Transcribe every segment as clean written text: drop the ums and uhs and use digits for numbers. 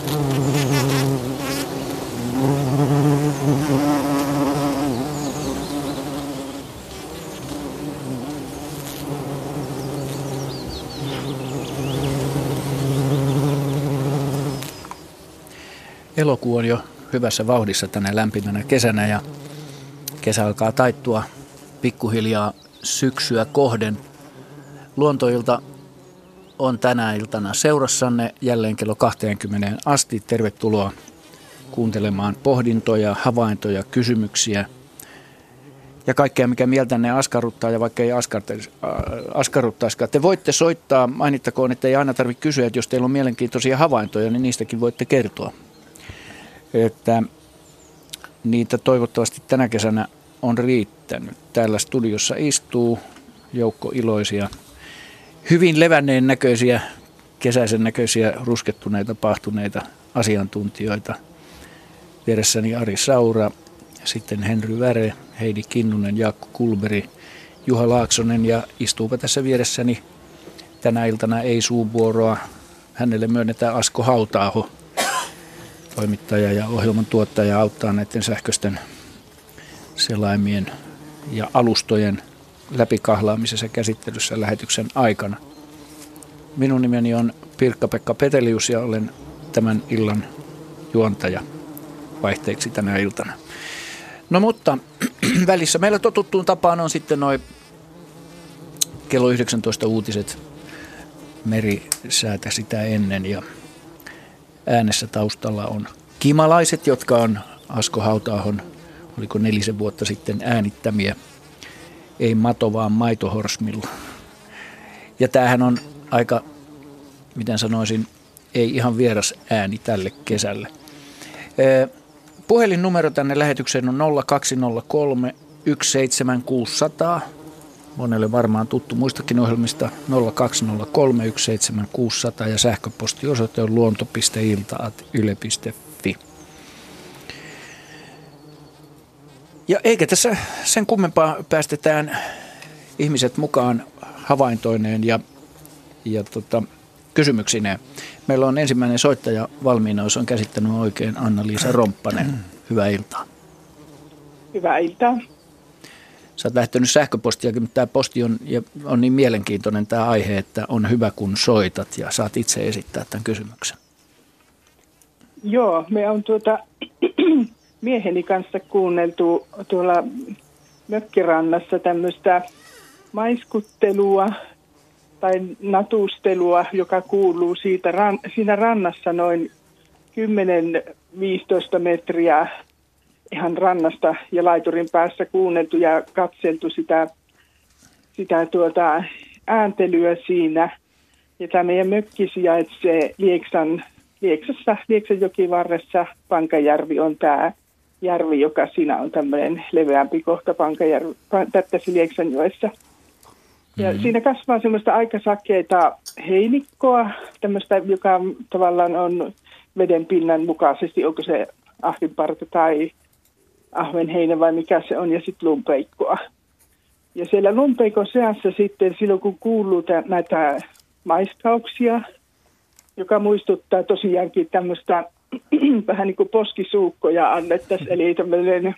Elokuu on jo hyvässä vauhdissa tänä lämpimänä kesänä ja kesä alkaa taittua pikkuhiljaa syksyä kohden. Luontoilta on tänä iltana seurassanne jälleen kello 20 asti. Tervetuloa kuuntelemaan pohdintoja, havaintoja, kysymyksiä ja kaikkea, mikä mieltänne askarruttaa ja vaikka ei askarruttaisikaan. Te voitte soittaa, mainittakoon, että ei aina tarvitse kysyä, että jos teillä on mielenkiintoisia havaintoja, niin niistäkin voitte kertoa. Että niitä toivottavasti tänä kesänä on riittänyt. Täällä studiossa istuu joukko iloisia, hyvin levänneen näköisiä, kesäisen näköisiä, ruskettuneita, pahtuneita asiantuntijoita. Vieressäni Ari Saura, sitten Henry Väre, Heidi Kinnunen, Jaakko Kulberi, Juha Laaksonen ja istuupa tässä vieressäni tänä iltana ei suuvuoroa. Hänelle myönnetään Asko Hauta-aho, toimittaja ja ohjelman tuottaja, auttaa näiden sähköisten selaimien ja alustojen läpikahlaamisessa ja käsittelyssä lähetyksen aikana. Minun nimeni on Pirkka-Pekka Petelius ja olen tämän illan juontaja vaihteeksi tänä iltana. No mutta välissä meillä totuttuun tapaan on sitten noin kello 19 uutiset merisäätä sitä ennen ja äänessä taustalla on Kimalaiset, jotka on Asko Hauta-ahon, oliko 4 vuotta sitten äänittämiä, ei Mato vaan Maitohorsmilla. Ja tämähän on aika, miten sanoisin, ei ihan vieras ääni tälle kesälle. Puhelinnumero tänne lähetykseen on 0203 17600. Monelle varmaan tuttu muistakin ohjelmista 0203 17600 ja sähköpostiosoite on luonto.ilta@yle.fi. Ja eikä tässä sen kummempaa, päästetään ihmiset mukaan havaintoineen ja kysymyksineen. Meillä on ensimmäinen soittaja valmiina, jos on käsittänyt oikein, Anna-Liisa Romppanen. Hyvää iltaa. Hyvää iltaa. Sä oot lähtenyt sähköpostiakin, mutta tämä posti on niin mielenkiintoinen tämä aihe, että on hyvä kun soitat ja saat itse esittää tämän kysymyksen. Joo, me on mieheni kanssa kuunneltu tuolla mökkirannassa tämmöistä maiskuttelua tai natustelua, joka kuuluu siinä rannassa noin 10-15 metriä ihan rannasta ja laiturin päässä kuunneltu ja katseltu sitä ääntelyä siinä. Ja tämä meidän mökki sijaitsee Lieksan jokivarressa. Pankajärvi on tämä järvi, joka siinä on tämmöinen leveämpi kohta tässä Lieksanjoessa. Ja siinä kasvaa semmoista aika sakeita heinikkoa, tämmöistä, joka tavallaan on veden pinnan mukaisesti, onko se ahvinparta tai ahvenheinä vai mikä se on, ja sitten lumpeikkoa. Ja siellä lumpeikon seassa sitten silloin, kun kuuluu näitä maiskauksia, joka muistuttaa tosiaankin tämmöistä vähän niin kuin poskisuukkoja annettaisiin, eli tämmöinen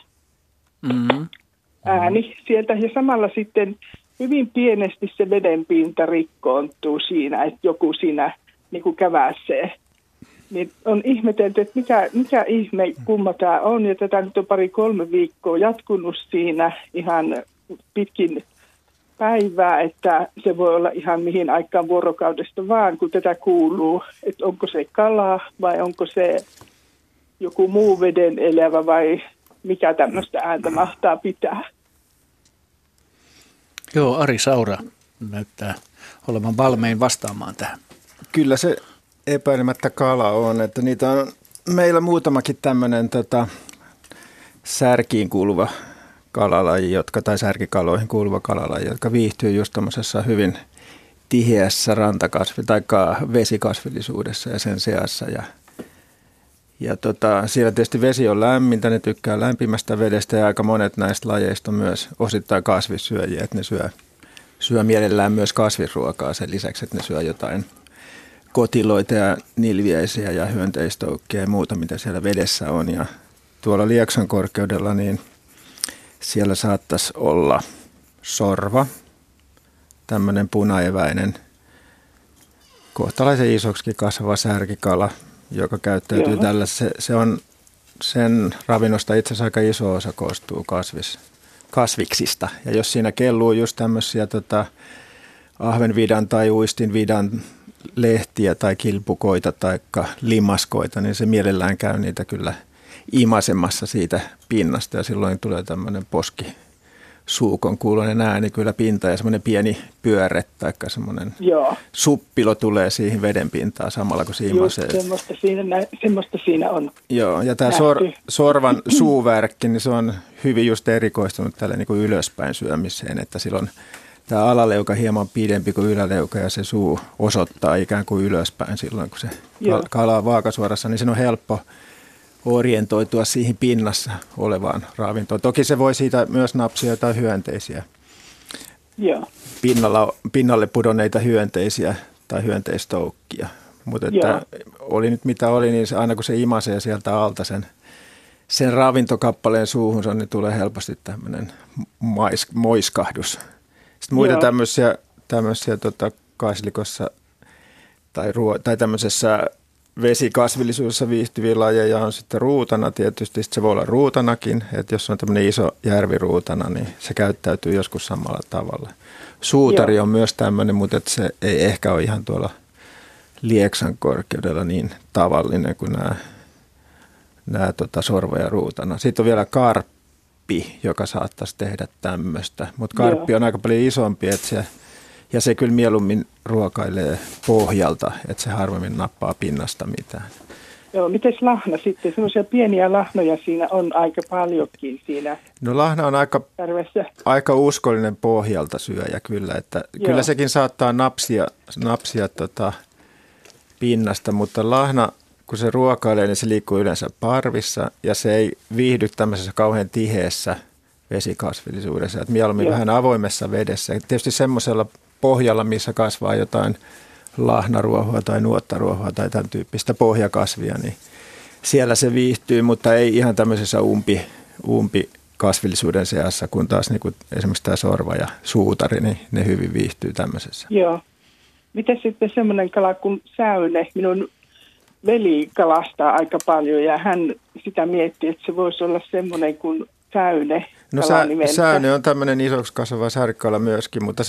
ääni sieltä. Ja samalla sitten hyvin pienesti se vedenpinta rikkoontuu siinä, että joku siinä niin kuin käväsee. Niin on ihmetelty, että mikä ihme kumma tämä on, ja tätä nyt on 2-3 viikkoa jatkunut siinä ihan pitkin päivää, että se voi olla ihan mihin aikaan vuorokaudesta vaan, kun tätä kuuluu, että onko se kala vai onko se joku muu veden elävä vai mikä tämmöistä ääntä mahtaa pitää. Joo, Ari Saura näyttää olevan valmiin vastaamaan tähän. Kyllä se epäilemättä kala on, että niitä on meillä muutamakin tämmöinen särkiin kuuluva kalalaji, tai särkikaloihin kuuluva kalalaji, jotka viihtyy just tommosessa hyvin tiheässä tai vesikasvillisuudessa ja sen seassa. Ja siellä tietysti vesi on lämmintä, ne tykkää lämpimästä vedestä ja aika monet näistä lajeista on myös osittain kasvissyöjiä, että ne syö mielellään myös kasvisruokaa sen lisäksi, että ne syö jotain kotiloita ja nilviäisiä ja hyönteistoukkia ja muuta, mitä siellä vedessä on. Ja tuolla Lieksan korkeudella, niin siellä saattaisi olla sorva, tämmöinen punaeväinen, kohtalaisen isoksikin kasvava särkikala, joka käyttäytyy tällä. Se on sen ravinnosta itse asiassa aika iso osa koostuu kasviksista. Ja jos siinä kelluu just tämmöisiä ahvenvidan tai uistinvidan lehtiä tai kilpukoita tai limaskoita, niin se mielellään käy niitä kyllä imasemassa siitä pinnasta ja silloin tulee tämmöinen poskisuukon kuuloinen ääni kyllä pinta ja semmoinen pieni pyörre tai semmoinen suppilo tulee siihen veden pintaan samalla kun se imasee. Just semmoista siinä on. Joo, ja tämä sorvan suuvärkki, niin se on hyvin just erikoistunut tälle niin kuin ylöspäin syömiseen, että silloin tämä alaleuka hieman pidempi kuin yläleuka ja se suu osoittaa ikään kuin ylöspäin silloin, kun se kala on vaakasuorassa, niin sen on helppo orientoitua siihen pinnassa olevaan ravintoon. Toki se voi siitä myös napsia jotain hyönteisiä. Pinnalle pudonneita hyönteisiä tai hyönteistoukkia. Mutta että oli nyt mitä oli, niin aina kun se imasee sieltä alta sen ravintokappaleen suuhunsa, niin tulee helposti tämmöinen moiskahdus. Sitten muita tämmöisiä kaislikossa tai tämmöisessä vesikasvillisuudessa viihtyviä lajeja on sitten ruutana tietysti. Sitten se voi olla ruutanakin, että jos on tämmöinen iso järviruutana, niin se käyttäytyy joskus samalla tavalla. Suutari on myös tämmöinen, mutta että se ei ehkä ole ihan tuolla Lieksan korkeudella niin tavallinen kuin nämä sorva ja ruutana. Sitten on vielä karppi, joka saattaisi tehdä tämmöistä, mutta karppi on aika paljon isompi, että se kyllä mieluummin ruokailee pohjalta, että se harvemmin nappaa pinnasta mitään. Joo, mites lahna sitten? Semmoisia pieniä lahnoja siinä on aika paljonkin siinä. No lahna on aika uskollinen pohjalta syöjä kyllä, että kyllä sekin saattaa napsia pinnasta, mutta lahna, kun se ruokailee, niin se liikkuu yleensä parvissa ja se ei viihdy tämmöisessä kauhean tiheässä vesikasvillisuudessa, että mieluummin vähän avoimessa vedessä. Tietysti semmoisella pohjalla, missä kasvaa jotain lahnaruohoa tai nuottaruohoa tai tämän tyyppistä pohjakasvia, niin siellä se viihtyy, mutta ei ihan tämmöisessä umpikasvillisuuden seassa, kun taas niin kuin esimerkiksi tämä sorva ja suutari, niin ne hyvin viihtyy tämmöisessä. Joo. Miten sitten semmoinen kala kuin säyne? Minun veli kalastaa aika paljon ja hän sitä miettii, että se voisi olla semmoinen kuin säyne. No säyne on tämmöinen isoksi kasvava särkkala myöskin, mutta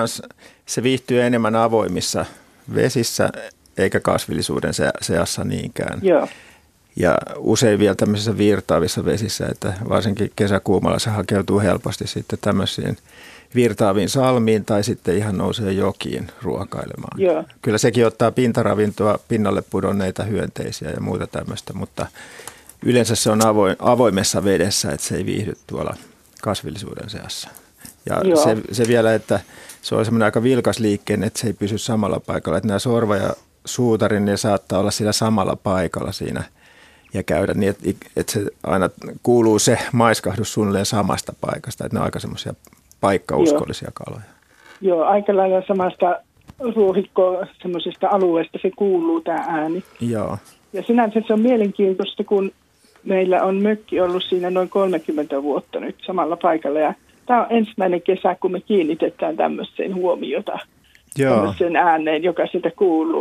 se viihtyy enemmän avoimissa vesissä eikä kasvillisuuden seassa niinkään. Joo. Ja usein vielä tämmöisissä virtaavissa vesissä, että varsinkin kesäkuumalla se hakeutuu helposti sitten tämmöisiin virtaaviin salmiin tai sitten ihan nousee jokiin ruokailemaan. Joo. Kyllä sekin ottaa pintaravintoa, pinnalle pudonneita hyönteisiä ja muuta tämmöistä, mutta yleensä se on avoimessa vedessä, että se ei viihdy tuolla kasvillisuuden seassa. Ja se vielä, että se on semmoinen aika vilkas liikkeen, että se ei pysy samalla paikalla. Että nämä sorva ja suutarin, ne saattaa olla sillä samalla paikalla siinä ja käydä niin, että se aina kuuluu se maiskahdus suunnilleen samasta paikasta. Että ne on aika semmoisia paikkauskollisia kaloja. Joo, aika lailla samasta ruohikkoa semmoisesta alueesta se kuuluu tämä ääni. Joo. Ja sinänsä se on mielenkiintoista, kun meillä on mökki ollut siinä noin 30 vuotta nyt samalla paikalla. Ja tämä on ensimmäinen kesä, kun me kiinnitetään tämmöiseen huomiota, tämmöiseen ääneen, joka sitä kuuluu.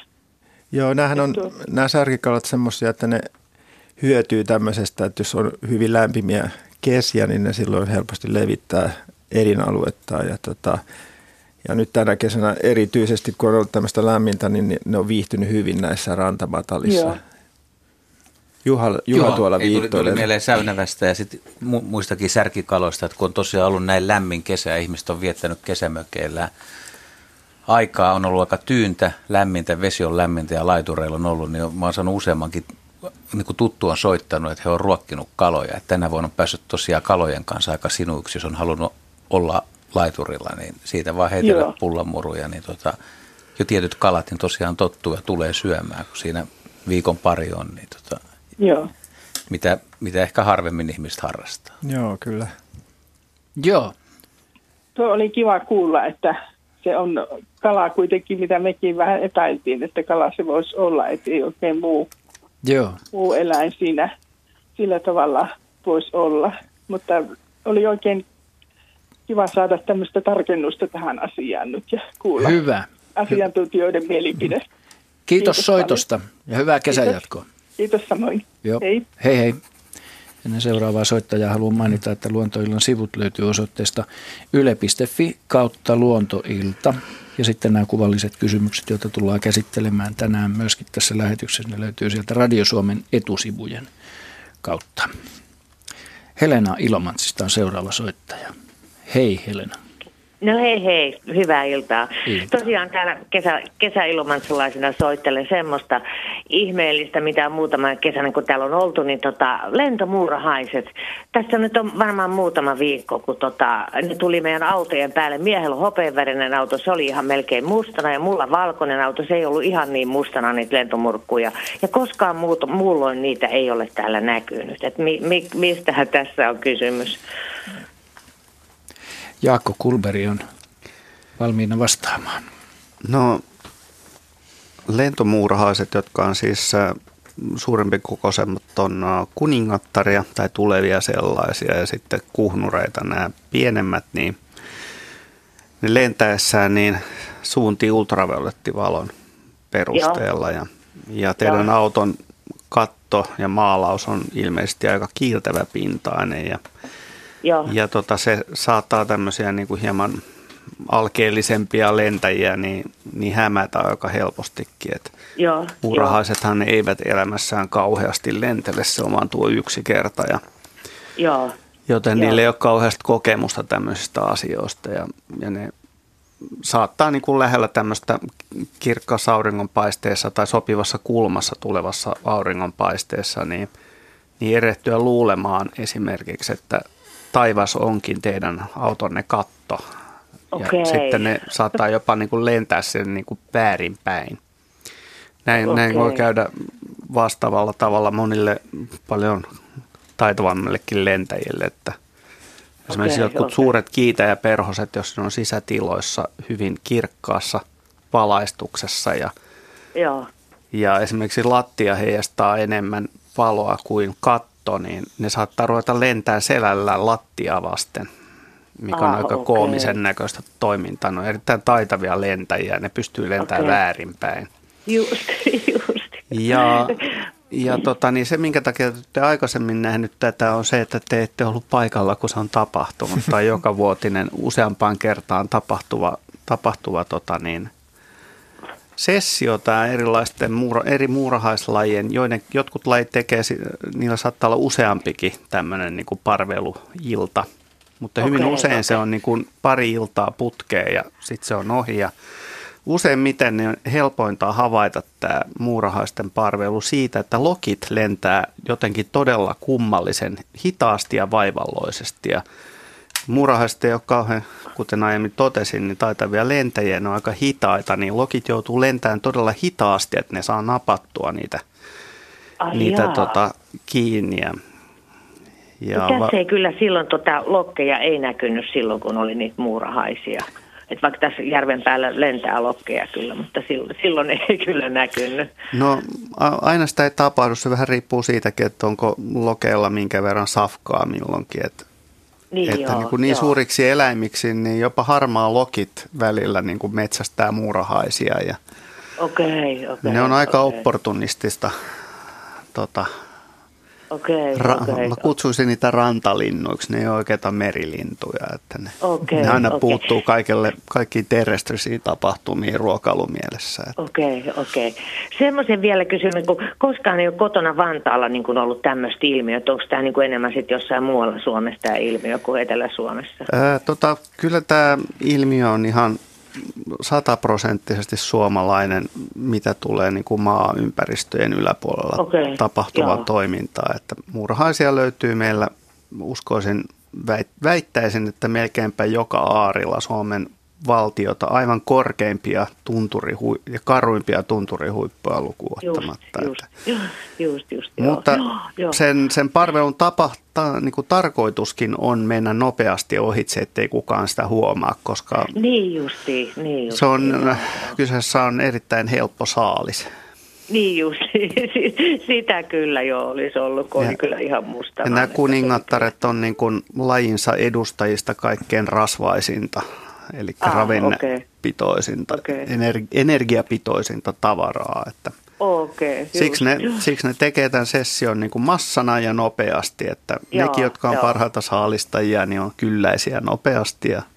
Joo, nämä särkikalat semmoisia, että ne hyötyy tämmöisestä, että jos on hyvin lämpimiä kesiä, niin ne silloin helposti levittää elinaluetta. Ja nyt tänä kesänä erityisesti, kun on ollut tämmöistä lämmintä, niin ne on viihtynyt hyvin näissä rantamatalissa. Juha tuolla viihtoilee. Tuli mieleen säynävästä ja sitten muistakin särkikaloista, että kun on tosiaan ollut näin lämmin kesä ja ihmiset on viettänyt kesämökeillä. Aikaa on ollut aika tyyntä, lämmintä, vesi on lämmintä ja laitureilla on ollut, niin mä oon saanut useammankin niin kuin tuttu on soittanut, että he on ruokkinut kaloja. Että tänä vuonna on päässyt tosiaan kalojen kanssa aika sinuiksi, jos on halunnut olla laiturilla, niin siitä vaan heitellä pullanmuruja, niin jo tietyt kalat niin tosiaan tottuu ja tulee syömään, kun siinä viikon pari on, niin mitä ehkä harvemmin ihmiset harrastaa. Joo, kyllä. Joo. Tuo oli kiva kuulla, että se on kala kuitenkin, mitä mekin vähän epäiltiin, että kala se voisi olla, että ei oikein muu eläin siinä sillä tavalla voisi olla. Mutta oli oikein kiva saada tämmöistä tarkennusta tähän asiaan nyt ja kuulla asiantuntijoiden mielipide. Kiitos soitosta ja hyvää kesänjatkoa. Kiitos samoin. Joo. Hei. Hei hei. Ennen seuraavaa soittajaa haluan mainita, että Luontoillan sivut löytyy osoitteesta yle.fi/luontoilta. Ja sitten nämä kuvalliset kysymykset, joita tullaan käsittelemään tänään myöskin tässä lähetyksessä, ne löytyy sieltä Radio Suomen etusivujen kautta. Helena Ilomantsista on seuraava soittaja. Hei Helena. No hei, hyvää iltaa. Tosiaan täällä kesäilomantsalaisena soittelen semmoista ihmeellistä, mitä muutama kesänä, kun täällä on oltu, niin lentomuurahaiset. Tässä nyt on varmaan muutama viikko, kun ne tuli meidän autojen päälle. Miehellä on hopeanvärinen auto, se oli ihan melkein mustana, ja mulla valkoinen auto, se ei ollut ihan niin mustana niitä lentomurkkuja. Ja koskaan muulloin niitä ei ole täällä näkynyt. Et mistähän tässä on kysymys? Jaakko Kulberi on valmiina vastaamaan. No, lentomuurahaiset, jotka on siis suurempi kokoisemmat, on kuningattaria tai tulevia sellaisia, ja sitten kuhnureita, nämä pienemmät, niin ne lentäessään niin suuntiin ultraviolettivalon perusteella. Ja teidän auton katto ja maalaus on ilmeisesti aika kiiltäväpintainen ja se saattaa tämmöisiä niin kuin hieman alkeellisempia lentäjiä niin hämätä aika helpostikin. Muurahaisethan eivät elämässään kauheasti lentele, se on vaan tuo yksi kerta. Joten niillä ei ole kauheasti kokemusta tämmöisistä asioista ja ne saattaa niin kuin lähellä tämmöistä kirkkaassa auringonpaisteessa tai sopivassa kulmassa tulevassa auringonpaisteessa niin erehtyä luulemaan esimerkiksi, että taivas onkin teidän autonne katto. Ja sitten ne saattaa jopa niin kuin lentää sen niin kuin väärinpäin. Näin voi käydä vastaavalla tavalla monille paljon taitavammillekin lentäjille. Että esimerkiksi jotkut suuret kiitäjäperhoset, jos ne on sisätiloissa hyvin kirkkaassa valaistuksessa ja esimerkiksi lattia heijastaa enemmän valoa kuin katto, niin ne saattaa ruveta lentää selällään lattia vasten, mikä on aika koomisen näköistä toimintaa. Ne on erittäin taitavia lentäjiä, ne pystyy lentämään väärinpäin. Just. Ja niin se, minkä takia te aikaisemmin nähnyt tätä, on se, että te ette ollut paikalla, kun se on tapahtunut, tai joka vuotinen useampaan kertaan tapahtuva sessio tai erilaisten eri muurahaislajien, jotkut lajit tekee, niillä saattaa olla useampikin tämmöinen niin kuin parveluilta, mutta hyvin usein se on niin kuin pari iltaa putkeen ja sitten se on ohi. Ja useimmiten ne on helpointa havaita tämä muurahaisten parvelu siitä, että lokit lentää jotenkin todella kummallisen hitaasti ja vaivalloisesti. Ja muurahaiset ei ole kauhean, kuten aiemmin totesin, niin taitavia lentäjiä, ne on aika hitaita, niin lokit joutuu lentämään todella hitaasti, että ne saa napattua niitä kiinni. Tässä ei kyllä silloin lokkeja ei näkynyt silloin, kun oli niitä muurahaisia. Et vaikka tässä järven päällä lentää lokkeja kyllä, mutta silloin ei kyllä näkynyt. No aina sitä ei tapahdu, se vähän riippuu siitäkin, että onko lokeilla minkä verran safkaa milloinkin. Niin suuriksi eläimiksi, niin jopa harmaa lokit välillä niin kuin metsästää muurahaisia. Ne on aika opportunistista. Mä kutsuisin niitä rantalinnuiksi, ne ei ole oikeita merilintuja. Että ne aina puuttuu kaikkiin terrestrisiin tapahtumiin ruokailumielessä. Okei. Semmoisen vielä kysyn, kun koskaan ei ole kotona Vantaalla niin kuin ollut tämmöistä ilmiötä. Onko tämä niin kuin enemmän sitten jossain muualla Suomessa tämä ilmiö kuin Etelä-Suomessa? Kyllä tämä ilmiö on ihan 100% suomalainen, mitä tulee niin kuin maaympäristöjen yläpuolella tapahtuvaa toimintaa. Että muurahaisia löytyy meillä, uskoisin, väittäisin, että melkeinpä joka aarilla Suomen valtiota aivan korkeimpia ja karuimpia tunturihuippuja lukuun ottamatta. Just, mutta sen parvelun niin kuin tarkoituskin on mennä nopeasti ohitse, ettei kukaan sitä huomaa, koska se on, kyseessä on erittäin helppo saalis. Niin just, sitä kyllä jo olisi ollut, kun oli kyllä ihan musta. Ja nämä kuningattaret on niin kuin lajinsa edustajista kaikkein rasvaisinta, eli ravinnepitoisinta, energiapitoisinta tavaraa. Että siksi ne tekee tämän session niin kuin massana ja nopeasti, että nekin, jotka on parhaita saalistajia, niin on kylläisiä nopeasti ja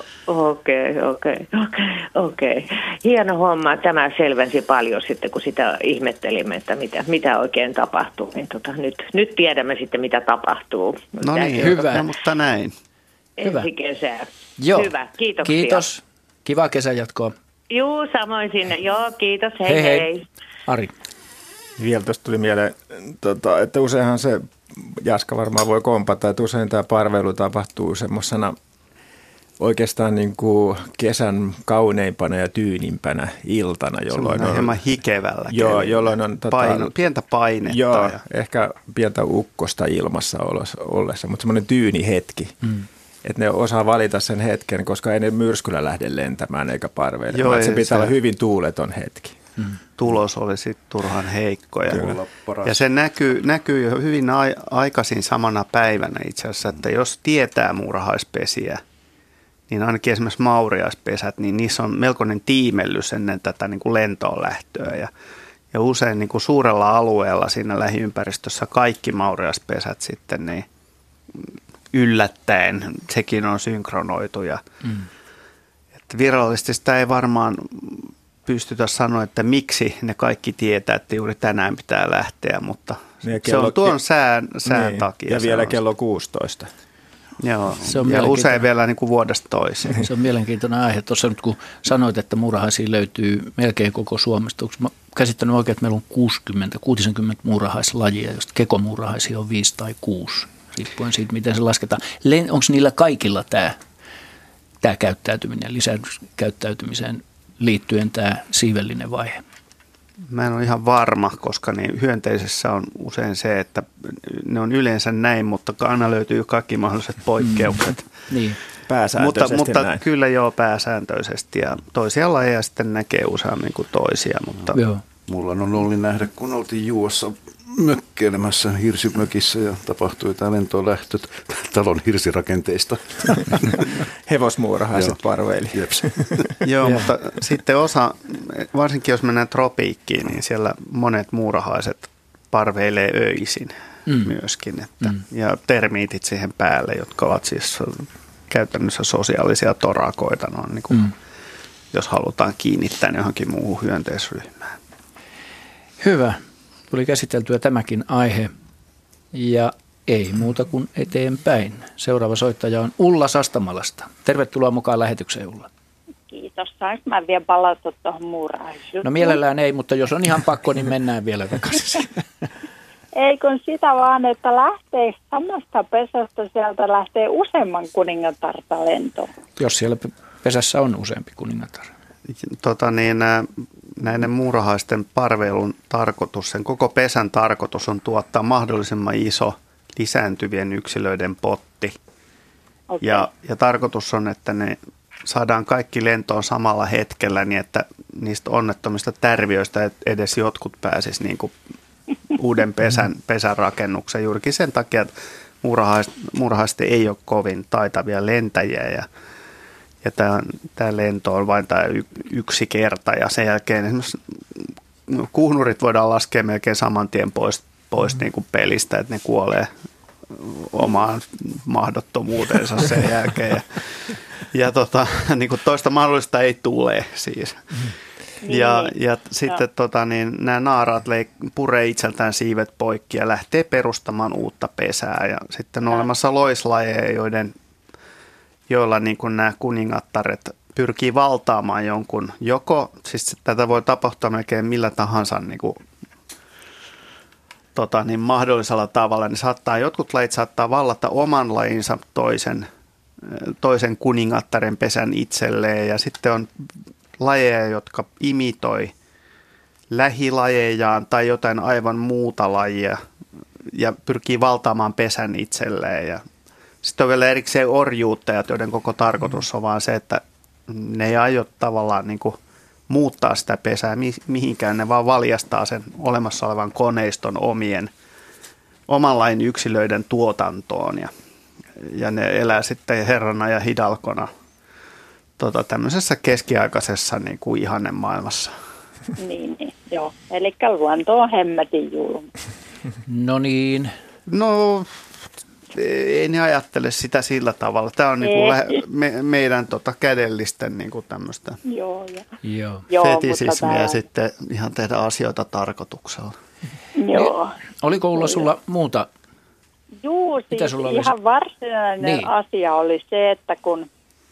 Okei. Hieno homma. Tämä selvensi paljon sitten, kun sitä ihmettelimme, että mitä oikein tapahtuu. Niin nyt tiedämme sitten, mitä tapahtuu. No niin, hyvä. Mutta näin. Ensi kesää. Joo. Hyvä, kiitoksia. Kiitos. Kiva kesänjatkoa. Juu, samoin sinne. Joo, kiitos. Hei. Ari. Vielä tuosta tuli mieleen, että useinhan se, Jaska varmaan voi kompata, että usein tämä parveilu tapahtuu semmoisena oikeastaan niin kuin kesän kauneimpana ja tyynimpänä iltana, jolloin on hieman hikevällä. Joo, jolloin on pientä painetta. Joo, ehkä pientä ukkosta ilmassa ollessa, mutta semmoinen tyyni hetki. Että ne osaa valita sen hetken, koska ei ne myrskyllä lähde lentämään eikä parveilemaan. Se pitää olla hyvin tuuleton hetki. Tulos oli sitten turhan heikko. Ja se näkyy jo hyvin aikaisin samana päivänä itse asiassa, että jos tietää muurahaispesiä, niin ainakin esimerkiksi mauriaispesät, niin niissä on melkoinen tiimellys ennen tätä niin kuin lentoon lähtöä. Ja usein niin kuin suurella alueella siinä lähiympäristössä kaikki mauriaispesät sitten niin yllättäen, sekin on synkronoitu. Että virallisesti sitä ei varmaan pystytä sanoa, että miksi ne kaikki tietää, että juuri tänään pitää lähteä, mutta se on tuon sään takia. Ja vielä kello 16. Joo, ja usein vielä niin kuin vuodesta toiseen. Se on mielenkiintoinen aihe. Tuossa nyt kun sanoit, että muurahaisia löytyy melkein koko Suomesta, onko mä käsittänyt oikein, että meillä on 60 muurahaislajia, josta kekomuurahaisia on 5 tai 6, riippuen siitä, miten se lasketaan. Onko niillä kaikilla tämä käyttäytyminen, lisäyskäyttäytymiseen liittyen tämä siivellinen vaihe? Mä en ole ihan varma, koska niin hyönteisessä on usein se, että ne on yleensä näin, mutta aina löytyy kaikki mahdolliset poikkeukset. Niin. Pääsääntöisesti mutta näin. Kyllä joo, pääsääntöisesti. Ja toisia lajeja sitten näkee useammin kuin toisia. Mutta joo. Mulla on ollut nähdä, kun oltiin Juuassa mökkeilemässä hirsimökissä ja tapahtui tämä lentoon lähtö talon hirsirakenteista. Hevosmuurahaiset parveili. Joo, mutta sitten varsinkin jos mennään tropiikkiin, niin siellä monet muurahaiset parveilee öisin myöskin. Ja termiitit siihen päälle, jotka ovat siis käytännössä sosiaalisia torakoita, no, niin kuin, jos halutaan kiinnittää johonkin muuhun hyönteisryhmään. Hyvä. Tuli käsiteltyä tämäkin aihe ja ei muuta kuin eteenpäin. Seuraava soittaja on Ulla Sastamalasta. Tervetuloa mukaan lähetykseen, Ulla. Kiitos. Saanko mä vielä palata tuohon muurahaisjuttuun? No mielellään ei, mutta jos on ihan pakko, niin mennään vielä takaisin. Ei kun sitä vaan, että lähtee samasta pesästä, sieltä lähtee useamman kuningatarta lentoon. Jos siellä pesässä on useampi kuningatar. Näiden muurahaisten parveilun tarkoitus, sen koko pesän tarkoitus on tuottaa mahdollisimman iso lisääntyvien yksilöiden potti. Okay. Ja tarkoitus on, että ne saadaan kaikki lentoon samalla hetkellä niin, että niistä onnettomista tärviöistä edes jotkut pääsisi niin kuin uuden pesän rakennukseen. Juurikin sen takia, että muurahaiset ei ole kovin taitavia lentäjiä ja tämä lento on vain tämä yksi kerta ja sen jälkeen esimerkiksi kuhnurit voidaan laskea melkein saman tien pois niin kuin pelistä, että ne kuolee omaan mahdottomuutensa sen jälkeen. Ja niin kuin toista mahdollista ei tule siis. Ja sitten nämä naaraat puree itseltään siivet poikki ja lähtee perustamaan uutta pesää. Ja sitten on olemassa loislajeja, joilla niin kuin nämä kuningattaret pyrkii valtaamaan jonkun, siis tätä voi tapahtua melkein millä tahansa niin kuin, mahdollisella tavalla, niin jotkut lajit saattaa vallata oman lajinsa toisen toisen kuningattaren pesän itselleen. Ja sitten on lajeja, jotka imitoi lähilajejaan tai jotain aivan muuta lajia ja pyrkii valtaamaan pesän itselleen. Ja sitten on vielä erikseen orjuuttajat, joiden koko tarkoitus on vaan se, että ne ei aio tavallaan niin kuin muuttaa sitä pesää mihinkään, ne vaan valjastaa sen olemassa olevan koneiston oman lajin yksilöiden tuotantoon ja ne elää sitten herrana ja hidalkona tämmöisessä keskiaikaisessa niin kuin ihannemaailmassa. Niin, joo. Eli luonto on hemmetin julma. No niin. No, ei ne ajattele sitä sillä tavalla. Tämä on niinku meidän kädellisten niinku tämmöistä fetisismiä sitten ihan tehdä asioita tarkoituksella. Joo. Oliko Ulla sulla muuta? Joo, siis ihan varsinainen asia oli se, että kun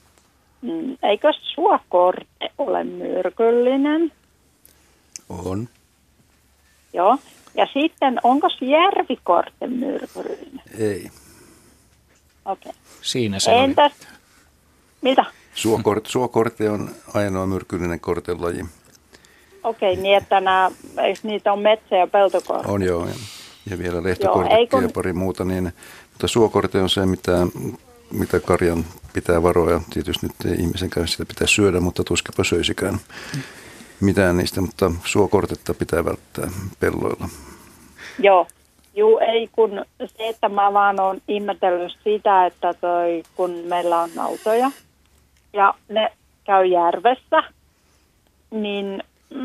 eikö suokorte ole myrkyllinen? On. Joo. Ja sitten, onko järvikorte myrkyllinen? Ei. Okei. Siinä se entäs? oli. Mitä? Suokorte on ainoa myrkyllinen kortelaji. Okei, niin että eikö niitä on metsä- ja peltokorte? On joo, ja vielä lehtokortekin ja pari muuta. Mutta suokorte on se, mitä karjan pitää varoa. Ja tietysti nyt ei ihmisenkään sitä pitää syödä, mutta tuskinpa söisikään mitään niistä. Mutta suokortetta pitää välttää pelloilla. Joo. Juu, ei kun se, että mä vaan oon ihmetellyt sitä, että kun meillä on nautoja ja ne käy järvessä, niin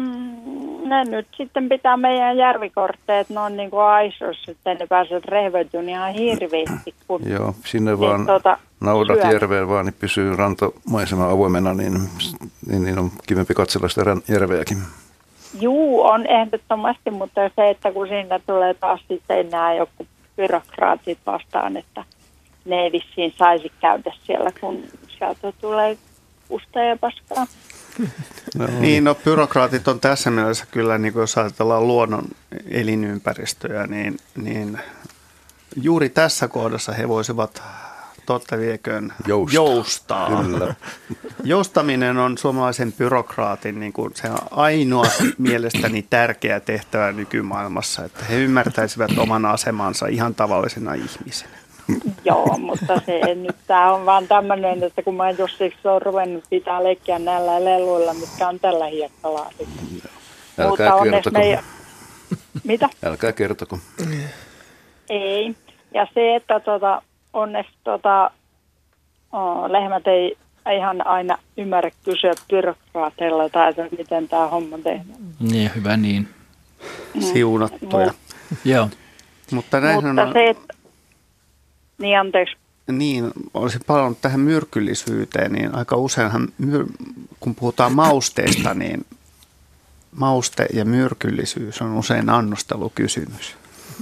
ne nyt sitten pitää meidän järvikortteet, ne on niin kuin aisoissa, että ne pääsevät rehvöitymään ihan hirveästi. Joo, sinne vaan naudat järveen vaan, niin pysyy rantamaisema avoimena, niin on kivempi katsella sitä järveäkin. Juu, on ehdottomasti, mutta se, että kun siinä tulee taas sitten nämä joku byrokraatit vastaan, että ne ei vissiin saisi käydä siellä, kun sieltä tulee kusta ja paskaa. No byrokraatit on tässä mielessä kyllä, niin jos ajatellaan luonnon elinympäristöjä, niin juuri tässä kohdassa he voisivat totta vieköön joustaa. Kyllä. Joustaminen on suomalaisen byrokraatin niin kuin se ainoa mielestäni tärkeä tehtävä nykymaailmassa, että he ymmärtäisivät oman asemansa ihan tavallisena ihmisenä. Joo, mutta tämä on vaan tämmöinen, että kun mä Jussiksi olen ruvennut pitää leikkiä näillä leluilla, mitkä on tällä hiekkalaatilla. Älkää kertoko. Mitä? Älkää kertoko. Ei. Ja se, että onneksi lehmät ei ihan aina ymmärrä kysyä byrokraateilla tai että miten tämä homma tehdään. Niin, hyvä niin. Siunattuja. Joo. Mutta se, että niin, anteeksi. Niin, olisin palannut tähän myrkyllisyyteen, niin aika useinhan, kun puhutaan mausteista, niin mauste ja myrkyllisyys on usein annostelukysymys.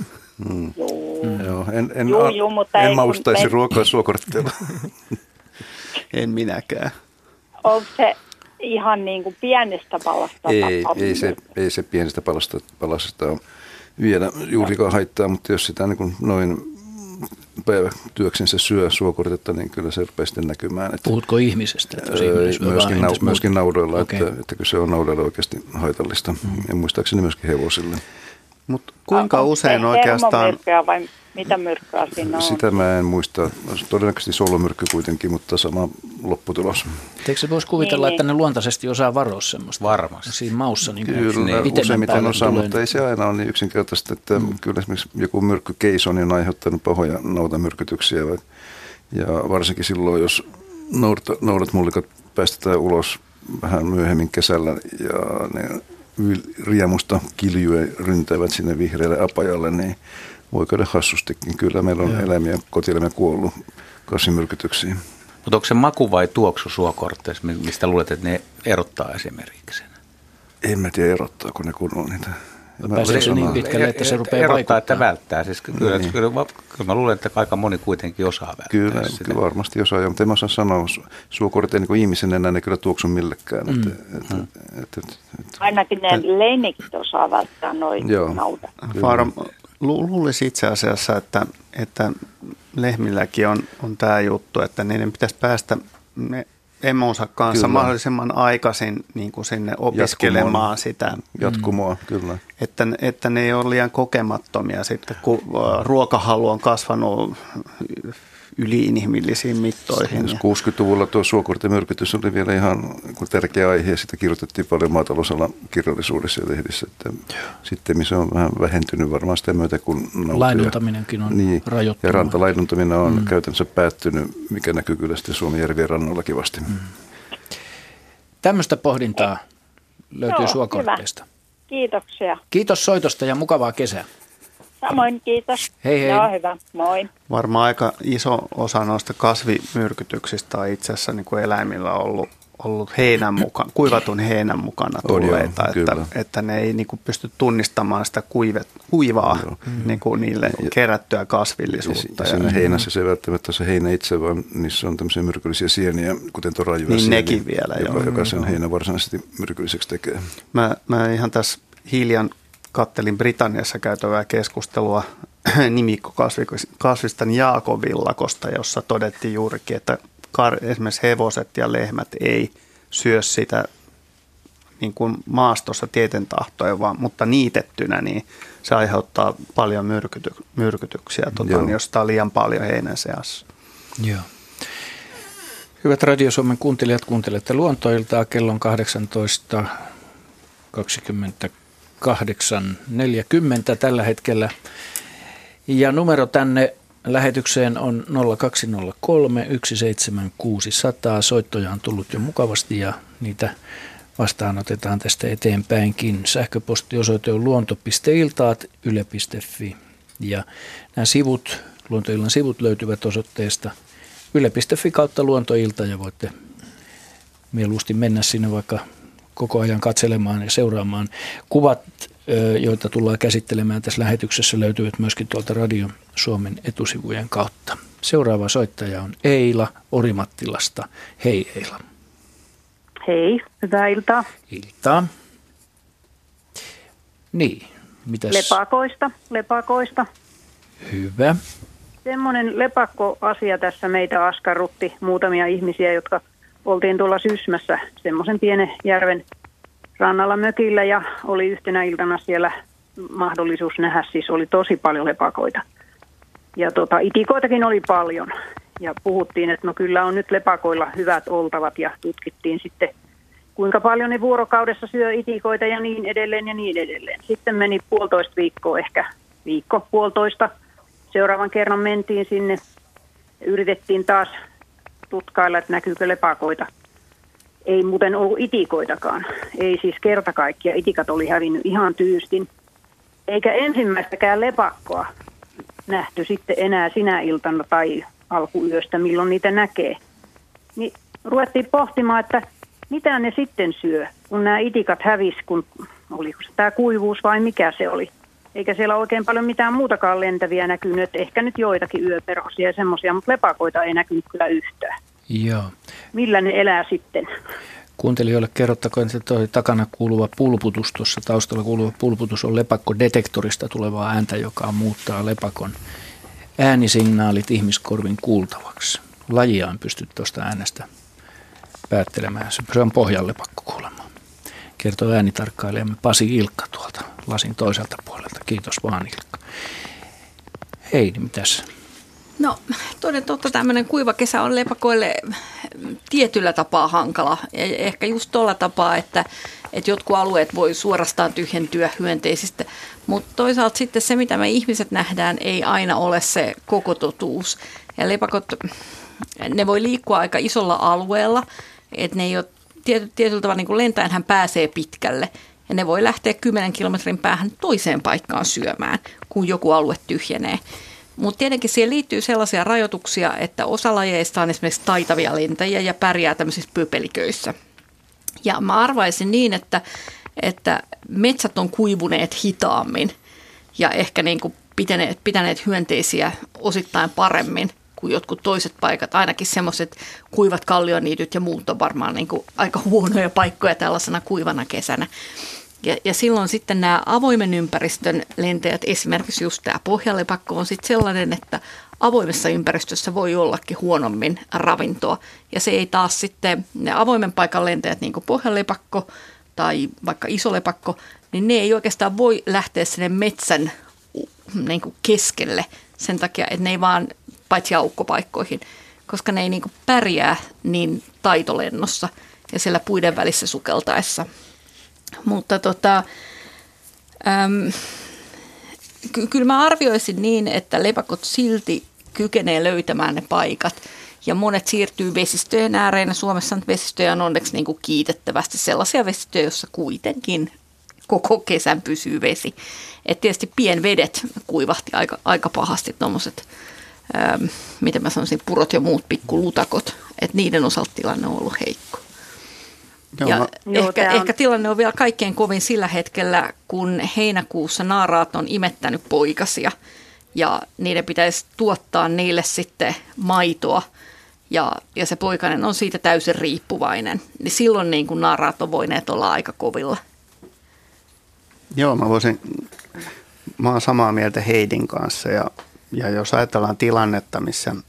Joo, en maustaisi ruokaa suokortteella. En minäkään. Onko se ihan niin kuin pienestä palasta? Ei se pienestä palasta vielä juurikaan haittaa, mutta jos sitä niin kuin noin päivätyöksensä syö suokortetta, niin kyllä se rupeaa sitten näkymään. Että puhutko ihmisestä? Myöskin naudoilla, että kyllä se on naudoilla oikeasti haitallista. Ja muistaakseni myöskin hevosille. Mutta kuinka usein oikeastaan... vai mitä myrkkyä siinä on? Sitä mä en muista. Todennäköisesti solumyrkky kuitenkin, mutta sama lopputulos. Eikö se voisi kuvitella, että ne luontaisesti osaa varoa semmoista? Varmasti. Siinä maussa niin kyllä, useimmiten osaa, mutta ei se aina ole niin yksinkertaista, että kyllä esimerkiksi joku myrkkykeiso on aiheuttanut pahoja nautamyrkytyksiä. Ja varsinkin silloin, jos naudat mullikat päästetään ulos vähän myöhemmin kesällä ja ne riemusta kiljuen ryntäävät sinne vihreälle apajalle, niin voi käydä hassustikin. Kyllä meillä on kotieläimiä kuollut kasvimyrkytyksiin. Mutta onko se maku vai tuoksu suokortteissa, mistä luulet, että ne erottaa esimerkiksi? En mä tiedä erottaako ne kunnolla niitä. Pääsee se niin pitkälle, että se rupeaa vaikuttaa. Että välttää. Siis kyllä mä luulen, että aika moni kuitenkin osaa välttää. Kyllä varmasti osaa, mutta en mä osaa sanoa. Suokorte niin kuin ihmisen enää ne kyllä tuoksu millekään. Ainakin ne leinikit osaa välttää noin naudat. luulisin itse asiassa, että lehmilläkin on tämä juttu, että niiden pitäisi päästä emonsa kanssa mahdollisimman aikaisin niin kuin sinne opiskelemaan sitä. Jatkumoa, kyllä. Että ne ei ole liian kokemattomia sitten, kun ruokahalu on kasvanut yli-inhimillisiin mittoihin. 60-luvulla tuo suokortemyrkytys oli vielä ihan tärkeä aihe, ja sitä kirjoitettiin paljon maatalousalan kirjallisuudessa ja lehdissä. Sitten se on vähän vähentynyt varmaan sitä myötä, kun laiduntaminenkin on rajoittunut. Ja rantalaiduntaminen on käytännössä päättynyt, mikä näkyy kyllä sitten Suomen järvien rannoilla kivasti. Tämmöistä pohdintaa löytyy suokorteista. Kiitoksia. Kiitos soitosta ja mukavaa kesää. Samoin, kiitos. Hei hei. Joo, hyvä. Moi. Varmaan aika iso osa noista kasvimyrkytyksistä on itse asiassa niin kuin eläimillä ollut kuivatun heinän mukana tulleita, että ne ei niin kuin pysty tunnistamaan sitä kuivaa niin kuin niille kerättyä kasvillisuutta. Ja siinä heinässä se ei välttämättä se heinä itse, vaan niissä on tämmöisiä myrkyllisiä sieniä, kuten tuo rajua niin sieni, nekin vielä, joka sen heinän varsinaisesti myrkylliseksi tekee. Mä ihan tässä hiljan kattelin Britanniassa käytävää keskustelua nimikkokasvistan Jaakovillakosta, jossa todettiin juurikin, että esimerkiksi hevoset ja lehmät ei syö sitä niin kuin maastossa tieten tahtoen, mutta niitettynä niin se aiheuttaa paljon myrkytyksiä, jos tämä on liian paljon heinän seassa. Joo. Hyvät Radio Suomen kuuntelijat, kuuntelette Luontoiltaa, kello on 18.28.40 tällä hetkellä. Ja numero tänne lähetykseen on 0203 17600. Soittoja on tullut jo mukavasti ja niitä vastaanotetaan tästä eteenpäinkin. Sähköpostiosoite on luonto.iltaat.yle.fi. Ja nämä sivut, Luontoillan sivut löytyvät osoitteesta yle.fi kautta luontoilta ja voitte mieluusti mennä sinne vaikka koko ajan katselemaan ja seuraamaan. Kuvat, joita tullaan käsittelemään tässä lähetyksessä, löytyvät myöskin tuolta Radio Suomen etusivujen kautta. Seuraava soittaja on Eila Orimattilasta. Hei Eila. Hei, hyvää iltaa. Iltaa. Niin, mitäs? Lepakoista. Hyvä. Semmoinen lepakkoasia tässä meitä askarrutti muutamia ihmisiä, jotka oltiin tuolla Sysmässä semmoisen pienen järven rannalla mökillä ja oli yhtenä iltana siellä mahdollisuus nähdä, siis oli tosi paljon lepakoita. Ja itikoitakin oli paljon ja puhuttiin, että no kyllä on nyt lepakoilla hyvät oltavat ja tutkittiin sitten kuinka paljon ne vuorokaudessa syö itikoita ja niin edelleen ja niin edelleen. Sitten meni 1,5 viikkoa, ehkä viikko-1,5. Seuraavan kerran mentiin sinne ja yritettiin taas tutkailla, että näkyykö lepakoita. Ei muuten ollut itikoitakaan. Ei siis kerta kaikkiaan. Itikat oli hävinnyt ihan tyystin. Eikä ensimmäistäkään lepakkoa nähty sitten enää sinä iltana tai alkuyöstä, milloin niitä näkee. Niin ruvettiin pohtimaan, että mitä ne sitten syö, kun nämä itikat hävisi, kun oliko se tämä kuivuus vai mikä se oli. Eikä siellä oikein paljon mitään muutakaan lentäviä näkynyt. Ehkä nyt joitakin yöperosia ja semmoisia, mutta lepakoita ei näkynyt kyllä yhtään. Joo. Millä ne elää sitten? Kuuntelijoille kerrottakoon, että tuo takana kuuluva pulputus, tuossa taustalla kuuluva pulputus on lepakkodetektorista tulevaa ääntä, joka muuttaa lepakon äänisignaalit ihmiskorvin kuultavaksi. Lajia on pystytty tuosta äänestä päättelemään. Se on pohjanlepakko kuulemma. Kertoo äänitarkkailijamme Pasi Ilkka tuolta lasin toiselta puolelta. Kiitos vaan Ilkka. Hei, niin mitäs? No toden totta tämmöinen kuiva kesä on lepakoille tietyllä tapaa hankala. Ehkä just tuolla tapaa, että jotkut alueet voi suorastaan tyhjentyä hyönteisistä. Mutta toisaalta sitten se, mitä me ihmiset nähdään, ei aina ole se koko totuus. Ja lepakot, ne voi liikkua aika isolla alueella, että ne ei ole tietyllä tavalla niin kuin lentäen hän pääsee pitkälle. Ja ne voi lähteä 10 kilometrin päähän toiseen paikkaan syömään, kun joku alue tyhjenee. Mutta tietenkin siihen liittyy sellaisia rajoituksia, että osa lajeista on esimerkiksi taitavia lentäjiä ja pärjää tämmöisissä pöpeliköissä. Ja mä arvaisin niin, että metsät on kuivuneet hitaammin ja ehkä niin kuin pitäneet hyönteisiä osittain paremmin kuin jotkut toiset paikat. Ainakin semmoiset kuivat kallioniityt ja muut on varmaan niin kuin aika huonoja paikkoja tällaisena kuivana kesänä. Ja silloin sitten nämä avoimen ympäristön lentäjät, esimerkiksi just tämä pohjalepakko on sitten sellainen, että avoimessa ympäristössä voi ollakin huonommin ravintoa. Ja se ei taas sitten, ne avoimen paikan lentäjät, niin kuin pohjalepakko tai vaikka isolepakko, niin ne ei oikeastaan voi lähteä sinne metsän niin kuin keskelle sen takia, että ne ei vaan, paitsi aukkopaikkoihin, koska ne ei niin kuin pärjää niin taitolennossa ja siellä puiden välissä sukeltaessa. Mutta kyllä mä arvioisin niin, että lepakot silti kykenee löytämään ne paikat. Ja monet siirtyy vesistöjen ääreen. Suomessa nyt vesistöjä on onneksi niin kuin kiitettävästi sellaisia vesistöjä, joissa kuitenkin koko kesän pysyy vesi. Et tietysti pienvedet kuivahti aika pahasti tuommoiset, miten mä sanoisin, purot ja muut pikkulutakot. Että niiden osalta tilanne on ollut heikko. Ja ehkä tilanne on vielä kaikkein kovin sillä hetkellä, kun heinäkuussa naaraat on imettänyt poikasia ja niiden pitäisi tuottaa niille sitten maitoa ja se poikainen on siitä täysin riippuvainen. Niin silloin niin kuin naaraat on voineet olla aika kovilla. Joo, mä oon samaa mieltä Heidin kanssa ja jos ajatellaan tilannetta,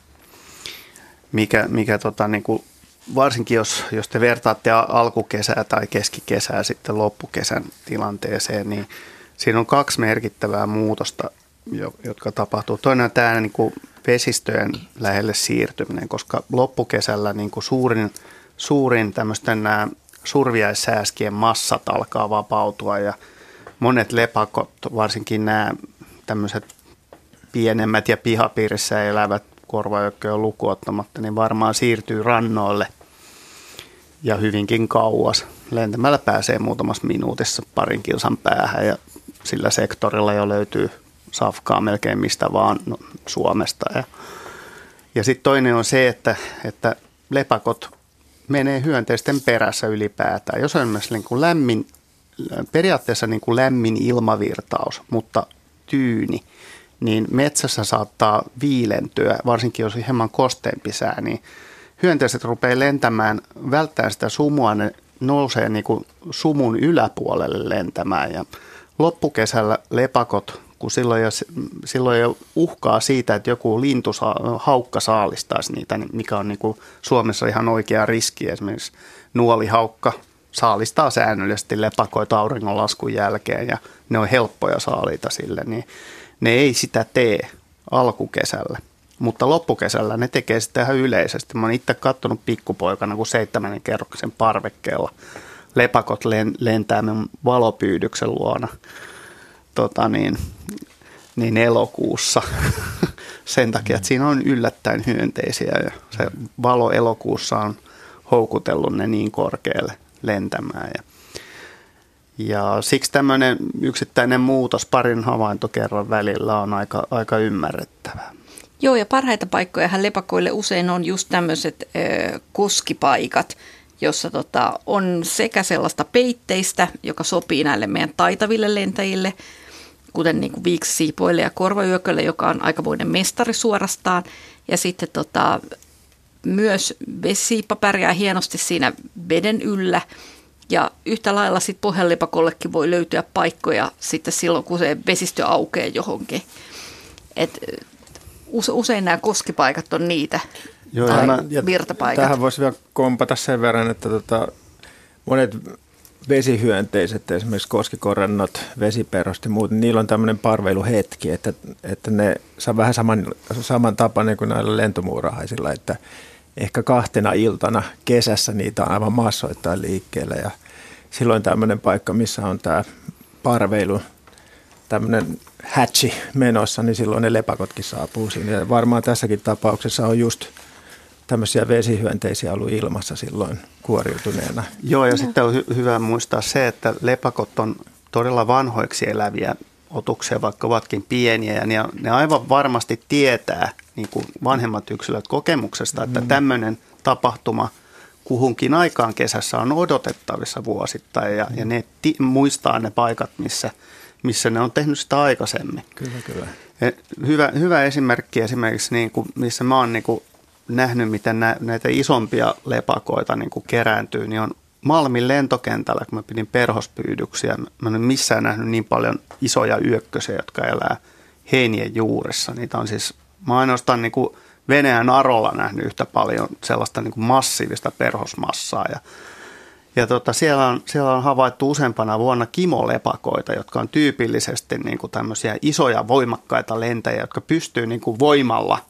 mikä niin kuin varsinkin jos te vertaatte alkukesää tai keskikesää sitten loppukesän tilanteeseen, niin siinä on 2 merkittävää muutosta, jotka tapahtuu. Toinen on tämä niin kuin vesistöjen lähelle siirtyminen, koska loppukesällä niin kuin suurin tämmöisten nämä surviaissääskien massat alkaa vapautua ja monet lepakot, varsinkin nämä tämmöiset pienemmät ja pihapiirissä elävät korvajoukkoja lukuottamatta, niin varmaan siirtyy rannoille ja hyvinkin kauas. Lentämällä pääsee muutamassa minuutissa 2 kilsan päähän ja sillä sektorilla jo löytyy safkaa melkein mistä vaan Suomesta. Ja sitten toinen on se, että lepakot menee hyönteisten perässä ylipäätään. Jos on myös niin kuin periaatteessa niin kuin lämmin ilmavirtaus, mutta tyyni, niin metsässä saattaa viilentyä, varsinkin jos on hieman kosteampi sää, niin hyönteiset rupeaa lentämään, välttää sitä sumua, ne nousee niin kuin sumun yläpuolelle lentämään ja loppukesällä lepakot, kun silloin jo uhkaa siitä, että joku lintu, haukka saalistaisi niitä, mikä on niin kuin Suomessa ihan oikea riski. Esimerkiksi nuolihaukka saalistaa säännöllisesti lepakoita auringonlaskun jälkeen ja ne on helppoja saaliita sille, niin ne ei sitä tee alkukesällä. Mutta loppukesällä ne tekee sitä ihan yleisesti. Mä oon itse katsonut pikkupoikana, kun 7. kerroksen parvekkeella lepakot lentää mun valopyydyksen luona niin elokuussa. Sen takia, että siinä on yllättäen hyönteisiä ja se valo elokuussa on houkutellut ne niin korkealle lentämään. Ja siksi tämmöinen yksittäinen muutos parin havaintokerran välillä on aika ymmärrettävää. Joo, ja parhaita paikkojahan lepakoille usein on just tämmöiset koskipaikat, jossa on sekä sellaista peitteistä, joka sopii näille meidän taitaville lentäjille, kuten niin kuin viiksisiipoille ja korvayökölle, joka on aikamoinen mestari suorastaan. Ja sitten myös vesisiippa pärjää hienosti siinä veden yllä. Ja yhtä lailla sitten pohjalepakollekin voi löytyä paikkoja sitten silloin, kun se vesistö aukeaa johonkin. Usein nämä koskipaikat on niitä. Joo, tai virtapaikat. Tähän voisi vielä kompata sen verran, että monet vesihyönteiset, esimerkiksi koskikorrennot, vesiperhost ja muut, niillä on tämmöinen parveiluhetki, että ne saa vähän saman tapainen kuin näillä lentomuurahaisilla, että ehkä 2 iltana kesässä niitä on aivan massoittain liikkeellä ja silloin tämmöinen paikka, missä on tämä parveilu, tämmöinen hatchi menossa, niin silloin ne lepakotkin saapuu sinne. Ja varmaan tässäkin tapauksessa on just tämmöisiä vesihyönteisiä ollut ilmassa silloin kuoriutuneena. Joo, ja sitten on hyvä muistaa se, että lepakot on todella vanhoiksi eläviä otuksia, vaikka ovatkin pieniä, ja ne aivan varmasti tietää, niin kuin vanhemmat yksilöt kokemuksesta, että tämmöinen tapahtuma kuhunkin aikaan kesässä on odotettavissa vuosittain, ja ne muistaa ne paikat, missä ne on tehnyt sitä aikaisemmin. Kyllä. Hyvä esimerkki esimerkiksi, niin kuin, missä mä oon niin kuin nähnyt, miten näitä isompia lepakoita niin kuin kerääntyy, niin Malmin lentokentällä, kun mä pidin perhospyydyksiä, mä en ole missään nähnyt niin paljon isoja yökkösiä, jotka elää heinien juuressa. Niitä on siis, mä oon ainoastaan niin kuin Venäjän Arolla nähnyt yhtä paljon sellaista niin kuin massiivista perhosmassaa. Ja siellä on havaittu useampana vuonna kimolepakoita, jotka on tyypillisesti niin kuin tämmöisiä isoja voimakkaita lentäjiä, jotka pystyy niin kuin voimalla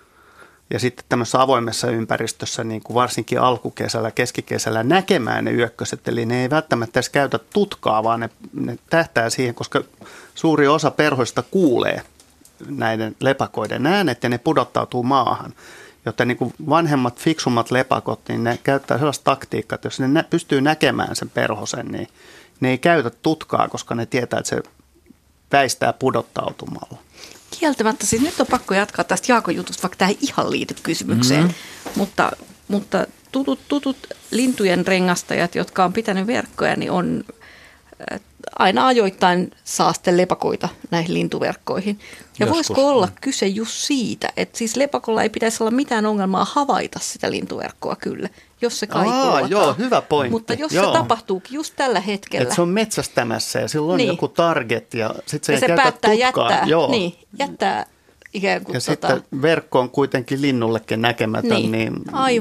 ja sitten tämmöisessä avoimessa ympäristössä niin kuin varsinkin alkukesällä, keskikesällä näkemään ne yökköset. Eli ne ei välttämättä edes käytä tutkaa, vaan ne tähtää siihen, koska suuri osa perhoista kuulee näiden lepakoiden äänet ja ne pudottautuu maahan. Joten niin kuin vanhemmat, fiksummat lepakot, niin ne käyttää sellaista taktiikkaa, että jos ne pystyy näkemään sen perhosen, niin ne ei käytä tutkaa, koska ne tietää, että se väistää pudottautumalla. Kieltämättä, siis nyt on pakko jatkaa tästä Jaakon jutusta, vaikka tämä ei ihan liity kysymykseen, mutta tutut lintujen rengastajat, jotka on pitänyt verkkoja, niin on aina ajoittain saaste lepakoita näihin lintuverkkoihin. Ja voisiko olla kyse just siitä, että siis lepakolla ei pitäisi olla mitään ongelmaa havaita sitä lintuverkkoa kyllä, jos se kaikuutaan. Joo, hyvä pointti. Mutta jos se tapahtuukin just tällä hetkellä. Että se on metsästämässä ja sillä on joku target ja sitten se ei päättää tutkaa. Jättää ikään kuin ja sitten verkko on kuitenkin linnullekin näkemätön, niin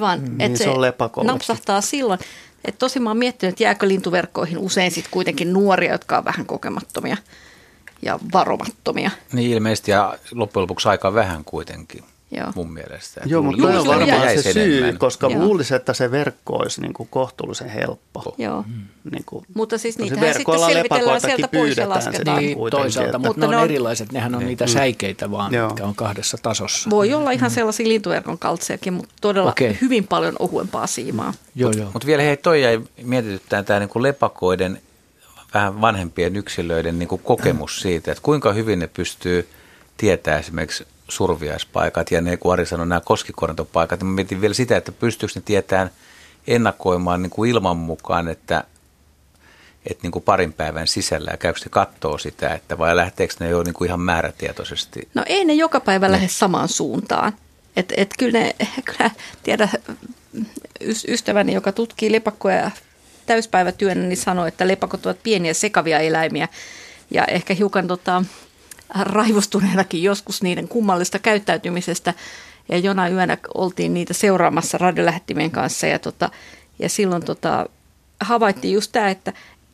se on lepakolle. Napsahtaa silloin. Että tosi mä oon miettinyt, että jääkö lintuverkkoihin usein sitten kuitenkin nuoria, jotka on vähän kokemattomia ja varomattomia. Niin ilmeisesti ja loppujen lopuksi aika vähän kuitenkin. Joo. Mun mielestä. Joo, mutta toi on varmaan se syy, koska luulisin, että se verkko olisi niin kuin kohtuullisen helppo. Joo. Niin kuin, mutta siis niitähän sitten selvitellään sieltä pois ja lasketaan. Niin, toisaalta, mutta ne on erilaiset. Nehän on niitä säikeitä vaan, mitkä on kahdessa tasossa. Voi olla ihan sellaisia lintuverkon kaltsiakin, mutta todella hyvin paljon ohuempaa siimaa. Mutta vielä toi jäi mietityttään tämä niin kuin lepakoiden, vähän vanhempien yksilöiden niin kuin kokemus siitä, että kuinka hyvin ne pystyy tietämään esimerkiksi surviaispaikat ja ne, kun Ari sanoi, nämä koskikontopaikat, niin mä mietin vielä sitä, että pystyykö ne tietämään ennakoimaan niin kuin ilman mukaan, että niin kuin parin päivän sisällä ja käykö ne kattoo sitä, että vai lähteekö ne jo niin kuin ihan määrätietoisesti? No ei ne joka päivä lähde samaan suuntaan. Et kyllä tiedä ystäväni, joka tutkii lepakkoja täyspäivätyönä, niin sanoi, että lepakot ovat pieniä sekavia eläimiä ja ehkä hiukan raivostuneenakin joskus niiden kummallista käyttäytymisestä. Ja jonain yönä oltiin niitä seuraamassa radiolähettimien kanssa ja silloin havaittiin just tämä, että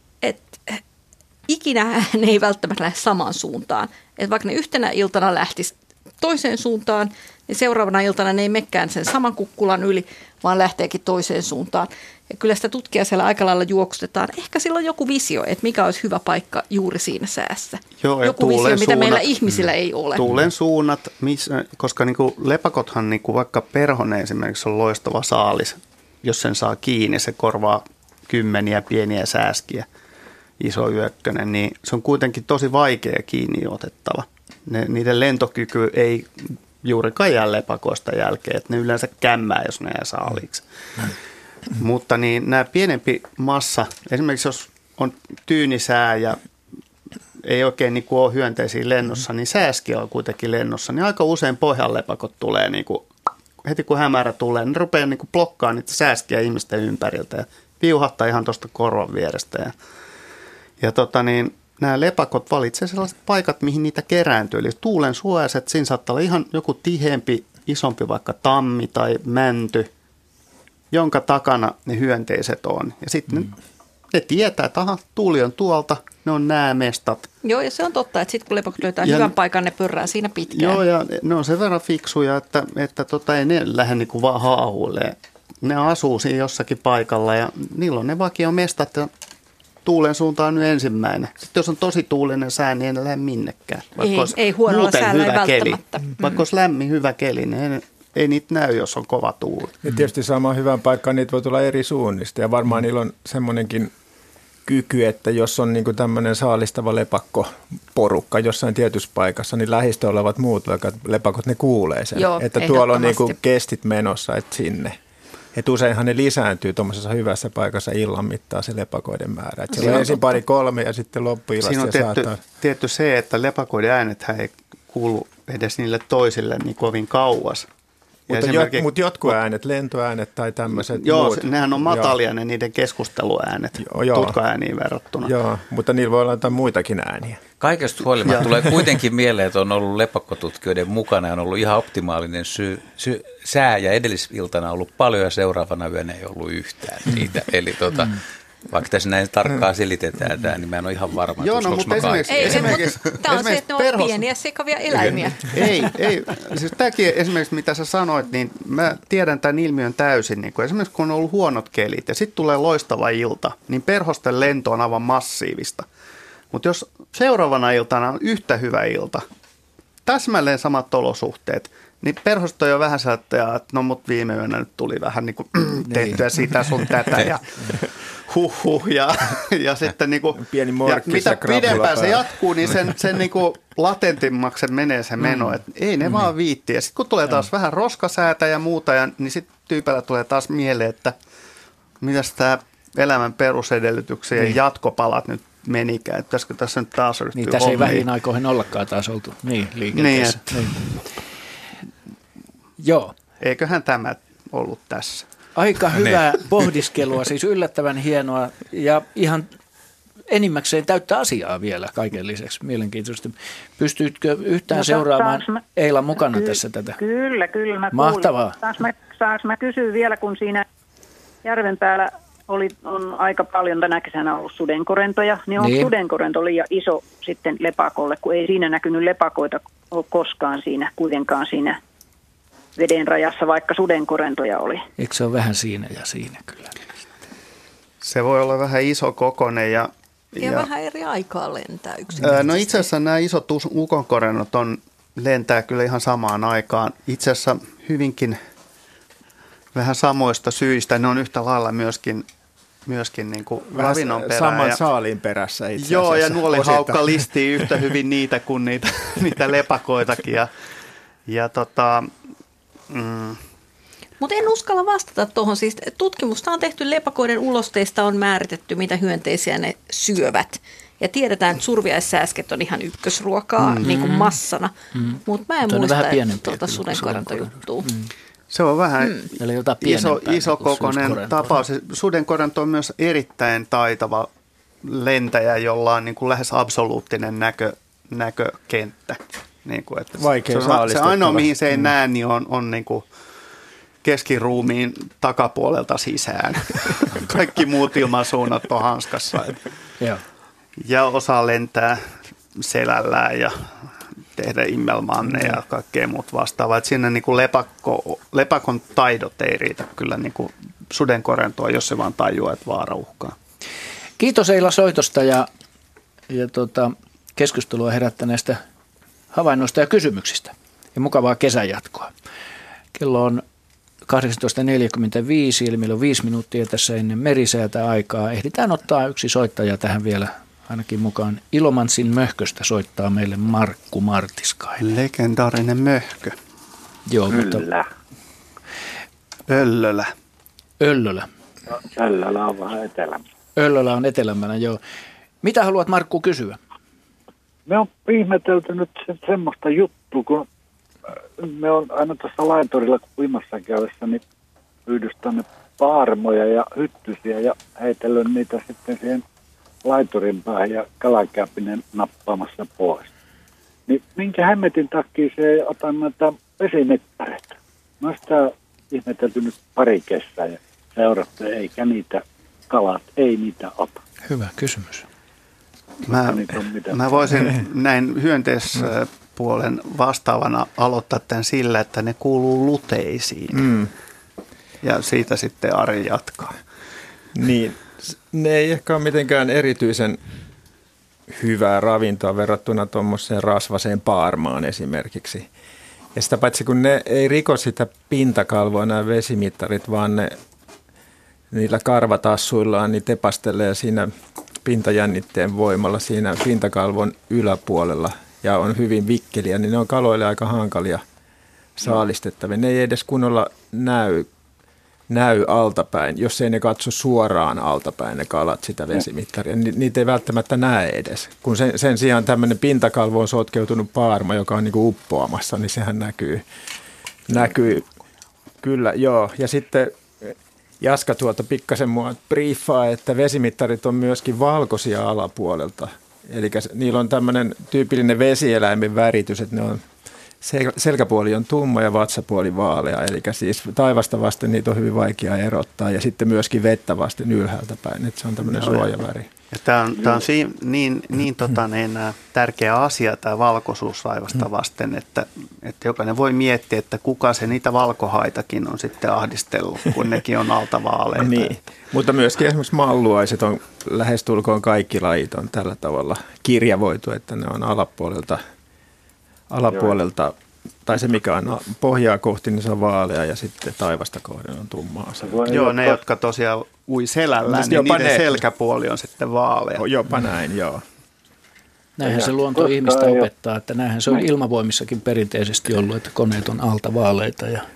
ikinä ne ei välttämättä lähde samaan suuntaan. Että vaikka ne yhtenä iltana lähtisi toiseen suuntaan, niin seuraavana iltana ne ei menekään sen saman kukkulan yli, vaan lähteekin toiseen suuntaan. Ja kyllä sitä tutkijaa siellä aika lailla juoksutetaan. Ehkä sillä on joku visio, että mikä olisi hyvä paikka juuri siinä säässä. Joo, joku visio, mitä meillä ihmisillä ei ole. Tuulen suunnat, koska niinku lepakothan niinku vaikka perhonen esimerkiksi on loistava saalis. Jos sen saa kiinni, se korvaa kymmeniä pieniä sääskiä, iso yökkönen, niin se on kuitenkin tosi vaikea kiinni otettava. Niiden lentokyky ei juurikaan jää lepakoista jälkeen, että ne yleensä kämmää, jos ne jää saaliiksi. Mutta niin nämä pienempi massa, esimerkiksi jos on tyynisää ja ei oikein niin kuin ole hyönteisiä lennossa, niin sääski on kuitenkin lennossa, niin aika usein pohjanlepakot tulee, niin kuin, heti kun hämärä tulee, niin rupeaa niin kuin blokkaamaan niitä sääskiä ihmisten ympäriltä ja viuhahtaa ihan tuosta korvan vierestä. Ja nämä lepakot valitsevat sellaiset paikat, mihin niitä kerääntyy. Eli tuulen suojaiset, siinä saattaa olla ihan joku tiheämpi, isompi vaikka tammi tai mänty, jonka takana ne hyönteiset on. Ja sitten ne tietää, että tuuli on tuolta, ne on nämä mestat. Joo, ja se on totta, että sitten kun lepakot löytää hyvän paikan, ne pörrää siinä pitkään. Joo, ja ne on sen verran fiksuja, että ei ne lähde niin kuin vaan haahuilemaan. Ne asuu siinä jossakin paikalla ja niillä on ne vakiomestat ja tuulen suunta on nyt ensimmäinen. Sitten jos on tosi tuulinen sää, niin ei lähde minnekään. Ei huonolla säällä ei välttämättä. Vaikka olisi lämmin hyvä keli, niin ei niitä näy, jos on kova tuuli. Ja tietysti saamaan hyvän paikkaan niitä voi tulla eri suunnista. Ja varmaan niillä on semmoinenkin kyky, että jos on niin kuin tämmöinen saalistava lepakkoporukka jossain tietyssä paikassa, niin lähistö olevat muut lepakot, ne kuulee sen. Joo, että tuolla on niin kuin kestit menossa, että sinne. Että useinhan ne lisääntyy tuommoisessa hyvässä paikassa illan mittaan se lepakoiden määrä. Että siellä on ensin 2-3 ja sitten loppuillasta. Siinä on tietty se, että lepakoiden äänethän ei kuulu edes niille toisille niin kovin kauas. Mutta jotkut äänet, lentoäänet tai tämmöiset Joo, muut. nehän on matalia ne niiden keskusteluäänet tutkaääniin verrattuna. Joo, mutta niillä voi olla jotain muitakin ääniä. Kaikesta huolimatta tulee kuitenkin mieleen, että on ollut lepakkotutkijoiden mukana ja on ollut ihan optimaalinen sää ja edellisiltana on ollut paljon ja seuraavana yönä ei ollut yhtään niitä. Eli vaikka tässä näin tarkkaan selitetään tämä, niin mä en ole ihan varma, Joo, mutta esimerkiksi tämä on se, että ne on pieniä sekavia eläimiä. Ei. Siis tämäkin esimerkiksi, mitä sä sanoit, niin mä tiedän tämän ilmiön täysin. Niin kun esimerkiksi kun on ollut huonot kelit ja sitten tulee loistava ilta, niin perhosten lento on aivan massiivista. Mutta jos seuraavana iltana on yhtä hyvä ilta, täsmälleen samat olosuhteet, niin perhosto on jo vähän sieltä, että no mut viime yönä nyt tuli vähän niin kuin tehtyä sitä sun tätä ja ja sitten niin kuin, ja mitä pidempään se jatkuu, niin sen niin kuin latentimmaksi menee se meno, että ei ne vaan viitti. Ja sitten kun tulee taas vähän roskasäätä ja muuta, niin sitten tyypällä tulee taas mieleen, että mitäs tämä elämän perusedellytyksien jatkopalat nyt menikään, että pitäisikö tässä nyt taas ryhtyä niin, tässä ei vähin aikoihin ollakaan taas oltu liikenteessä. Niin. Joo. Eiköhän tämä ollut tässä. Aika hyvää pohdiskelua, siis yllättävän hienoa ja ihan enimmäkseen täyttä asiaa vielä kaiken lisäksi. Mielenkiintoista. Pystyitkö yhtään seuraamaan Eila mukana tässä tätä? Kyllä, mä Mahtavaa. Saanko mä kysyä vielä, kun siinä järven päällä on aika paljon tänä kesänä ollut sudenkorentoja, niin on sudenkorento liian iso sitten lepakolle, kun ei siinä näkynyt lepakoita ole koskaan kuitenkaan siinä veden rajassa, vaikka sudenkorentoja oli. Eikö se ole vähän siinä ja siinä kyllä? Se voi olla vähän iso kokoinen ja vähän eri aikaa lentää no itse asiassa nämä isot ukonkorennot lentää kyllä ihan samaan aikaan. Itse asiassa hyvinkin vähän samoista syistä. Ne on yhtä lailla myöskin niin kuin ravinnon perään. Saman saaliin perässä itse asiassa. Joo, ja nuolihaukka listii yhtä hyvin niitä kuin niitä lepakoitakin. Mutta en uskalla vastata tuohon. Siis tutkimusta on tehty, lepakoiden ulosteista on määritetty, mitä hyönteisiä ne syövät. Ja tiedetään, että surviaissääsket on ihan ykkösruokaa niin kuin massana. Mutta mä en muista tuota sudenkorentojuttua. Se on vähän isokokoinen tapaus. Sudenkorento on myös erittäin taitava lentäjä, jolla on niin kuin lähes absoluuttinen näkökenttä. Niin kuin, että vaikea se ainoa, mihin se ei näe, niin on niin kuin keskiruumiin takapuolelta sisään. Kaikki muut ilmansuunnat on hanskassa. Ja osaa lentää selällään ja tehdä immelmanne ja kaikkea muut vastaavaa. Että siinä niin kuin lepakon taidot ei riitä kyllä niin kuin sudenkorentoa, jos se vaan tajuaa, että vaara uhkaa. Kiitos Eila soitosta ja keskustelua herättäneestä havainnoista ja kysymyksistä. Ja mukavaa kesän jatkoa. Kello on 18.45, eli meillä on 5 minuuttia tässä ennen merisäätä aikaa. Ehditään ottaa yksi soittaja tähän vielä ainakin mukaan. Ilomantsin möhköstä soittaa meille Markku Martiskainen. Legendaarinen möhkö. Joo, Kyllä. Öllölä. Öllölä on vähän etelämpänä. Öllölä on etelämpänä, joo. Mitä haluat, Markku, kysyä? Me on ihmetelty nyt semmoista juttua, kun me on aina tuossa laiturilla uimassa käydessä, niin pyydystänyt paarmoja ja hyttysiä ja heitellyt niitä sitten siihen laiturin päähän ja kalakäpinen nappaamassa pois. Niin minkä hemmetin takia se ei ota näitä vesimittareita? Mä oon sitä ihmetelty nyt pari kesää ja seurattu, eikä niitä kalat, ei niitä ota. Hyvä kysymys. Mä voisin näin hyönteispuolen vastaavana aloittaa tämän sillä, että ne kuuluu luteisiin. Ja siitä sitten Ari jatkaa. Niin, ne ei ehkä ole mitenkään erityisen hyvää ravintoa verrattuna tuommoiseen rasvaseen paarmaan esimerkiksi. Ja sitä paitsi kun ne ei riko sitä pintakalvoa nämä vesimittarit, vaan ne niillä karvatassuillaan niin tepastelee siinä pintajännitteen voimalla siinä pintakalvon yläpuolella ja on hyvin vikkeliä, niin ne on kaloille aika hankalia saalistettavia. Ne ei edes kunnolla näy altapäin, jos ei ne katso suoraan altapäin ne kalat sitä vesimittaria. Niitä ei välttämättä näe edes. Kun sen sijaan tämmöinen pintakalvo on sotkeutunut paarma, joka on niin kuin uppoamassa, niin sehän näkyy Kyllä, joo. Ja sitten Jaska tuolta pikkasen mua briefaa, että vesimittarit on myöskin valkoisia alapuolelta. Eli niillä on tämmöinen tyypillinen vesieläimen väritys, että ne on selkäpuoli on tumma ja vatsapuoli vaalea. Eli siis taivasta vasten niitä on hyvin vaikea erottaa ja sitten myöskin vettä vasten ylhäältä päin, että se on tämmöinen suojaväri. Tämä on niin tärkeä asia tämä valkoisuus laivasta vasten, että jokainen voi miettiä, että kuka se niitä valkohaitakin on sitten ahdistellut, kun nekin on alta vaaleita. Niin, mutta myöskin esimerkiksi malluaiset on lähestulkoon kaikki lajit on tällä tavalla kirjavoitu, että ne on alapuolelta tai se mikä on pohjaa kohti, niin se on vaalea ja sitten taivasta kohden on tummaa. Joo, ne jotka tosiaan ui selällään, niin niiden selkäpuoli on sitten vaalea. Jopa näin, joo. Näinhän se luonto ihmistä opettaa, että näinhän se on ilmavoimissakin perinteisesti ollut, että koneet on alta vaaleita ja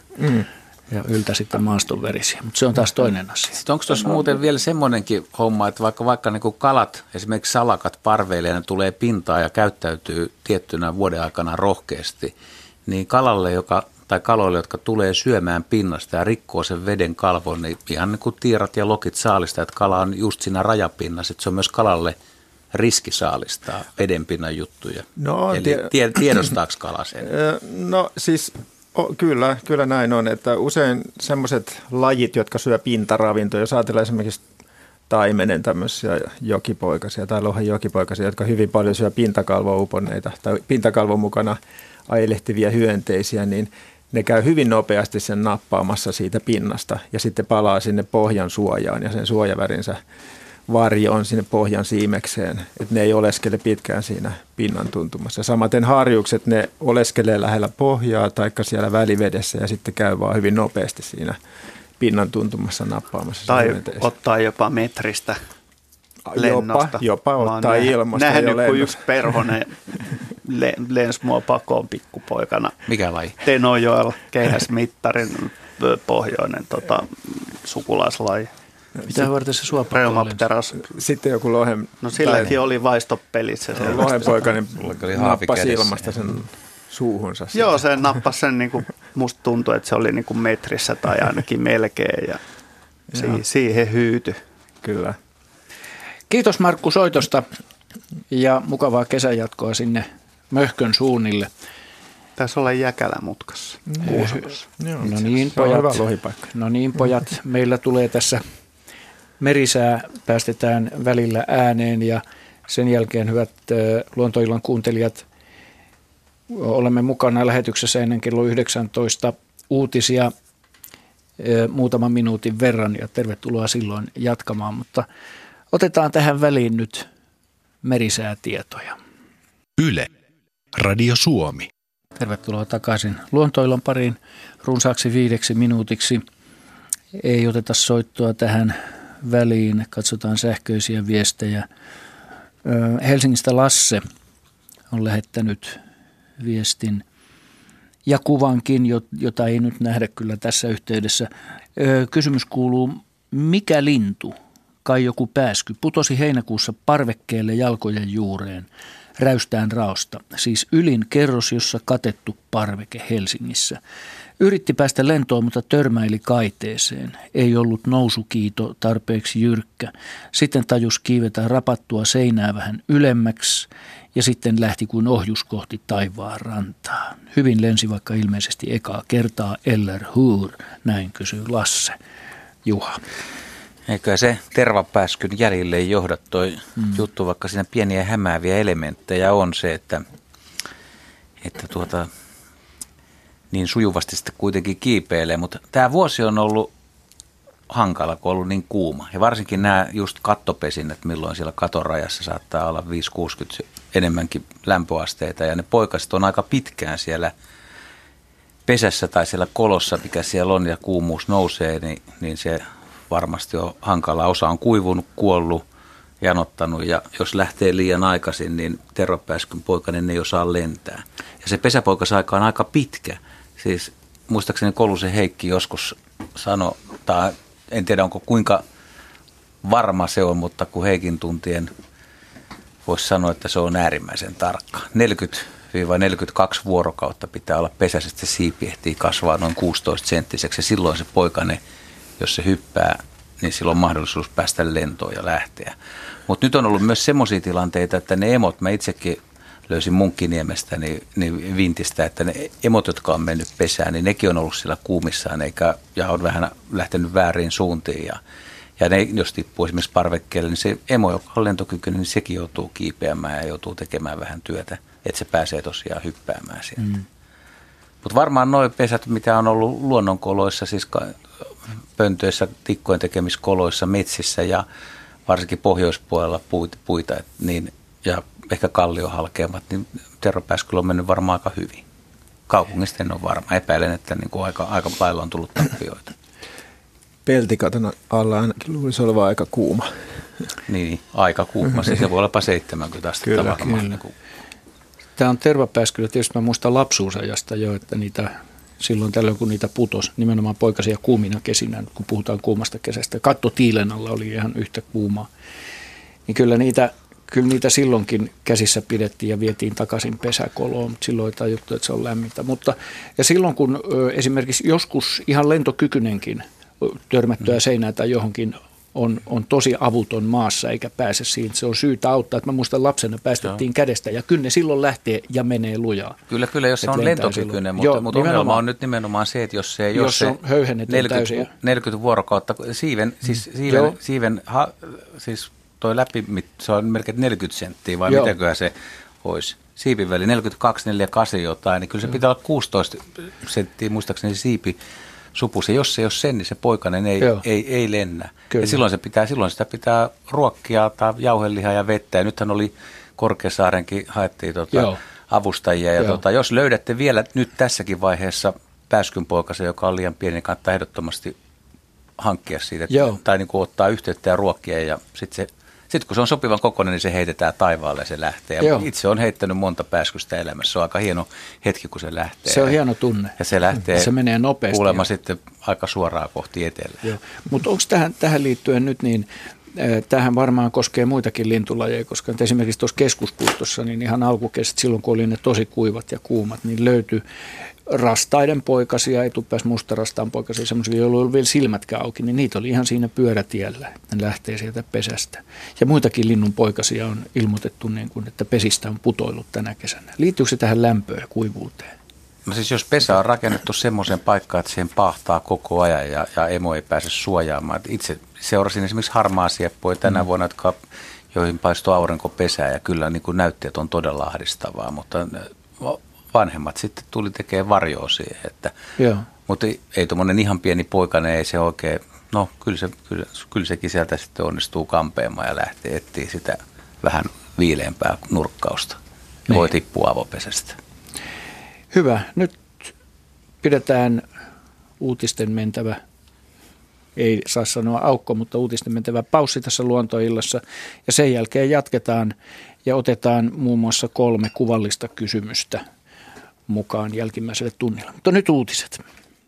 yltä sitten maastonverisiä, mutta se on taas toinen asia. Sitten onko tuossa muuten vielä semmoinenkin homma, että vaikka niin kuin kalat, esimerkiksi salakat parveilee, ne tulee pintaan ja käyttäytyy tiettynä vuoden aikana rohkeasti, niin kaloille, jotka tulee syömään pinnasta ja rikkoo sen veden kalvon, niin ihan niin kuin tiirat ja lokit saalistaa, että kala on just siinä rajapinnassa, että se on myös kalalle riski saalistaa vedenpinnan juttuja. No, eli tiedostaako kala sen? No siis kyllä näin on, että usein semmoiset lajit, jotka syö pintaravintoja, jos ajatellaan esimerkiksi taimenen tämmöisiä jokipoikasia tai lohen jokipoikasia, jotka hyvin paljon syö pintakalvouponneita tai pintakalvon mukana ailehtivia hyönteisiä, niin ne käy hyvin nopeasti sen nappaamassa siitä pinnasta ja sitten palaa sinne pohjan suojaan ja sen suojavärinsä varjo on sinne pohjan siimekseen, että ne ei oleskele pitkään siinä pinnan tuntumassa. Samaten harjukset, ne oleskelee lähellä pohjaa taikka siellä välivedessä ja sitten käy vaan hyvin nopeasti siinä pinnan tuntumassa nappaamassa. Tai ottaa jopa metristä lennosta. Jopa ottaa ilmasta. Nähnyt, kun yksi perhonen lensi mua pakoon pikkupoikana. Mikä laji? Tenojoella, keihäsmittarin pohjoinen sukulaislaji. Mitä varten se suopakko lensi? Sitten joku lohen... No silläkin oli vaistopelissä. Lohenpoikainen nappasi ilmasta sen suuhunsa. Joo, se nappasi sen, niin kuin, musta tuntui, että se oli niin kuin metrissä tai ainakin melkein ja siihen hyytyi. Kyllä. Kiitos Markku soitosta ja mukavaa kesänjatkoa sinne Möhkön suunnille. Tässä ollaan Jäkälämutkassa. No niin pojat, meillä tulee tässä merisää, päästetään välillä ääneen ja sen jälkeen hyvät Luontoillan kuuntelijat, olemme mukana lähetyksessä ennen kello 19 uutisia muutaman minuutin verran ja tervetuloa silloin jatkamaan, mutta otetaan tähän väliin nyt merisäätietoja. Yle, Radio Suomi. Tervetuloa takaisin Luontoillan pariin runsaaksi 5 minuutiksi. Ei oteta soittoa tähän väliin, katsotaan sähköisiä viestejä. Helsingistä Lasse on lähettänyt viestin ja kuvankin, jota ei nyt nähdä kyllä tässä yhteydessä. Kysymys kuuluu, mikä lintu, kai joku pääsky, putosi heinäkuussa parvekkeelle jalkojen juureen Räystään raosta, siis ylin kerros, jossa katettu parveke Helsingissä. Yritti päästä lentoon, mutta törmäili kaiteeseen. Ei ollut nousukiito tarpeeksi jyrkkä. Sitten tajus kiivetä rapattua seinää vähän ylemmäksi ja sitten lähti kuin ohjus kohti taivaan rantaa. Hyvin lensi vaikka ilmeisesti ekaa kertaa eller hur, näin kysyy Lasse. Juha. Eikö se tervapääskyn jäljille ei johda toi juttu, vaikka siinä pieniä hämääviä elementtejä on se, että niin sujuvasti sitten kuitenkin kiipeilee, mutta tämä vuosi on ollut hankala, kun on ollut niin kuuma. Ja varsinkin nämä just kattopesinnät, milloin siellä katorajassa saattaa olla 5-60 enemmänkin lämpöasteita, ja ne poikaset on aika pitkään siellä pesässä tai siellä kolossa, mikä siellä on, ja kuumuus nousee, niin se varmasti on hankala. Osa on kuivunut, kuollut, janottanut, ja jos lähtee liian aikaisin, niin tervapääskyn poikainen ei osaa lentää. Ja se pesäpoikasaika on aika pitkä. Siis muistaakseni Kolusen Heikki joskus sanoi, tai en tiedä onko kuinka varma se on, mutta kun Heikin tuntien voisi sanoa, että se on äärimmäisen tarkka. 40 vuorokautta pitää olla pesässä, että se siipi ehtii kasvaa noin 16-senttiseksi. Ja silloin se poikane, jos se hyppää, niin silloin on mahdollisuus päästä lentoon ja lähteä. Mutta nyt on ollut myös semmoisia tilanteita, että ne emot, mä itsekin löysin Munkkiniemestä niin vintistä, että ne emot, jotka on mennyt pesään, niin nekin on ollut siellä kuumissaan ja on vähän lähtenyt väärin suuntiin. Ja ne, jos tippuu esimerkiksi parvekkeelle, niin se emo, joka on lentokykyinen, niin sekin joutuu kiipeämään ja joutuu tekemään vähän työtä, että se pääsee tosiaan hyppäämään sieltä. Mutta varmaan nuo pesät, mitä on ollut luonnonkoloissa, siis pöntöissä, tikkojen tekemiskoloissa, metsissä ja varsinkin pohjoispuolella puita niin, ja ehkä kalliohalkeamat, niin tervapääskyllä on mennyt varmaan aika hyvin. Kaupungista en ole varma. Epäilen, että niin kuin aika lailla on tullut tappioita. Peltikaton alla ainakin luulisi olevan aika kuuma. Niin, aika kuuma. Se voi olla jopa 70 astetta varmaan. Tämä on tervapääskyllä. Tietysti mä muistan lapsuusajasta jo, että niitä silloin tällöin, kun niitä putosi, nimenomaan poikasia kuumina kesinä, kun puhutaan kuumasta kesästä. Katto tiilen alla oli ihan yhtä kuumaa. Niin kyllä niitä silloinkin käsissä pidettiin ja vietiin takaisin pesäkoloon, mutta silloin ei tajuttu, että se on lämmintä. Ja silloin kun esimerkiksi joskus ihan lentokykynenkin törmättyä seinää tai johonkin on tosi avuton maassa eikä pääse siihen, se on syytä auttaa. Että mä muistan lapsena päästettiin kädestä ja kyllä ne silloin lähtee ja menee lujaa. Kyllä, jos se on lentokykyinen, mutta ongelma on nyt nimenomaan se, että jos se on höyhennetty 40 vuorokautta, siis toi läpi, se on melkein 40 senttiä vai mitäköhän se olisi? Siipin väli 42-48 jotain, niin kyllä se pitää olla 16 senttiä, muistaakseni se siipi supussa. Jos se ei ole sen, niin se poikainen ei lennä. Kyllä. Ja silloin sitä pitää ruokkia tai jauhelihaa ja vettä. Ja nythän oli Korkeasaarenkin, haettiin avustajia. Ja jos löydätte vielä nyt tässäkin vaiheessa pääskynpoikasen, joka on liian pieni, niin kannattaa ehdottomasti hankkia siitä. Tai niin kuin ottaa yhteyttä ja ruokkia. Ja sitten kun se on sopivan kokoinen, niin se heitetään taivaalle ja se lähtee. Ja itse olen heittänyt monta pääskystä elämässä. Se on aika hieno hetki, kun se lähtee. Se on hieno tunne. Ja se lähtee se menee nopeasti kuulemma sitten aika suoraan kohti etelää. Mutta onko tähän liittyen nyt niin, tähän varmaan koskee muitakin lintulajeja, koska esimerkiksi tuossa keskuspuistossa, niin ihan alkukesästä silloin, kun oli ne tosi kuivat ja kuumat, niin löytyi rastaiden poikasia, etupääs mustarastaan poikasia, semmoisia, joilla oli vielä silmätkään auki, niin niitä oli ihan siinä pyörätiellä, että ne lähtee sieltä pesästä. Ja muitakin linnun poikasia on ilmoitettu, niin kuin, että pesistä on putoillut tänä kesänä. Liittyykö se tähän lämpöön ja kuivuuteen? No siis jos pesä on rakennettu semmoiseen paikkaan, että siihen pahtaa koko ajan ja emo ei pääse suojaamaan. Itse seurasin esimerkiksi harmaasieppoja tänä vuonna, joihin paistoi aurinkopesää ja kyllä niin kuin näytti, että on todella ahdistavaa, mutta vanhemmat sitten tuli tekemään varjoa siihen, mutta ei tuommoinen ihan pieni poikainen, ei se oikein, no kyllä sekin sieltä sitten onnistuu kampeamaan ja lähtee etsiä sitä vähän viileämpää nurkkausta ja voi tippua avopesästä. Hyvä, nyt pidetään uutisten mentävä, ei saa sanoa aukko, mutta uutisten mentävä paussi tässä Luontoillassa ja sen jälkeen jatketaan ja otetaan muun muassa 3 kuvallista kysymystä mukaan jälkimmäiselle tunnilla. Mutta nyt uutiset.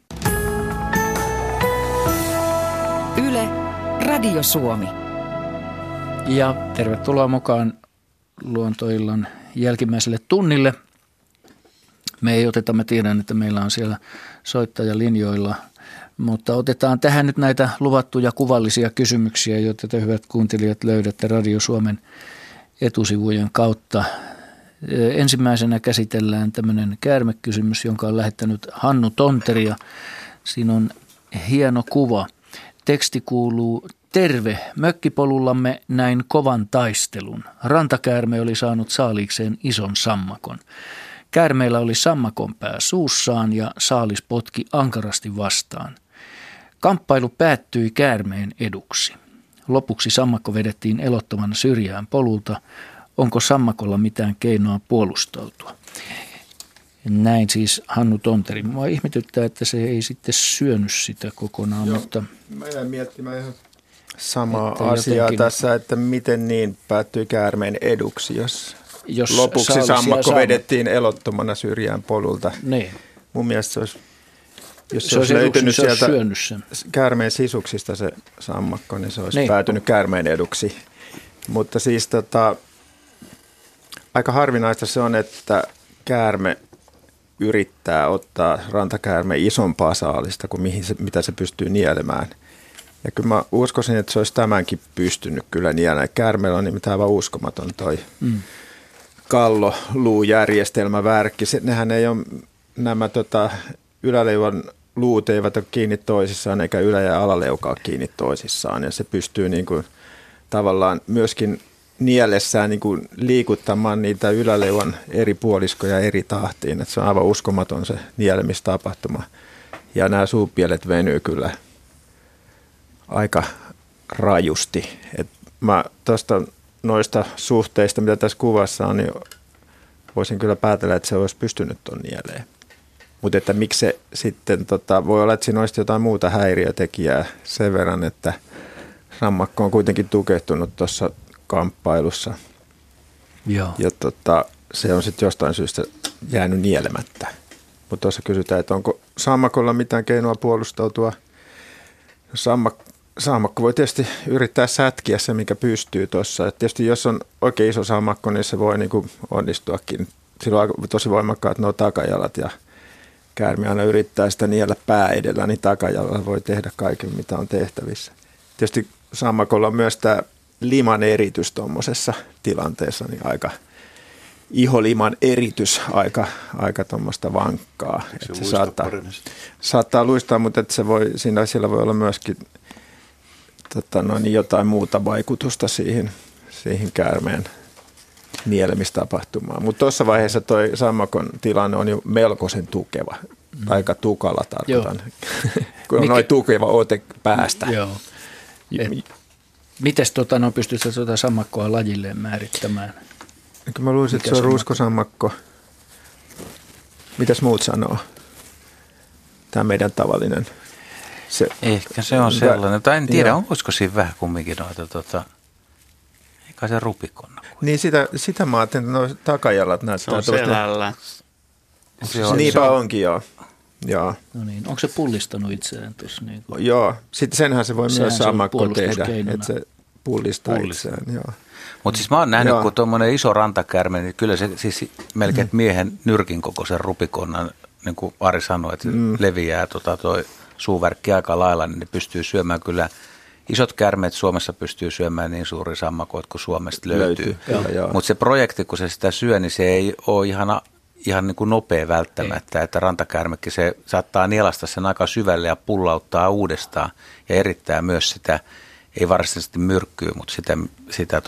Yle, Radio Suomi. Ja tervetuloa mukaan Luontoillan jälkimmäiselle tunnille. Me ei oteta, mä tiedän, että meillä on siellä soittajalinjoilla, mutta otetaan tähän nyt näitä luvattuja kuvallisia kysymyksiä, joita te hyvät kuuntelijat löydätte Radio Suomen etusivujen kautta. Ensimmäisenä käsitellään tämmöinen käärmekysymys, jonka on lähettänyt Hannu Tonteri ja siinä on hieno kuva. Teksti kuuluu: terve, mökkipolullamme näin kovan taistelun. Rantakäärme oli saanut saaliikseen ison sammakon. Käärmeellä oli sammakon pää suussaan ja saalis potki ankarasti vastaan. Kamppailu päättyi käärmeen eduksi. Lopuksi sammakko vedettiin elottomana syrjään polulta. Onko sammakolla mitään keinoa puolustautua? Näin siis Hannu Tonteri. Mua ihmetyttää, että se ei sitten syönyt sitä kokonaan. Joo, mutta mä jäin miettimään ihan samaa asiaa tässä, että miten niin päättyi käärmeen eduksi, jos lopuksi sammakko vedettiin elottomana syrjään polulta. Niin. Mun mielestä se olisi, jos se olisi löytynyt sieltä käärmeen sisuksista se sammakko, niin se olisi päätynyt käärmeen eduksi. Mutta siis aika harvinaista se on, että käärme yrittää ottaa rantakäärme isompaa saalista kuin mitä se pystyy nielemään. Ja kyllä mä uskoisin, että se olisi tämänkin pystynyt kyllä nielemään. Käärmeellä on nimittäin aivan uskomaton toi kalloluujärjestelmävärkki. Nehän ei ole nämä yläleuan luut eivät ole kiinni toisissaan eikä ylä- ja alaleuka ole kiinni toisissaan. Ja se pystyy niin kuin tavallaan myöskin niellessään niin kuin liikuttamaan niitä yläleuan eri puoliskoja eri tahtiin. Että se on aivan uskomaton se nielemistapahtuma. Ja nämä suupielet venyy kyllä aika rajusti. Et mä tuosta noista suhteista, mitä tässä kuvassa on, niin voisin kyllä päätellä, että se olisi pystynyt tuon nieleen. Mutta että miksi se sitten, voi olla, että siinä olisi jotain muuta häiriötekijää sen verran, että sammakko on kuitenkin tukehtunut tuossa kamppailussa. Joo. Ja se on sitten jostain syystä jäänyt nielemättä. Mutta tuossa kysytään, että onko sammakolla mitään keinoa puolustautua. Sammakko voi tietysti yrittää sätkiä se, mikä pystyy tuossa. Tietysti jos on oikein iso sammakko, niin se voi niinku onnistuakin. Silloin on tosi voimakkaat nuo takajalat ja käärme aina yrittää sitä niellä pää edellä, niin takajalalla voi tehdä kaiken, mitä on tehtävissä. Tietysti sammakolla on myös tämä liman eritys tuommoisessa tilanteessa, niin aika iholiman eritys aika tuommoista vankkaa. Se saattaa luistaa, mutta että sillä voi olla myöskin jotain muuta vaikutusta siihen käärmeen nielemistapahtumaan. Mutta tuossa vaiheessa toi sammakon tilanne on jo melkoisen tukeva. Aika tukala tarkoitan. Kun on noin tukeva ote päästä. Joo. Mites pystytkö sammakkoa lajilleen määrittämään? Mä luulisin, että se on ruuskosammakko. Mitäs muut sanoo? Tämä meidän tavallinen. Ehkä se on sellainen. Tai en tiedä, olisiko siinä vähän kumminkin noita, eikä se rupikonna. Niin sitä mä ajattelin, että nuo takajalat näyttää. Se on selällä. Niinpä onkin, joo. No niin, onko se pullistanut itseään tuossa? Niin joo, sitten senhän se voi myös sammakko tehdä, että se pullistaa itseään, joo. Mutta siis mä oon nähnyt, kun tuommoinen iso rantakäärme, niin kyllä se siis melkein miehen nyrkin kokoisen rupikonnan, niin kuin Ari sanoi, että leviää toi suuvärkki aika lailla, niin ne pystyy syömään kyllä. Isot käärmeet Suomessa pystyy syömään niin suuri sammakot kuin Suomesta löytyy. Mutta se projekti, kun se sitä syö, niin se ei ole ihan niin kuin nopea välttämättä, että rantakäärmekin se saattaa nielasta sen aika syvälle ja pullauttaa uudestaan ja erittää myös sitä, ei varsinaisesti myrkkyä, mutta sitä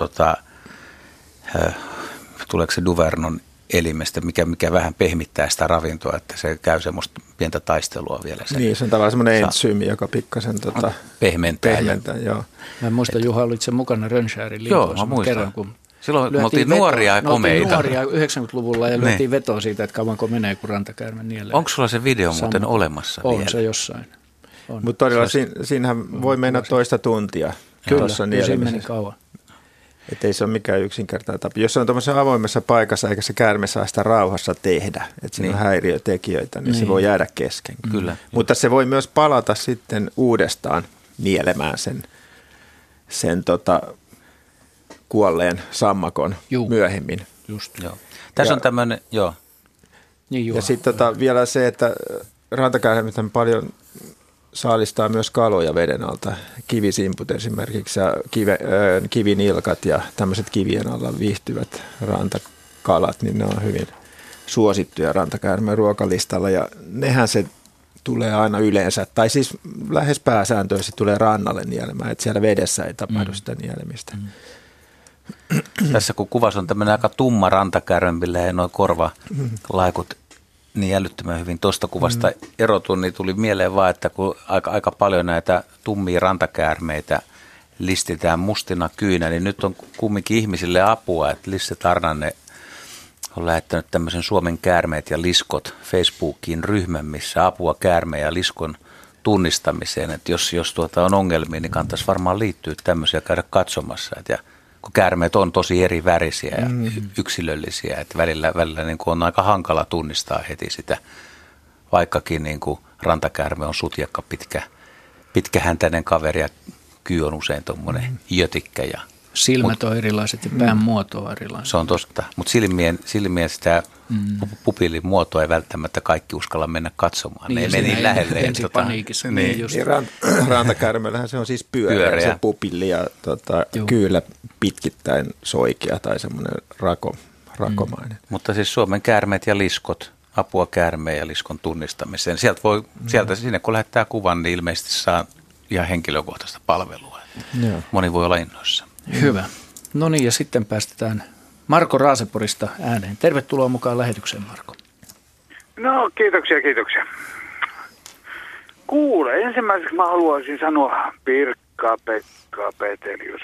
tuleeko se Duvernon elimestä, mikä vähän pehmittää sitä ravintoa, että se käy semmoista pientä taistelua vielä. Niin, se on tavallaan semmoinen entsyymi, joka pikkasen pehmentää. Joo. Mä muistan, Juha, olit se mukana Rönnskärrin liitossa. Joo, mä muistan. Kerran, kun silloin me oltiin nuoria ja komeita. Me oltiin nuoria 90-luvulla ja lyötiin vetoa siitä, että kauanko menee, kun rantakäärme nielee. Onko sulla se video muuten olemassa on vielä? On se jossain. Mutta todella siinähän voi mennä toista tuntia. Kyllä se meni kauan. Että ei se ole mikään yksinkertainen tapa. Jos se on tuollaisessa avoimessa paikassa eikä se käärme saa sitä rauhassa tehdä, että siinä on häiriötekijöitä, niin se voi jäädä kesken. Kyllä. Mutta se voi myös palata sitten uudestaan nielemään sen kuolleen sammakon myöhemmin. Just. Joo. Tässä on tämmöinen, joo. Niin, ja sitten vielä se, että rantakäärmeet paljon saalistaa myös kaloja veden alta. Kivisimput esimerkiksi ja kivinilkat ja tämmöiset kivien alla viihtyvät rantakalat, niin ne on hyvin suosittuja rantakäärmeen ruokalistalla ja nehän se tulee aina yleensä, tai siis lähes pääsääntöisesti tulee rannalle nielemään, että siellä vedessä ei tapahdu sitä nielemistä. Tässä kun kuvassa on tämmöinen aika tumma rantakäärme, millä ei noin korvalaikut niin älyttömän hyvin tuosta kuvasta erotu, niin tuli mieleen vaan, että kun aika paljon näitä tummia rantakäärmeitä listitään mustina kyynä, niin nyt on kumminkin ihmisille apua, että Lisse Tarnanen on lähettänyt tämmöisen Suomen käärmeet ja liskot Facebookiin ryhmän, missä apua käärmeen ja liskon tunnistamiseen, että jos on ongelmia, niin kannattaisi varmaan liittyä tämmöisiä käydä katsomassa, ja kun käärmeet on tosi eri värisiä ja yksilöllisiä, että välillä niin kuin on aika hankala tunnistaa heti sitä, vaikkakin niin kuin rantakäärme on sutjakka pitkähäntäinen kaveri ja kyy on usein tuommoinen jötikkä. Silmät on erilaiset ja pään muoto on erilainen. Se on tosta, mutta silmien sitä pupillin muotoa ei välttämättä kaikki uskalla mennä katsomaan. Niin, ne ei meni lähelle. Ensin paniikissa. Niin, rantakärmellähän se on siis pyöreä. Se pupilli ja kyylä pitkittäin soikea tai semmoinen rakomainen. Mutta siis Suomen käärmeet ja liskot, apua käärmeen ja liskon tunnistamiseen. Sieltä sinne kun lähettää kuvan, niin ilmeisesti saa ihan henkilökohtaista palvelua. Moni voi olla innoissa. Hyvä. No niin, ja sitten päästetään Marko Raaseporista ääneen. Tervetuloa mukaan lähetykseen, Marko. No, kiitoksia. Kuule, ensimmäiseksi mä haluaisin sanoa Pirkka-Pekka Petelius.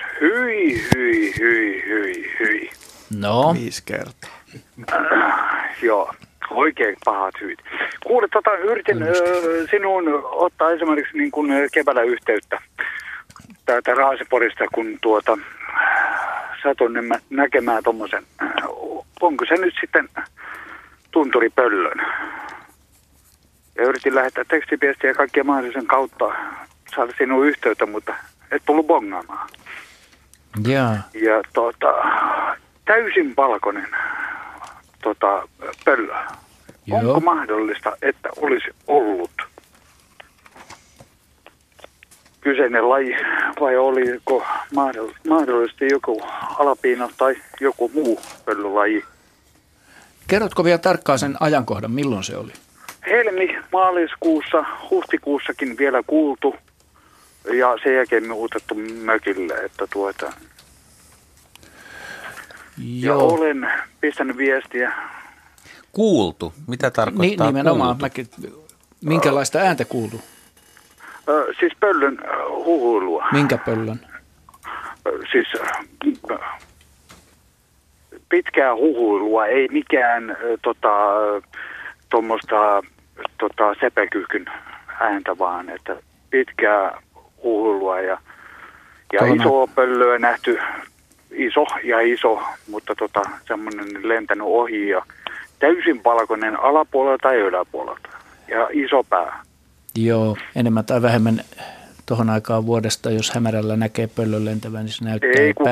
Hyi. No. 5 kertaa. Joo, oikein pahat hyit. Kuule, yritin sinun ottaa esimerkiksi niin kuin keväällä yhteyttä täältä Raaseporista, kun satun näkemään tommosen, onko se nyt sitten tunturipöllön. Ja yritin lähettää tekstiviestiä kaikkien mahdollisen kautta saada sinun yhteyttä, mutta et tullut bongaamaan. Ja täysin valkoinen pöllö. Joo. Onko mahdollista, että olisi ollut kyseinen laji vai oliko mahdollisesti joku alapiino tai joku muu pöllölaji? Kerrotko vielä tarkkaan sen ajankohdan, milloin se oli? Maaliskuussa, huhtikuussakin vielä kuultu ja sen jälkeen muutettu mökille, että ja olen pistänyt viestiä. Kuultu? Mitä tarkoittaa nimenomaan. kuultu? Minkälaista ääntä kuuluu? Siis pöllön huhuilua. Minkä pöllön? Siis pitkää huhuilua, ei mikään tuommoista sepäkykyn ääntä, vaan että pitkää huhuilua ja isoa pöllöä nähty, iso, mutta semmoinen lentänyt ohi ja täysin valkoinen alapuolelta tai yläpuolelta ja iso pää. Joo, enemmän tai vähemmän tuohon aikaan vuodesta, jos hämärällä näkee pöllön lentävän, niin se näyttää,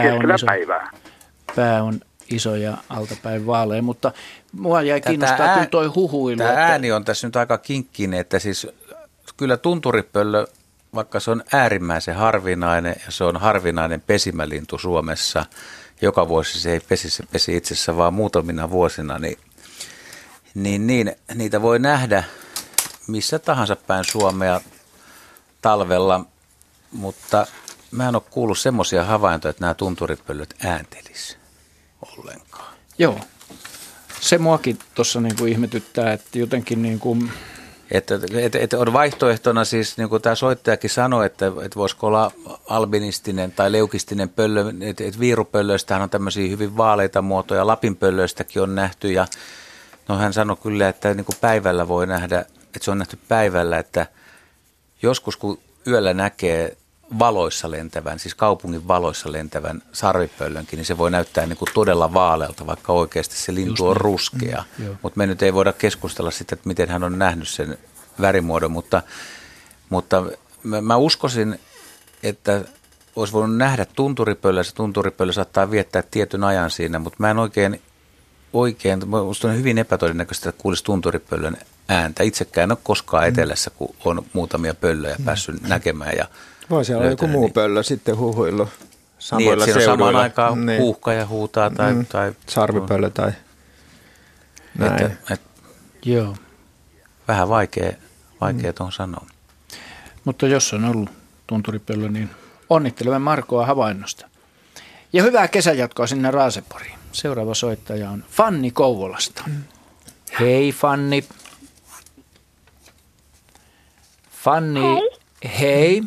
pää on iso ja altapäin vaalea, mutta mua jäi kiinnostaa kyllä toi huhuilu. Tämä ääni on tässä nyt aika kinkkinen, että siis kyllä tunturipöllö, vaikka se on äärimmäisen harvinainen ja se on harvinainen pesimälintu Suomessa, joka vuosi se ei pesi itse asiassa vaan muutamina vuosina, niin niitä voi nähdä missä tahansa päin Suomea talvella, mutta mä en ole kuullut semmoisia havaintoja, että nämä tunturipöllöt ääntelis ollenkaan. Joo, se muakin tuossa niinku ihmetyttää, että jotenkin niinku... Että on vaihtoehtona siis, niin kuin tämä soittajakin sanoi, että voisiko olla albinistinen tai leukistinen pöllö, että viirupöllöistähän on tämmöisiä hyvin vaaleita muotoja, lapinpöllöistäkin on nähty ja no hän sanoi kyllä, että niin kuin päivällä voi nähdä, että se on nähty päivällä, että joskus kun yöllä näkee valoissa lentävän, siis kaupungin valoissa lentävän sarvipöllönkin, niin se voi näyttää niin kuin todella vaalealta, vaikka oikeasti se lintu on ruskea. Mutta me nyt ei voida keskustella sitä, että miten hän on nähnyt sen värimuodon, mutta mä uskoisin, että olisi voinut nähdä tunturipöllö, se tunturipöllö saattaa viettää tietyn ajan siinä, mutta mä en oikein musta on hyvin epätodennäköistä, että kuulisi tunturipöllön ääntä. Itsekään en ole koskaan etelässä, kun on muutamia pöllöjä päässyt näkemään ja voisi olla joku muu pöllö sitten huhuillut samoilla seuduilla. Niin, samaan aikaan niin. Huuhka ja huutaa tai sarvipöllö tai näin. Joo. Vähän vaikea tuon sanoa. Mutta jos on ollut tunturipöllö, niin onnittelemme Markoa havainnosta. Ja hyvää kesänjatkoa sinne Raaseporiin. Seuraava soittaja on Fanni Kouvolasta. Hei Fanni. Fanni, hei.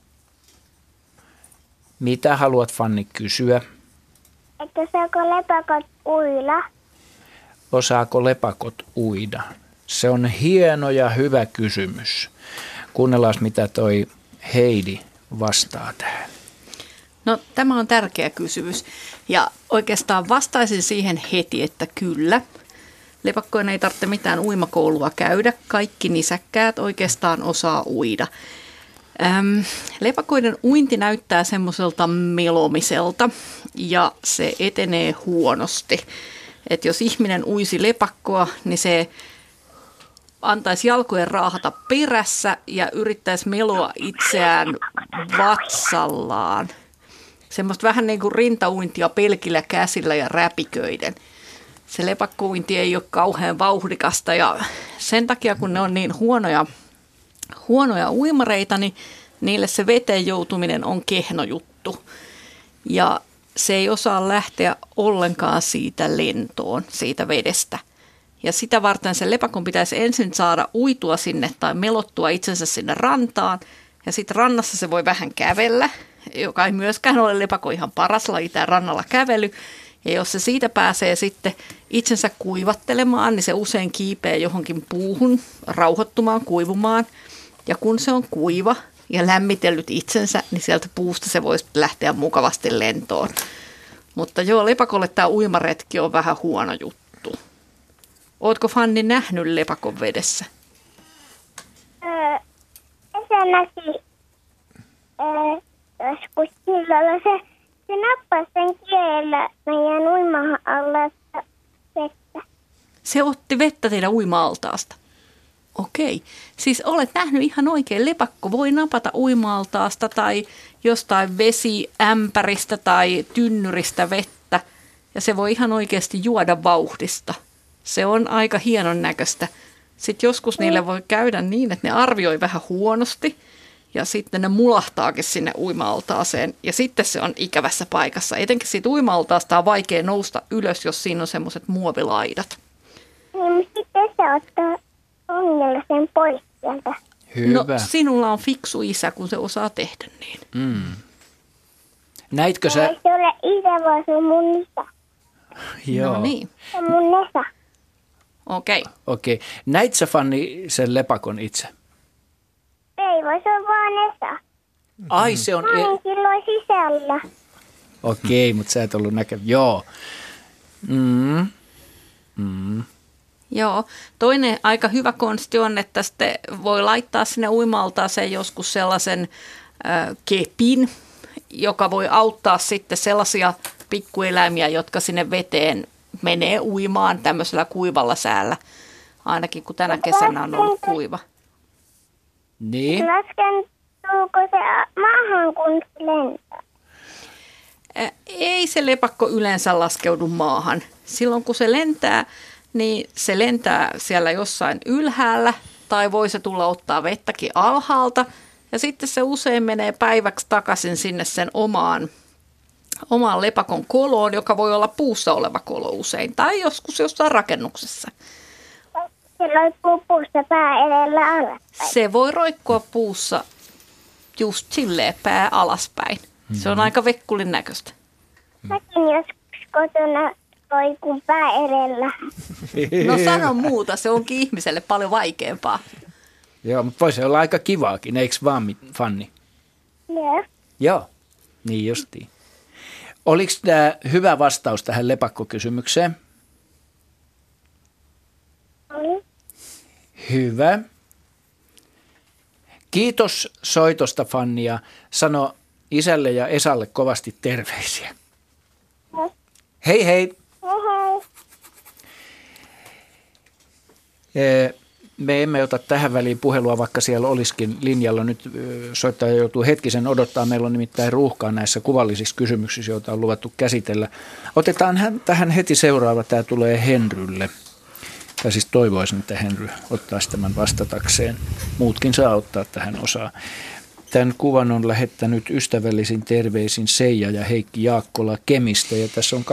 Mitä haluat Fanni kysyä? Että saako lepakot uida? Osaako lepakot uida? Se on hieno ja hyvä kysymys. Kuunnellaan, mitä toi Heidi vastaa tähän. No, tämä on tärkeä kysymys ja oikeastaan vastaisin siihen heti, että kyllä. Lepakkojen ei tarvitse mitään uimakoulua käydä. Kaikki nisäkkäät oikeastaan osaa uida. Lepakoiden uinti näyttää semmoiselta melomiselta ja se etenee huonosti. Että jos ihminen uisi lepakkoa, niin se antaisi jalkojen raahata perässä ja yrittäisi meloa itseään vatsallaan. Semmoista vähän niin kuin rintauintia pelkillä käsillä ja räpiköiden. Se lepakkouinti ei ole kauhean vauhdikasta ja sen takia, kun ne on niin huonoja uimareita, niin niille se veteen joutuminen on kehno juttu. Ja se ei osaa lähteä ollenkaan siitä lentoon, siitä vedestä. Ja sitä varten sen lepakon pitäisi ensin saada uitua sinne tai melottua itsensä sinne rantaan. Ja sitten rannassa se voi vähän kävellä, joka ei myöskään ole lepakon ihan paras laji, tämä rannalla kävely. Ja jos se siitä pääsee sitten itsensä kuivattelemaan, niin se usein kiipee johonkin puuhun rauhoittumaan, kuivumaan. Ja kun se on kuiva ja lämmitellyt itsensä, niin sieltä puusta se voisi lähteä mukavasti lentoon. Mutta joo, lepakolle tämä uimaretki on vähän huono juttu. Ootko Fanni nähnyt lepakon vedessä? Se näki joskus silloin. Se nappasi sen kielellä meidän uima-altaasta vettä. Se otti vettä teidän uima-altaasta? Okei. Siis olet nähnyt ihan oikein. Lepakko voi napata uima-altaasta tai jostain vesiämpäristä tai tynnyristä vettä. Ja se voi ihan oikeasti juoda vauhdista. Se on aika hienon näköistä. Sitten joskus niille voi käydä niin, että ne arvioi vähän huonosti. Ja sitten ne mulahtaakin sinne uima-altaaseen ja sitten se on ikävässä paikassa. Etenkin siitä uima-altaasta on vaikea nousta ylös, jos siinä on semmoiset muovilaidat. Niin sitten se ottaa ongella sen pois sieltä. Hyvä. No sinulla on fiksu isä, kun se osaa tehdä niin. Näitkö sä? Ei se ole isä, vaan se on mun isä. Joo. No niin. Se on mun Esa. Okei. Näit sä, Fanni, sen lepakon itse? Ei voi, se on vaan Esa. Ai se on... Mä olin silloin sisällä. Okei, mutta sä et ollut näkemässä. Joo. Joo. Toinen aika hyvä konsti on, että sitten voi laittaa sinne uima-altaaseen joskus sellaisen kepin, joka voi auttaa sitten sellaisia pikkueläimiä, jotka sinne veteen menee uimaan tämmöisellä kuivalla säällä. Ainakin kun tänä kesänä on ollut kuiva. Niin. Laskentuuko se maahan, kun se lentää? Ei se lepakko yleensä laskeudu maahan. Silloin kun se lentää, niin se lentää siellä jossain ylhäällä tai voi se tulla ottaa vettäkin alhaalta. Ja sitten se usein menee päiväksi takaisin sinne sen omaan lepakon koloon, joka voi olla puussa oleva kolo usein tai joskus jossain rakennuksessa. Se roikkuu puussa pää edellä alaspäin. Se voi roikkua puussa just silleen pää alaspäin. Se on aika vekkulin näköistä. Mäkin joskus kotona roikun pää edellä. No sano muuta, se onkin ihmiselle paljon vaikeampaa. Joo, mutta voi se olla aika kivaakin, eikö vaan, Fanni? Joo. Joo, niin justiin. Oliko tämä hyvä vastaus tähän lepakkokysymykseen? Oli. Hyvä. Kiitos soitosta, Fanni, ja sano isälle ja Esalle kovasti terveisiä. Hei hei. Me emme ota tähän väliin puhelua, vaikka siellä olisikin linjalla. Nyt soittaja joutuu hetkisen odottaa. Meillä on nimittäin ruuhkaa näissä kuvallisissa kysymyksissä, joita on luvattu käsitellä. Otetaan tähän heti seuraava. Tämä tulee Henrylle. Tai siis toivoisin, että Henry ottaisi tämän vastatakseen. Muutkin saa ottaa tähän osaa. Tämän kuvan on lähettänyt ystävällisin terveisin Seija ja Heikki Jaakkola Kemistä. Ja tässä on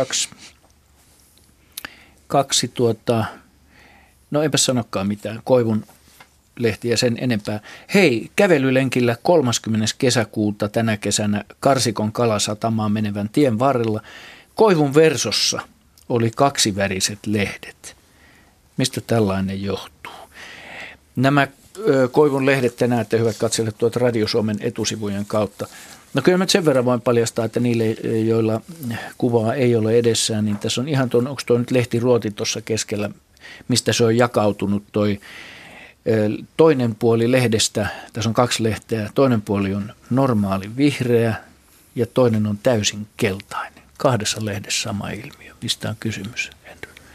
kaksi no enpä sanokaan mitään, Koivun lehtiä sen enempää. Hei, kävelylenkillä 30. kesäkuuta tänä kesänä Karsikon kalasatamaan menevän tien varrella Koivun versossa oli kaksiväriset lehdet. Mistä tällainen johtuu? Nämä Koivun lehdet te näette, hyvät katselijat, tuolta Radio Suomen etusivujen kautta. No kyllä mä sen verran voin paljastaa, että niille, joilla kuvaa ei ole edessään, niin tässä on ihan onko tuo nyt lehtiruoti tuossa keskellä, mistä se on jakautunut toi toinen puoli lehdestä, tässä on kaksi lehteä, toinen puoli on normaali vihreä ja toinen on täysin keltainen. Kahdessa lehdessä sama ilmiö. Mistä on kysymys, Henry?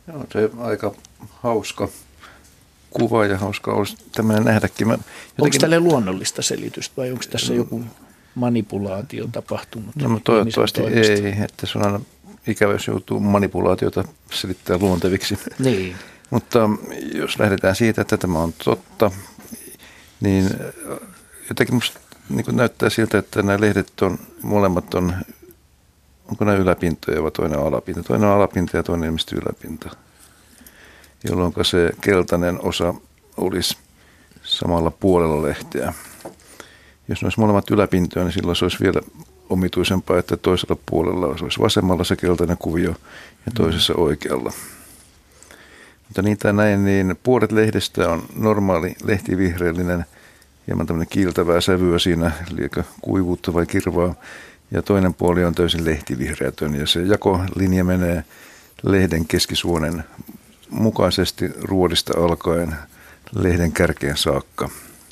Joo, se on aika hauska kuva ja hauska olisi tämmöinen nähdäkin. Onko tälle luonnollista selitystä vai onko tässä joku manipulaatio tapahtunut? No toivottavasti ei, että se on aina ikävä, jos joutuu manipulaatiota selittää luonteviksi. Niin. Mutta jos lähdetään siitä, että tämä on totta, niin jotenkin musta niin näyttää siltä, että nämä lehdet on, molemmat on, onko nämä yläpintoja vai toinen alapinta? Toinen on alapinta ja toinen ilmeisesti yläpinta, jolloin se keltainen osa olisi samalla puolella lehteä. Jos ne olisi molemmat yläpintoja, niin silloin se olisi vielä omituisempaa, että toisella puolella olisi vasemmalla se keltainen kuvio ja toisessa oikealla. Mutta niin tai näin, niin puolet lehdestä on normaali lehtivihreällinen, hieman tämmöinen kiiltävää sävyä siinä, liekö kuivuutta vai kirvaa, ja toinen puoli on täysin lehtivihreätön, ja se jakolinja menee lehden keskisuonen mukaisesti ruodista alkaen lehden kärkeen saakka.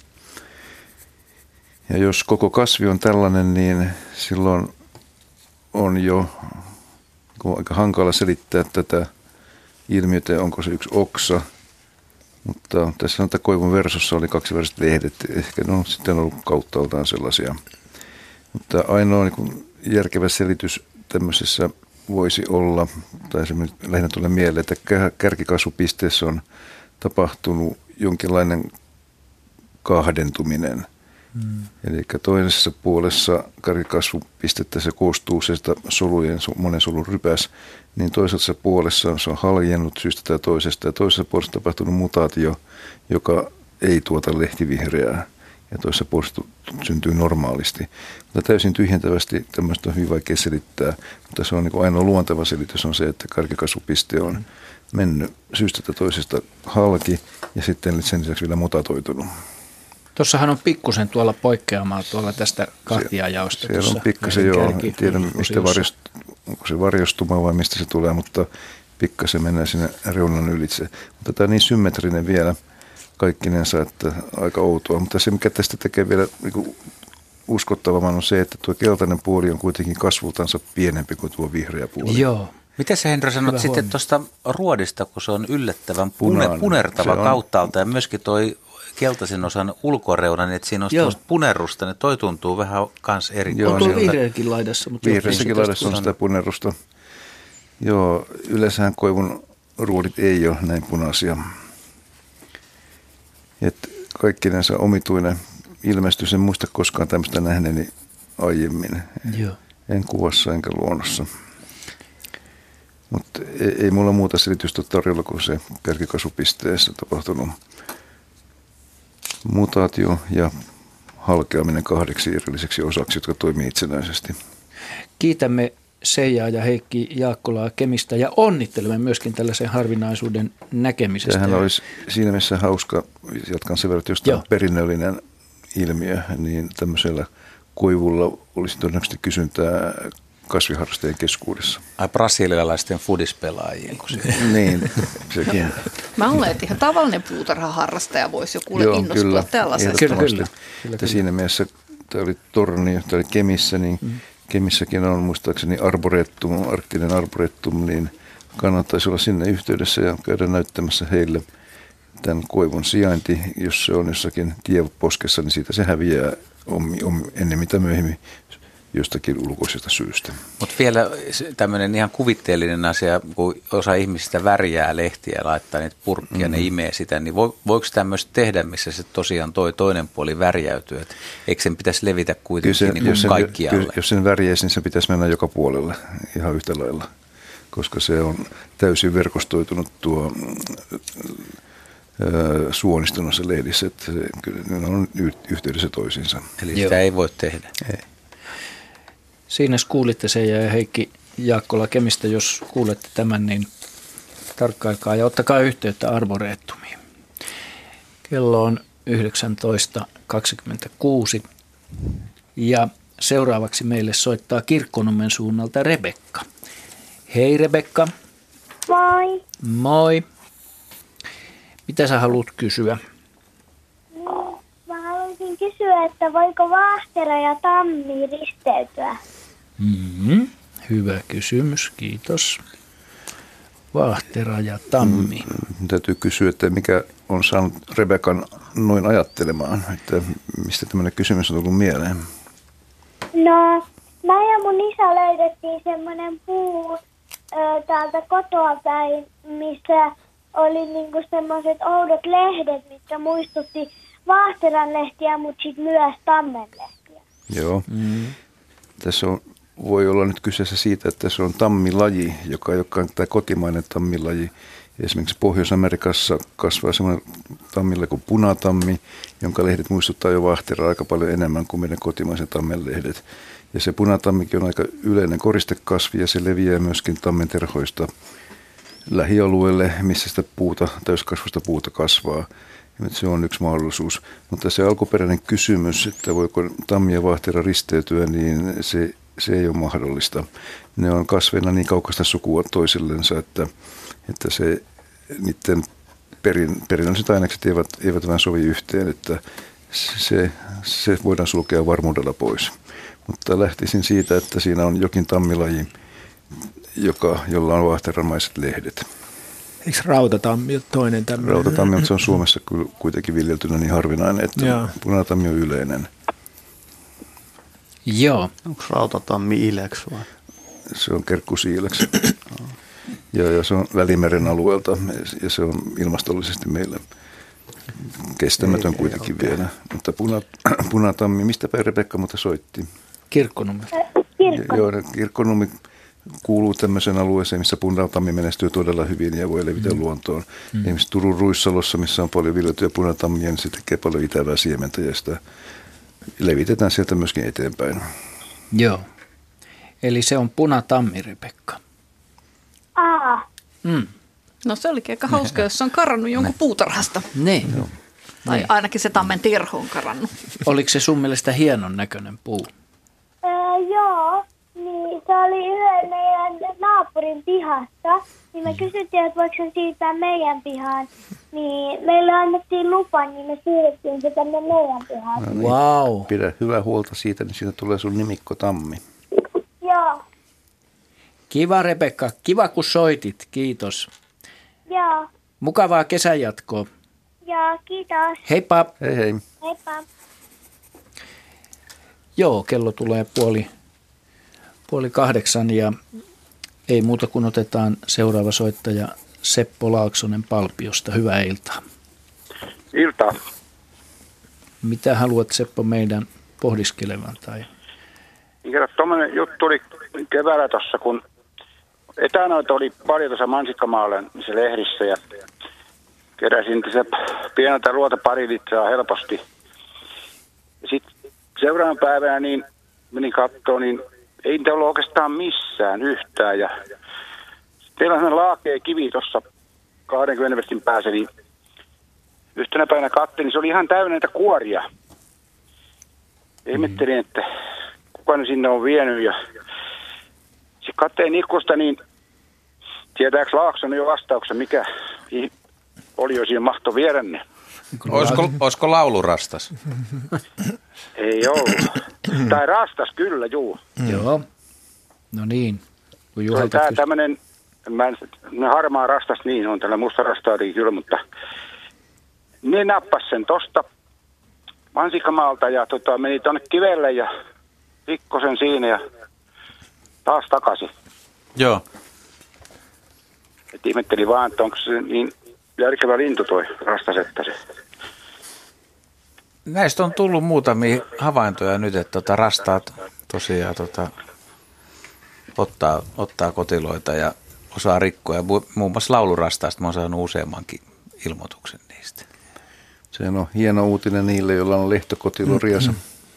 Ja jos koko kasvi on tällainen, niin silloin on jo aika hankala selittää tätä ilmiötä, onko se yksi oksa. Mutta tässä sanotaan, että koivun versossa oli kaksiväriset lehdet, ehkä ne on sitten ollut kauttaaltaan sellaisia. Mutta ainoa niin järkevä selitys tämmöisessä voisi olla, tai se lähinnä tulee mieleen, että kärkikasvupisteessä on tapahtunut jonkinlainen kahdentuminen. Eli toisessa puolessa kärkikasvupistettä se koostuu sieltä solujen, monen solun rypäs, niin toisessa puolessa se on haljennut syystä tai toisesta, ja toisessa puolessa on tapahtunut mutaatio, joka ei tuota lehtivihreää, ja toisessa puolessa syntyy normaalisti. Mutta täysin tyhjentävästi tämmöistä on hyvin vaikea selittää, mutta se on niin kuin ainoa luonteva selitys on se, että kärkikasvupiste on mennyt syystä tai toisesta halki, ja sitten sen lisäksi vielä mutatoitunut. Tuossahan on pikkusen tuolla poikkeamaa tuolla tästä kahtiajaosta. Siellä on pikkasen joo, en tiedä mistä onko se varjostuma vai mistä se tulee, mutta pikkasen mennään sinne reunan ylitse. Mutta tämä on niin symmetrinen vielä kaikkinensa, että aika outoa. Mutta se mikä tästä tekee vielä niin uskottavamman on se, että tuo keltainen puoli on kuitenkin kasvultansa pienempi kuin tuo vihreä puoli. Joo. Miten sä, Henry, sanot sitten tuosta ruodista, kun se on yllättävän punertava kauttaalta ja myöskin toi keltaisen osan ulkoreuna, niin että siinä on sellaista punerrusta, niin toi tuntuu vähän kans eri. On tuolla vihreäkin laidassa. Vihreässäkin laidassa on sitä punerrusta. Joo, yleensähän koivun ruodit ei ole näin punaisia. Että kaikkinensa omituinen ilmestys, en muista koskaan tämmöistä nähneeni aiemmin. Joo. En kuvassa enkä luonnossa. Mutta ei mulla muuta selitystä tarjolla kuin se kärkikasvupisteessä tapahtunut mutaatio ja halkeaminen 2 erilliseksi osaksi, jotka toimii itsenäisesti. Kiitämme Seijaa ja Heikki Jaakkolaa Kemistä ja onnittelemme myöskin tällaisen harvinaisuuden näkemisestä. Sehän olisi siinä mielessä hauska, jatkan sen verran, että jos tämä on perinnöllinen ilmiö, niin tämmöisellä koivulla olisi todennäköisesti kysyntää kasviharrastajien keskuudessa. Ai brasilialaisten fudispelaajien. Niin, sekin. Mä luulen, että ihan tavallinen puutarhaharrastaja voisi jo kuule innostua tällaisesta. Kyllä. Siinä mielessä tämä oli torni, tämä oli Kemissä, niin Kemissäkin on muistaakseni arboretum, arktinen arboretum, niin kannattaisi olla sinne yhteydessä ja käydä näyttämässä heille tämän koivun sijainti. Jos se on jossakin tieposkessa, niin siitä se häviää ennen mitä myöhemmin jostakin ulkoisesta syystä. Mutta vielä tämmöinen ihan kuvitteellinen asia, kun osa ihmisistä värjää lehtiä ja laittaa niitä purkkia, ne imee sitä, niin voiko tämmöistä tehdä, missä se tosiaan toinen puoli värjäytyy? Et eikö sen pitäisi levitä kuitenkin niin kuin kaikkialle? Jos sen värjäisi, niin se pitäisi mennä joka puolelle ihan yhtä lailla, koska se on täysin verkostoitunut tuo suonistonossa lehdissä, että ne on yhteydessä toisiinsa. Eli sitä ei voi tehdä? Ei. Siinä kuulitte Seija ja Heikki Jaakkola Kemistä. Jos kuulette tämän, niin tarkkailkaa ja ottakaa yhteyttä arboretumiin. Kello on 19.26 ja seuraavaksi meille soittaa Kirkkonummen suunnalta Rebekka. Hei Rebekka. Moi. Moi. Mitä sä haluat kysyä? Mä haluaisin kysyä, että voiko vaahtera ja tammi risteytyä? Hyvä kysymys, kiitos. Vaahtera ja tammi. Täytyy kysyä, että mikä on saanut Rebekan noin ajattelemaan, että mistä tämmöinen kysymys on tullut mieleen? No, mä ja mun isä löydettiin semmoinen puu täältä kotoa päin, missä oli niinku semmoiset oudot lehdet, mitkä muistutti vaahteran lehtiä, mutta sitten myös tammen lehtiä. Joo. Tässä voi olla nyt kyseessä siitä, että se on tammilaji, joka on tämä kotimainen tammilaji. Esimerkiksi Pohjois-Amerikassa kasvaa semmoinen tammille kuin punatammi, jonka lehdet muistuttaa jo vaahteraa aika paljon enemmän kuin meidän kotimaisen tammen lehdet. Ja se punatammikin on aika yleinen koristekasvi ja se leviää myöskin tammenterhoista lähialueelle, missä sitä täyskasvusta puuta kasvaa. Se on yksi mahdollisuus. Mutta se alkuperäinen kysymys, että voiko tammi ja vaahtera risteytyä, niin se ei ole mahdollista. Ne on kasveina niin kaukaista sukua toisillensa, että se niiden perinnölliset ainekset eivät vain sovi yhteen, että se voidaan sulkea varmuudella pois. Mutta lähtisin siitä, että siinä on jokin tammilaji, jolla on vaahteramaiset lehdet. Eikö rautatammi ole toinen tämmöinen? Rautatammi, mutta se on Suomessa kuitenkin viljeltynä niin harvinainen, että punatammi on yleinen. Joo. Onko rautatammi ilex vai? Se on kerkkusiileksi. Ja se on Välimeren alueelta ja se on ilmastollisesti meillä kestämätön kuitenkin vielä. Mutta punatammi, mistä päin Rebekka muuta soitti? Kirkkonummi. Joo, Kirkkonummi kuuluu tämmöiseen alueeseen, missä punatammi menestyy todella hyvin ja voi levitä luontoon. Esimerkiksi Turun Ruissalossa, missä on paljon viljeltyjä punatammia, niin se tekee paljon itävää siementä ja sitä levitetään sieltä myöskin eteenpäin. Joo. Eli se on punatammi, Rebekka. No se olikin aika hauska, jos se on karannut jonkun puutarhasta. Niin. Tai ainakin se tammen terho on karannut. Oliko se sun mielestä hienon näköinen puu? Joo, niin se oli yhden meidän naapurin pihassa. Niin me kysyttiin, että voiko se siirtää meidän pihaan. Niin meille annettiin lupa, niin me siirrettiin se tänne meidän pihaan. No niin. Wow. Pidä hyvää huolta siitä, niin siitä tulee sun nimikko Tammi. Joo. Kiva, Rebekka. Kiva, kun soitit. Kiitos. Joo. Mukavaa kesänjatkoa. Joo, kiitos. Heippa. Hei hei. Heippa. Joo, kello tulee puoli 8 ja ei muuta kuin otetaan seuraava soittaja Seppo Laaksonen Palppiosta. Hyvää iltaa. Iltaa. Mitä haluat, Seppo, meidän pohdiskelevan? Tai? Tuommoinen juttu tuli keväällä tuossa, kun etänoita oli paljon tuossa Mansikkamaalla missä lehdissä ja keräsin tässä pieneltä ruota pari litraa helposti. Sitten seuraavan päivänä niin menin katsoa, niin ei niitä ollut oikeastaan missään yhtään. Ja teillä on sellainen laakea kivi tuossa 20 vestin päässä, niin yhtenä päivänä katselin, niin se oli ihan täynnä näitä kuoria. Ihmettelin, että kuka ne sinne on vienyt. Ja sitten katselin ikkusta, niin tietääkö Laaksonen jo vastauksen, mikä oli jo siinä mahto viedä ne? Olisiko laulurastas? Ei ollut. Tai rastas kyllä, juu. Joo. No niin. Tämä tämmöinen, harmaa rastas, niin on tällä musta rastaari kyllä, mutta ne nappas sen tosta Mansikkamaalta ja meni tuonne kivelle ja rikkoi sen siinä ja taas takaisin. Joo. Et ihmetteli vaan, että onko se niin järkevä lintu toi rastasetta se. Näistä on tullut muutamia havaintoja nyt, että rastaat tosiaan ottaa kotiloita ja osaa rikkoa. Ja muun muassa laulurastaasta mä oon saanut useammankin ilmoituksen niistä. Se on hieno uutinen niille, joilla on lehtokotilo riasa.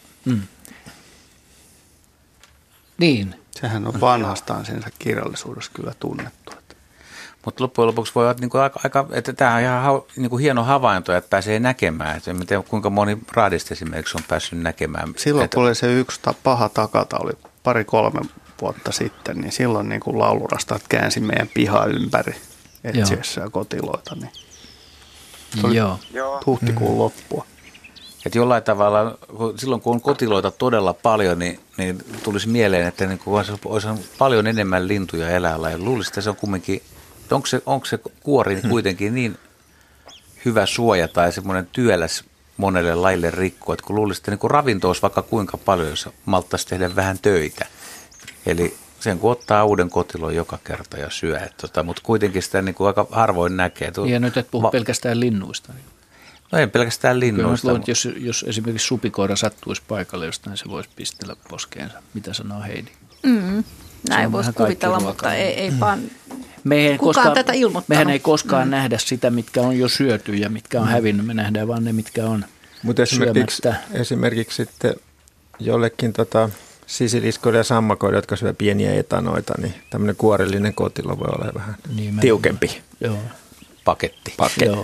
Niin. Sehän on vanhastaan sen kirjallisuudessa kyllä tunnettu. Mutta loppujen lopuksi voi olla että tämä on ihan hieno havainto, että pääsee näkemään. Et en tiedä, kuinka moni raadista esimerkiksi on päässyt näkemään. Silloin kun oli se yksi paha takata, oli 2-3 vuotta sitten, niin silloin niin kuin laulurastaat käänsi meidän pihaa ympäri etsiessään kotiloita. Niin se oli huhtikuun loppua. Että jollain tavalla, silloin kun on kotiloita todella paljon, niin tulisi mieleen, että niin olisi paljon enemmän lintuja elämällä. Ja luulisin, että se on kumminkin onko se kuori kuitenkin niin hyvä suoja tai semmoinen työläs monelle lajille rikkoa, että kun luulisin, että niin ravinto olisi vaikka kuinka paljon, jos malttaisi tehdä vähän töitä. Eli sen kun ottaa uuden kotilon joka kerta ja syö, mutta kuitenkin sitä niin kuin aika harvoin näkee. Ja nyt et puhu pelkästään linnuista. No ei pelkästään linnuista. Luulen, että jos esimerkiksi supikoira sattuisi paikalle, jostain se voisi pistellä poskeensa. Mitä sanoo Heidi? Näin voisi kuvitella, mutta ei vaan tätä ilmoittanut. Mehän ei koskaan nähdä sitä, mitkä on jo syöty ja mitkä on hävinnyt. Me nähdään vaan ne, mitkä on syömättä. Esimerkiksi sitten jollekin sisiliskoille ja sammakoille, jotka syö pieniä etanoita, niin tämmöinen kuorellinen kotilo voi olla vähän tiukempi. Joo. Paketti. Joo.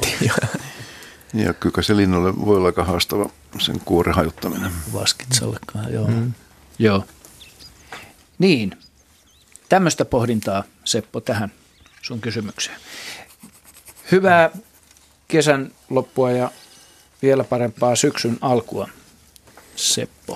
Ja kyllä se linnulle voi olla aika haastava sen kuoren hajottaminen. Vaskitsallekaan, joo. Joo. Niin, tämmöistä pohdintaa, Seppo, tähän sun kysymykseen. Hyvää kesän loppua ja vielä parempaa syksyn alkua, Seppo.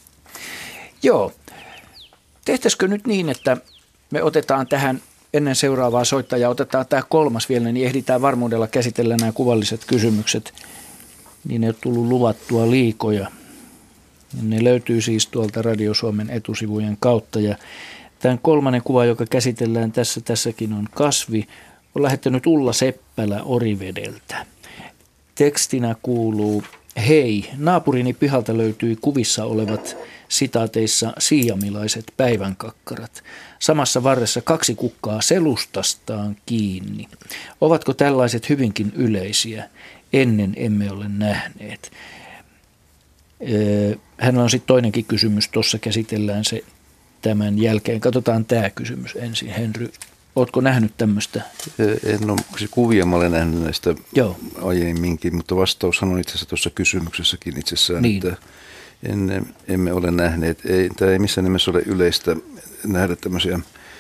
Joo, tehtäisikö nyt niin, että me otetaan tähän ennen seuraavaa soittajaa, otetaan tämä 3. vielä, niin ehditään varmuudella käsitellä nämä kuvalliset kysymykset. Niin ei ole tullut luvattua liikoja. Ne löytyy siis tuolta Radio Suomen etusivujen kautta. Ja tämän 3. kuva, joka käsitellään tässäkin on kasvi, on lähettänyt Ulla Seppälä Orivedeltä. Tekstinä kuuluu: hei, naapurini pihalta löytyi kuvissa olevat sitaateissa siamilaiset päivänkakkarat. Samassa varressa 2 kukkaa selustastaan kiinni. Ovatko tällaiset hyvinkin yleisiä? Ennen emme ole nähneet. Hänellä on sitten toinenkin kysymys, tuossa käsitellään se tämän jälkeen. Katsotaan tämä kysymys ensin. Henry, ootko nähnyt tämmöistä? En ole, siis kuvia mä olen nähnyt näistä aiemminkin, mutta vastaus on itse asiassa tuossa kysymyksessäkin itsessään, niin. Että emme ole nähneet. Tämä ei missään nimessä ole yleistä nähdä tämmöisiä,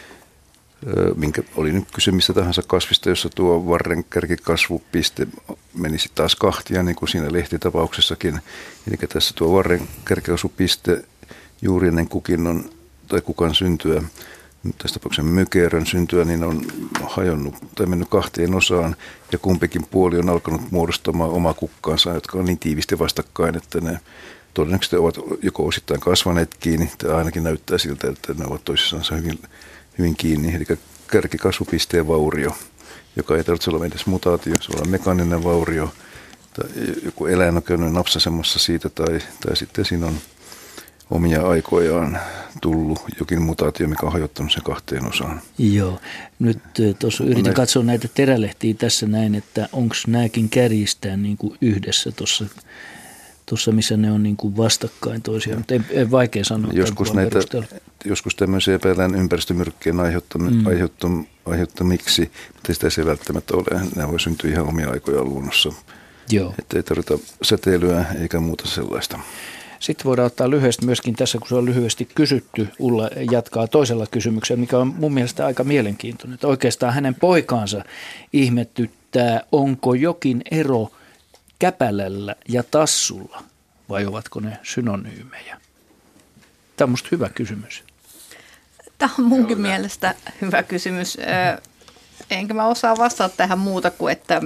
minkä oli nyt kyse mistä tahansa kasvista, jossa tuo varren kärkikasvupiste menisi taas kahtia, niin kuin siinä lehtitapauksessakin. Eli tässä tuo varren kärkikasvupiste juuri ennen kukinnon tai kukan syntyä, tässä tapauksessa mökerön syntyä, niin on hajonnut tai mennyt 2 osaan, ja kumpikin puoli on alkanut muodostamaan omaa kukkaansa, jotka on niin tiivisti vastakkain, että ne todennäköisesti ovat joko osittain kasvaneet kiinni, tai ainakin näyttää siltä, että ne ovat toisissaan hyvin kiinni. Eli kärkikasvupisteen vaurio, joka ei tarvitse olla edes mutaatio, se on mekaaninen vaurio, tai joku eläin on käynyt napsasemassa siitä, tai sitten siinä on omia aikojaan tullut jokin mutaatio, mikä on hajottanut sen 2 osaan. Joo. Nyt tuossa yritin katsoa näitä terälehtiä tässä näin, että onko nämäkin kärjistään niin kuin yhdessä tuossa, missä ne on niin kuin vastakkain toisiaan, mutta ei vaikea sanoa. Joskus tämmöisiä epäillään ympäristömyrkkien aiheuttamiksi, mutta sitä ei välttämättä ole. Nämä voi syntyä ihan omia aikojaan luonnossa. Joo. Että ei tarvita säteilyä eikä muuta sellaista. Sitten voidaan ottaa lyhyesti myöskin tässä, kun se on lyhyesti kysytty, Ulla jatkaa toisella kysymyksellä, mikä on mun mielestä aika mielenkiintoinen. Että oikeastaan hänen poikaansa ihmettyttää, onko jokin ero käpälällä ja tassulla, vai ovatko ne synonyymejä? Tämä on musta hyvä kysymys. Tämä on munkin mielestä hyvä kysymys. Enkä mä osaa vastata tähän muuta kuin, että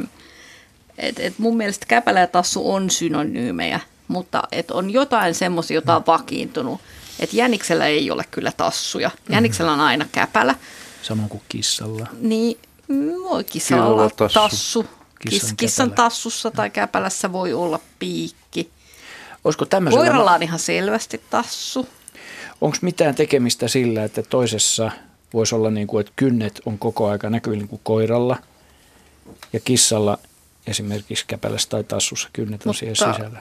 mun mielestä käpälä ja tassu on synonyymejä, mutta on jotain semmoisia, jota on vakiintunut. Että jäniksellä ei ole kyllä tassuja. Jäniksellä on aina käpälä. Samoin kuin kissalla. Niin, voi kissalla olla tassu. Kissan tassussa tai käpälässä voi olla piikki. Koiralla on ihan selvästi tassu. Onko mitään tekemistä sillä, että toisessa voisi olla niin kuin, että kynnet on koko aika näkyvillä niin kuin koiralla ja kissalla esimerkiksi käpälässä tai tassussa kynnet on siellä sisällä?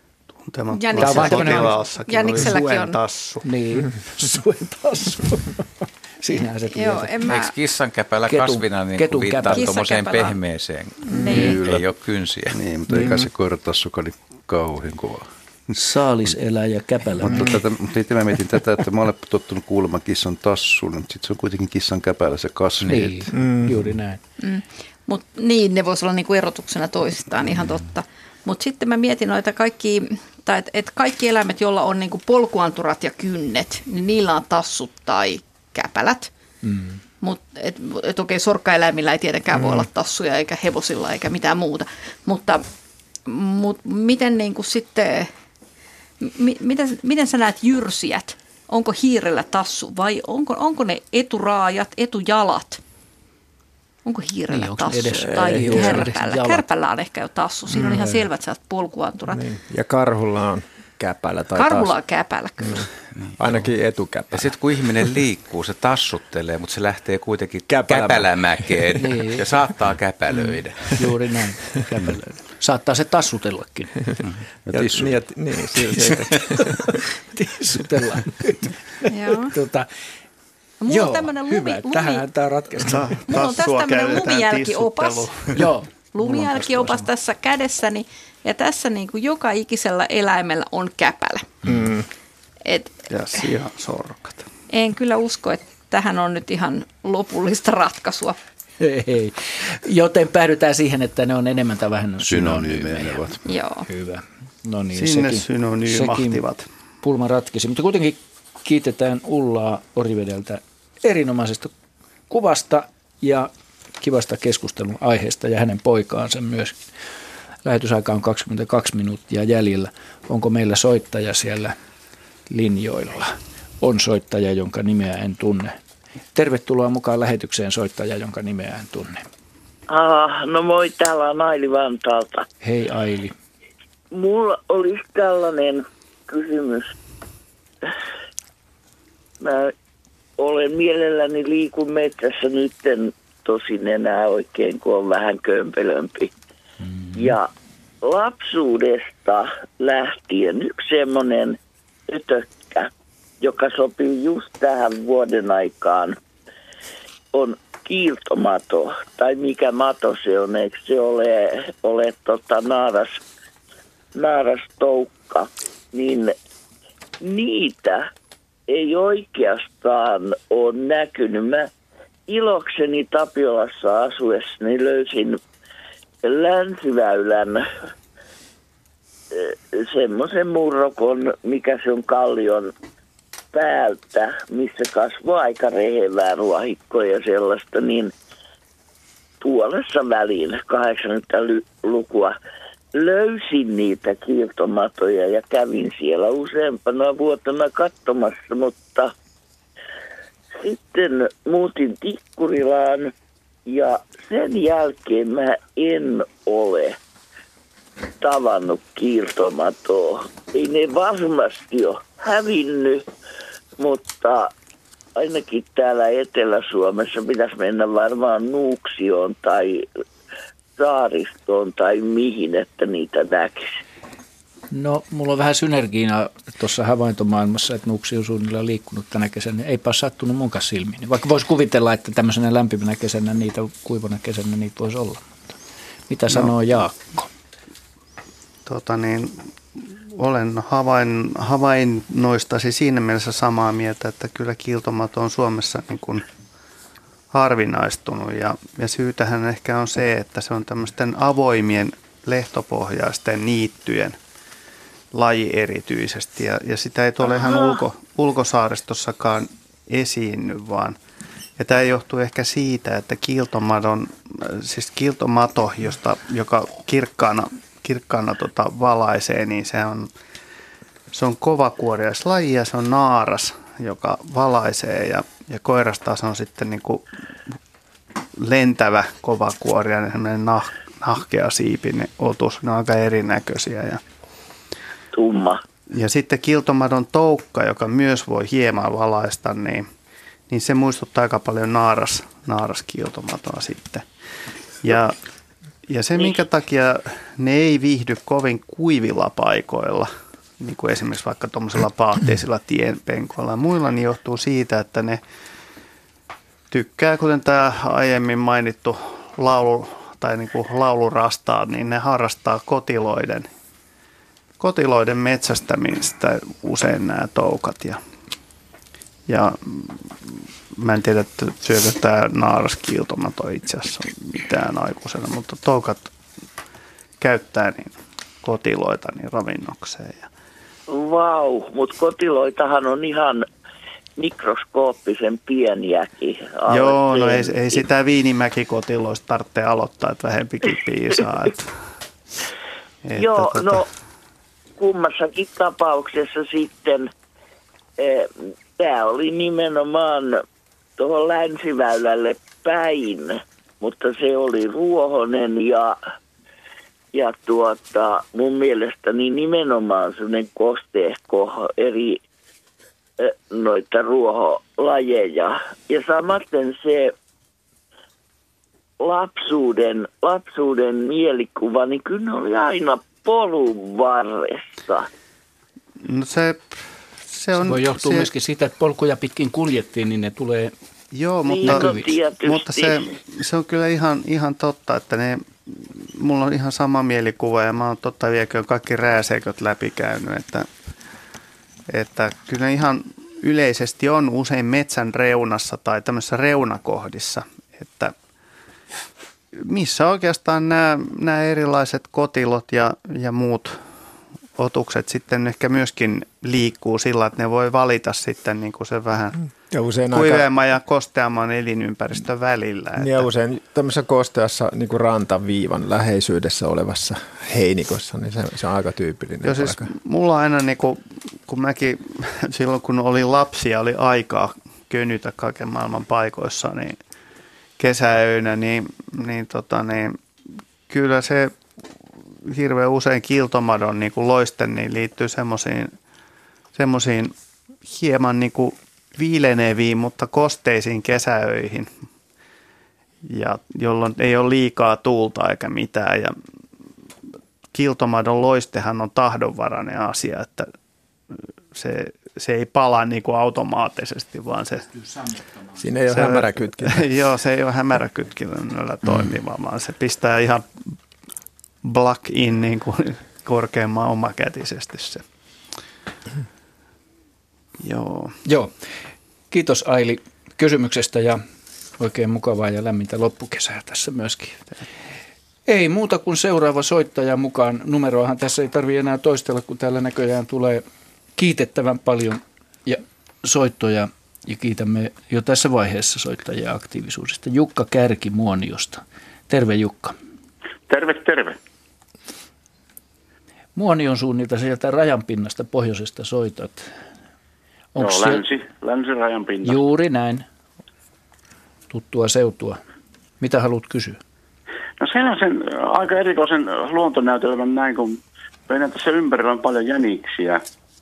Jänikselläkin on tassu. Niin, suen tassu. Siinähän se tulee. Eikö kissan käpälä kasvina niin kuin viittaa tuommoiseen pehmeeseen? Niin. Ei ole kynsiä. Niin, mutta eikä se koiratassukaan niin kauhean kovaa. Saaliselä ja käpälä. Mutta itse mä mietin tätä, että mä olen tottunut kuulemaan kissan tassun, mutta sitten se on kuitenkin kissan käpälä se kasvi. Niin, juuri näin. Mutta niin, ne voisi olla niinku erotuksena toisistaan, ihan totta. Mutta sitten mä mietin noita että kaikki eläimet, joilla on niinku polkuanturat ja kynnet, niin niillä on tassut tai käpälät. Mutta et okei, sorkkaeläimillä ei tietenkään voi olla tassuja eikä hevosilla eikä mitään muuta. Mutta miten niin kuin sitten, miten sä näet jyrsijät? Onko hiirellä tassu vai onko ne eturaajat, etujalat? Onko hiirellä tassu tai kärpällä? Kärpällä on ehkä jo tassu. Siinä on ihan selvät sellaiset polkuanturat. Niin. Ja karhulla on käpälä. Karhulla on käpälä, kyllä. Ainakin etukäpälä. Ja sitten kun ihminen liikkuu, se tassuttelee, mutta se lähtee kuitenkin käpälämäkeen Niin. ja saattaa käpälöidä. Juuri näin, käpälöidä. Saattaa se tassutellakin. Ja Tissutellaan. Mulla on tämmöinen tämä ratkaistaan. Mulla on tässä tämmöinen lumijälkiopas. Joo. Lumijälkiopas tässä kädessäni. Ja tässä niin kuin joka ikisellä eläimellä on käpälä. Ja siansorkat. En kyllä usko, että tähän on nyt ihan lopullista ratkaisua. Ei. Joten päädytään siihen, että ne on enemmän tai vähemmän synonyymejä. Joo. Hyvä. No niin, sinne synonyymahtivat. Sekin pulma ratkesi. Mutta kuitenkin kiitetään Ullaa Orivedeltä erinomaisesta kuvasta ja kivasta keskustelun aiheesta ja hänen poikaansa myös. Lähetysaika on 22 minuuttia jäljellä. Onko meillä soittaja siellä linjoilla? On soittaja, jonka nimeä en tunne. Tervetuloa mukaan lähetykseen, soittaja, jonka nimeä en tunne. No moi, täällä on Aili Vantaalta. Hei Aili. Mulla olisi tällainen kysymys. Mä olen mielelläni liikun metsässä nytten, tosin enää oikein, kun on vähän kömpelömpi. Ja lapsuudesta lähtien yksi semmoinen ötökkä, joka sopii just tähän vuoden aikaan, on kiiltomato. Tai mikä mato se on, eikö se ole naarastoukka. Niin niitä ei oikeastaan ole näkynyt. Mä ilokseni Tapiolassa asuessani löysin Länsiväylän semmoisen murrokon, mikä se on kallion päältä, missä kasvoi aika rehevää ruohikkoa ja sellaista, niin puolessa väliin 80-lukua löysin niitä kiiltomatoja ja kävin siellä useampana vuotena katsomassa, mutta sitten muutin Tikkurilaan ja sen jälkeen mä en ole tavannut kiiltomatoa. Ei ne varmasti ole hävinnyt, mutta ainakin täällä Etelä-Suomessa pitäisi mennä varmaan Nuuksioon tai Saaristoon tai mihin, että niitä näkisi. No, mulla on vähän synergiaa tuossa havaintomaailmassa, että Nuuksio on suunnilleen liikkunut tänä kesänä. Eipä ole sattunut munkaan silmiin. Vaikka voisi kuvitella, että tämmöisenä lämpimänä kesänä niitä, kuivana kesänä niitä voisi olla. Mutta mitä sanoo Jaakko? Olen havainnoistasi siinä mielessä samaa mieltä, että kyllä kiiltomato on Suomessa niin kuin harvinaistunut. Ja syytähän ehkä on se, että se on tämmöisten avoimien lehtopohjaisten niittyjen laji erityisesti. Ja sitä ei tuolla ihan ulkosaaristossakaan esiinny, vaan. Ja tämä johtuu ehkä siitä, että kiiltomato, joka kirkkaana valaisee, niin se on kovakuoriaislaji ja se on naaras, joka valaisee ja koiras taas on sitten niin kuin lentävä kovakuoriainen nahkea siipinen otus. Ne on aika erinäköisiä. Tumma. Ja sitten kiiltomadon toukka, joka myös voi hieman valaista, niin se muistuttaa aika paljon naaraskiiltomatoa sitten. Ja se, minkä takia ne ei viihdy kovin kuivilla paikoilla, niin kuin esimerkiksi vaikka tuollaisilla paatteisilla tienpenkoilla ja muilla, niin johtuu siitä, että ne tykkää, kuten tämä aiemmin mainittu laulu tai niin kuin laulurastaat, niin ne harrastaa kotiloiden metsästämistä usein nämä toukat. Ja mä en tiedä, että syökö tämä naaraskiiltomato itse asiassa mitään aikuisena, mutta toukat käyttää niin kotiloita niin ravinnokseen. Vau, mutta kotiloitahan on ihan mikroskooppisen pieniäkin. Joo, no ei sitä Viinimäki-kotiloista tarvitse aloittaa, että vähempikin piisaa. Joo, no kummassakin tapauksessa sitten tämä oli nimenomaan tuohon Länsiväylälle päin, mutta se oli ruohonen ja mun mielestäni nimenomaan sellainen kosteehko eri noita ruoholajeja. Ja samaten se lapsuuden mielikuva, niin kyllä ne oli aina polun varressa. No se voi johtua myöskin siitä, että polkuja pitkin kuljettiin, niin ne tulee. Joo, mutta se on kyllä ihan totta, että mulla on ihan sama mielikuva ja mä oon totta vieköön kaikki rääseiköt läpikäynyt, että kyllä ihan yleisesti on usein metsän reunassa tai tämmöisissä reunakohdissa, että missä oikeastaan nämä erilaiset kotilot ja muut otukset sitten ehkä myöskin liikkuu sillä, että ne voi valita sitten niin kuin se vähän kuiveamman ja kosteamman elinympäristön välillä. Ja usein tämmöisessä kosteassa niin kuin rantaviivan läheisyydessä olevassa heinikossa, niin se on aika tyypillinen. Joo, siis mulla aina, niin kun mäkin silloin kun olin lapsi ja oli aikaa könytä kaiken maailman paikoissa, niin kesäöinä, niin kyllä se hirveän usein kiiltomadon niin kuin loiste niin liittyy semmoisiin hieman niin kuin viileneviin, mutta kosteisiin kesäöihin, ja jolloin ei ole liikaa tuulta eikä mitään. Ja kiiltomadon loistehan on tahdonvarainen asia, että se ei pala niin kuin automaattisesti, vaan siinä ei ole hämäräkytkintä. Joo, se ei ole hämäräkytkinnällä toimiva, vaan se pistää ihan black in niin kuin korkeamman omakätisesti se. Joo. Kiitos Aili kysymyksestä ja oikein mukavaa ja lämmintä loppukesää tässä myöskin. Ei muuta kuin seuraava soittaja mukaan. Numeroahan tässä ei tarvitse enää toistella, kun täällä näköjään tulee kiitettävän paljon ja soittoja. Ja kiitämme jo tässä vaiheessa soittajia aktiivisuudesta. Jukka Kärki Muoniosta. Terve Jukka. Terve. Muonion suunnilta sieltä rajanpinnasta pohjoisesta soitat. Joo, länsirajan pinnasta. Juuri näin. Tuttua seutua. Mitä haluat kysyä? No sellaisen aika erikoisen luontonäytelmän näin, kun meidän tässä ympärillä on paljon jäniksiä.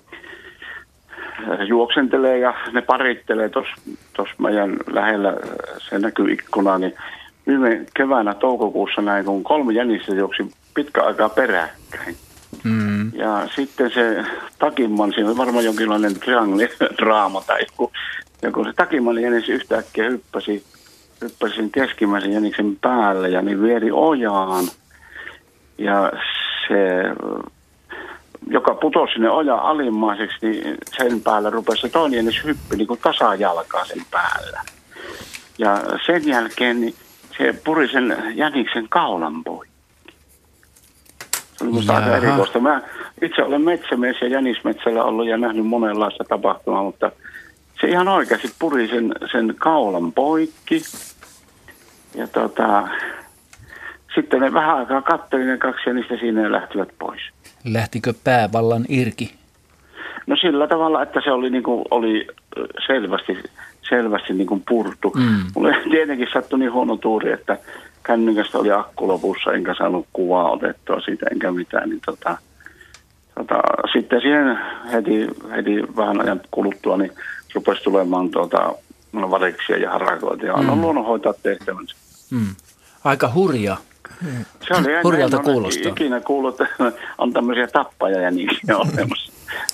Juoksentelee ja ne parittelee tuossa meidän lähellä, se näkyy ikkunaan, niin viime keväänä toukokuussa näin, kun 3 jänistä juoksi pitkä aikaa peräkkäin. Ja sitten se Takinman, siinä oli varmaan jonkinlainen triangle-draama tai joku se Takinman jänis yhtäkkiä hyppäsi sen keskimmäisen jäniksen päälle ja niin vieri ojaan. Ja se, joka putosi sinne ojan alimmaiseksi, niin sen päällä rupesi se toinen jänis hyppi niin kuin tasajalkaa sen päällä. Ja sen jälkeen niin se puri sen jäniksen kaulan poikki. Se oli minusta aika erikoista. Mä itse olen metsämies ja jänismetsällä ollut ja nähnyt monenlaista tapahtumaa, mutta se ihan oikeasti puri sen kaulan poikki. Ja sitten ne vähän aikaa katteli ne 2 jänistä siinä ja lähtivät pois. Lähtikö pää vallan irki? No sillä tavalla, että se oli selvästi niin kuin purtu. Mulle tietenkin sattui niin huono tuuri, että kännykästä oli akku lopussa, enkä saanut kuvaa otettua siitä, enkä mitään. Niin sitten siihen heti vähän ajan kuluttua, niin rupesi tulemaan variksia ja harakoita. Ja on luonnonhoitaa tehtävänsä. Aika hurja. Se oli hurjalta kuulostaa. Ikinä kuullut, että on tämmöisiä tappajajäniksiä olemassa.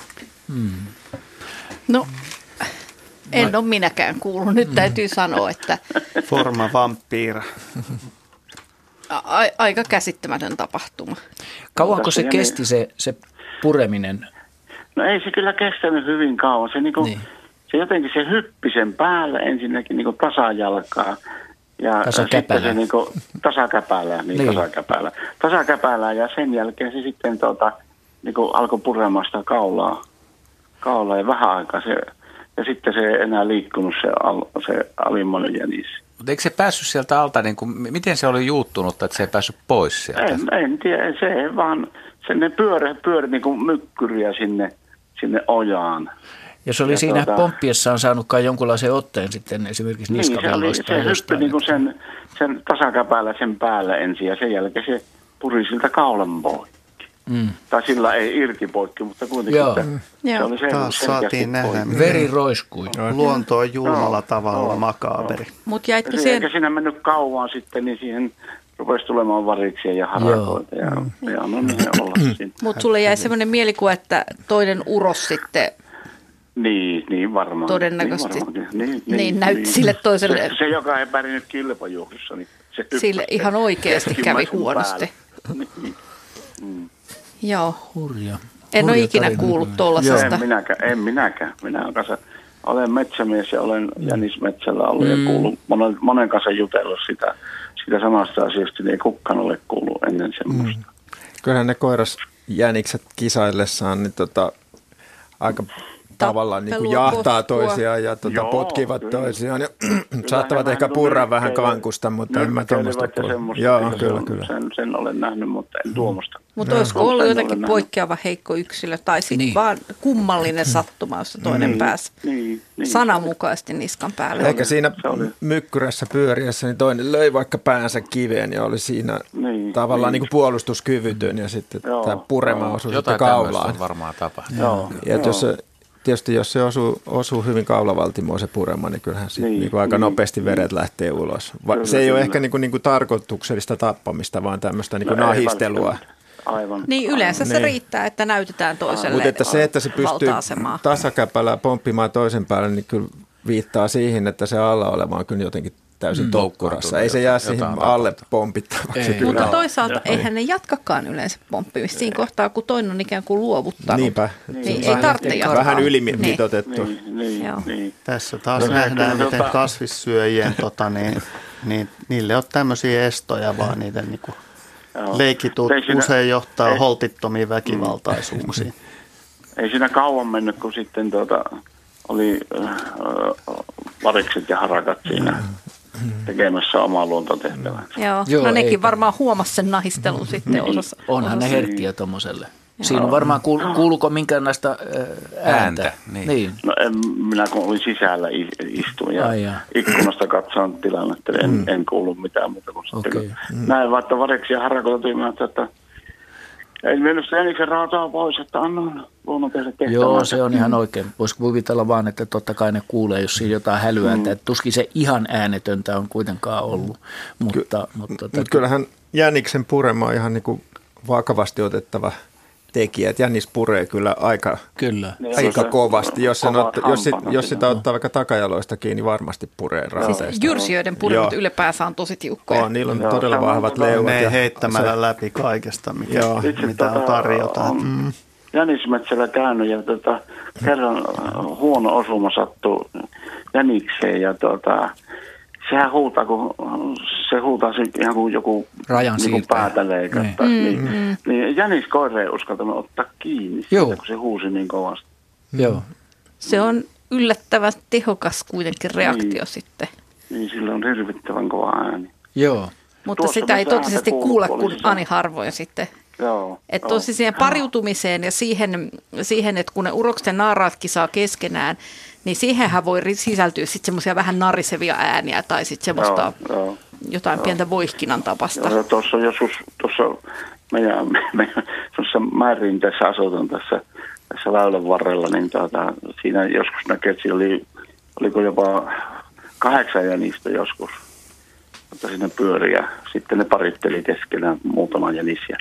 No, en ole minäkään kuullut. Nyt täytyy sanoa, että forma vampyra. Aika käsittämätön tapahtuma. Kauanko se kesti se pureminen? No ei se kyllä kestänyt hyvin kauan. Se jotenkin se hyppi sen päällä ensinnäkin niin tasajalkaa. Ja sitten se tasakäpälää ja sen jälkeen se sitten alkoi puremaan sitä kaulaa ja vähän aikaa se. ja sitten se ei enää liikkunut se alimmainen jänis. Mutta eikö se päässyt sieltä alta, niin kuin, miten se oli juuttunut, että se ei päässyt pois sieltä? En tiedä, se vaan ne pyöri niin kuin mykkyriä sinne ojaan. Ja se oli siinä pomppiessaan saanutkaan jonkunlaisen otteen sitten esimerkiksi niskavelloista. Niin, se hyppi niin kuin sen tasakäpäällä sen päällä ensin ja sen jälkeen se puri siltä kaulan poikki. Tai sillä ei irti poikki, mutta kuitenkin se oli taas saatiin nähdä. Veri roiskui. Luonto on julmalla tavalla makaaberi. Eikä siinä mennyt kauan sitten, niin siihen rupesi tulemaan variksia ja harakoita. Ja no niin olla siinä. Mutta sulle jäi semmoinen mielikuva, että toinen uros sitten... Niin varmaan. Todennäköisesti. Niin näytti sille toiselle. Se joka ei pärjännyt kilpajuoksussa, niin se sille ihan oikeasti kävi huonosti. Joo. Hurja. En ole ikinä kuullut tuollaisesta. En minäkään. Minä olen metsämies ja olen jänismetsällä ollut ja kuullut monen kanssa jutellut sitä samasta asiasta, niin ei kukaan ole kuullut ennen semmoista. Kyllähän ne koirasjänikset kisaillessaan niin aika tavallaan niin kuin jahtaa toisiaan ja potkivat toisiaan ja saattavat ehkä purra vähän kankusta, mutta en mä tuommoista kuule. Joo, kyllä. Sen olen nähnyt, mutta en tuommoista. Mutta olisiko ollut jotenkin poikkeava heikko yksilö tai sitten vaan kummallinen sattuma, jossa toinen pääsi sananmukaisesti niskan päälle. Ehkä siinä mykkyrässä pyöriessä niin toinen löi vaikka päänsä kiveen ja oli siinä tavallaan niin kuin puolustuskyvytön ja sitten tämä purema osui sitten kaulaan. Jotain tämmöistä on varmaan tapahtunut. Tietysti jos se osuu hyvin kaulavaltimoon se purema, niin kyllähän niin aika nopeasti veret lähtee ulos. Se ei ole ehkä niin kuin tarkoituksellista tappamista, vaan tämmöistä niin kuin nahistelua. Aivan. Niin yleensä se riittää, että näytetään toiselle mutta että se pystyy tasakäpällä pomppimaan toisen päälle, niin kyllä viittaa siihen, että se alla oleva on kyllä jotenkin täysin tokkurassa. Ei se jää siihen alle pompittavaksi. Mutta toisaalta eihän ne jatkakaan yleensä pomppimista siinä kohtaa, kun toinen on ikään kuin luovuttanut. Niinpä. Niin ei tarvitse jatkaa. Vähän ylimitoitettu. Niin. Tässä taas nähdään, miten kasvissyöjien, niin niille on tämmöisiä estoja, vaan niiden niinku leikitut usein johtaa holtittomiin väkivaltaisuuksiin. Ei siinä kauan mennyt, kun sitten oli varikset ja harakat siinä tekemässä omaa luontotehtävänsä. Joo, no nekin varmaan huomasi sen nahistelun sitten osassa. Onhan ne herkkiä tuommoiselle. Siinä on varmaan kuuluuko minkäänlaista ääntä? Niin. No minä kun olin sisällä istuin ja ikkunasta katsoin tilannetta, en kuullut mitään muuta kuin sitten. Näin vaikka variksi ja harakoita että ei mennyt jäniksen rautaa pois, että anna luonnon tehdä tehtävää. Joo, se on ihan oikein. Voisi kuvitella vaan, että totta kai ne kuulee, jos siinä jotain hälyää. Että tuskin se ihan äänetöntä on kuitenkaan ollut. Mutta kyllähän jäniksen purema on ihan niin kuin vakavasti otettava tekijä. Jänis puree kyllä aika kovasti. Jos sitä ottaa vaikka takajaloista kiinni, varmasti puree rahteesta. Siis jyrsijöiden puremat ylipäänsä on tosi tiukkoja. Niillä on todella vahvat leuat. Ne heittämällä läpi kaikesta, mitä on tarjota. Jänismetsällä käynyt ja kerran huono osuma sattui jänikseen ja sehän huutaa, kun se huutaa ihan kuin joku niin päätä leikattaisiin. Niin jäniskoira ei uskaltanut ottaa kiinni sitä, kun se huusi niin kovasti. Joo. Se on yllättävän tehokas kuitenkin reaktio sitten. Niin, sillä on hirvittävän kova ääni. Joo. Mutta sitä ei totisesti kuule kuin ani harvoin sitten. Joo. Että tosi siihen pariutumiseen ja siihen, että kun ne urokset ja naaraat kisaa keskenään, niin siihenhän voi sisältyä sitten semmoisia vähän narisevia ääniä tai sitten semmoista jotain pientä voihkinan tapasta. Tuossa joskus, meidän määrin tässä asutan tässä väylän varrella, niin siinä joskus näkee, että oliko jopa 8 jänistä joskus, mutta siinä pyöri ja sitten ne paritteli keskenään muutama jänisiä.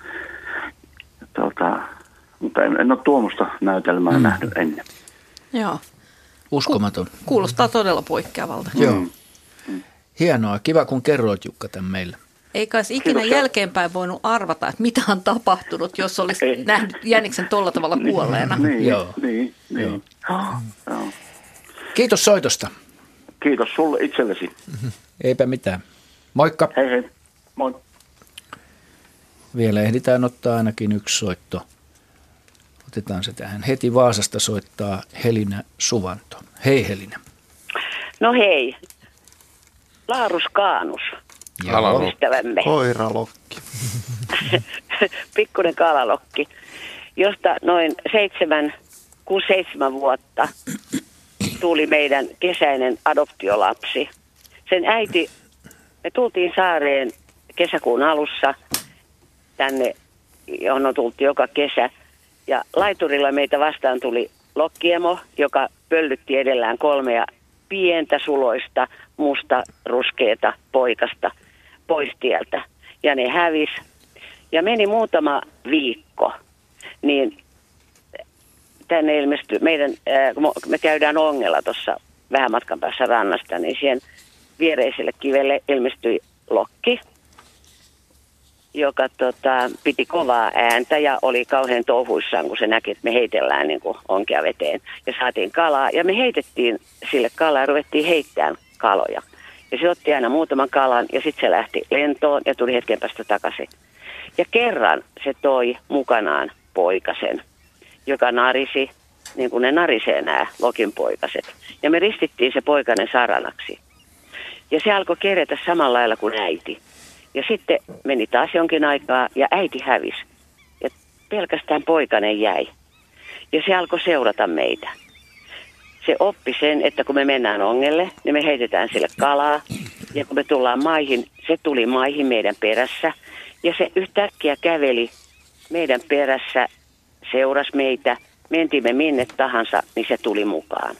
Mutta en ole tuommoista näytelmää nähnyt ennen. Joo. Uskomaton. Kuulostaa todella poikkeavalta. Joo. Hienoa. Kiva, kun kerroit Jukka tämän meille. Ei kai ikinä jälkeenpäin voinut arvata, että mitä on tapahtunut, jos olisi nähnyt jäniksen tolla tavalla kuolleena. Niin. Kiitos soitosta. Kiitos sulle itsellesi. Eipä mitään. Moikka. Hei. Moi. Vielä ehditään ottaa ainakin yksi soitto. Otetaan se tähän. Heti Vaasasta soittaa Helinä Suvanto. Hei Helina. No hei. Laarus Kaanus. Ystävämme. Koiralokki. Pikkuinen kalalokki, josta noin 6-7 vuotta tuli meidän kesäinen adoptiolapsi. Sen äiti, me tultiin saareen kesäkuun alussa tänne, johon tultiin joka kesä. Ja laiturilla meitä vastaan tuli lokkiemo, joka pöllytti edellään 3 pientä suloista, musta ruskeata poikasta pois tieltä. Ja ne hävisi. Ja meni muutama viikko, niin tänne ilmestyi, me käydään ongella tuossa vähän matkan päässä rannasta, niin siihen viereiselle kivelle ilmestyi lokki, joka piti kovaa ääntä ja oli kauhean touhuissaan, kun se näki, että me heitellään niin kuin onkea veteen. Ja saatiin kalaa ja me heitettiin sille kalaa ja ruvettiin heittämään kaloja. Ja se otti aina muutaman kalan ja sitten se lähti lentoon ja tuli hetken päästä takaisin. Ja kerran se toi mukanaan poikasen, joka narisi, niin kuin ne narisee nämä lokin poikaset. Ja me ristittiin se poikainen saranaksi. Ja se alkoi kerätä samalla lailla kuin äiti. Ja sitten meni taas jonkin aikaa ja äiti hävisi. Ja pelkästään poikainen jäi. Ja se alkoi seurata meitä. Se oppi sen, että kun me mennään ongelle, niin me heitetään sille kalaa. Ja kun me tullaan maihin, se tuli maihin meidän perässä. Ja se yhtäkkiä käveli meidän perässä, seurasi meitä. Mentiin me minne tahansa, niin se tuli mukaan.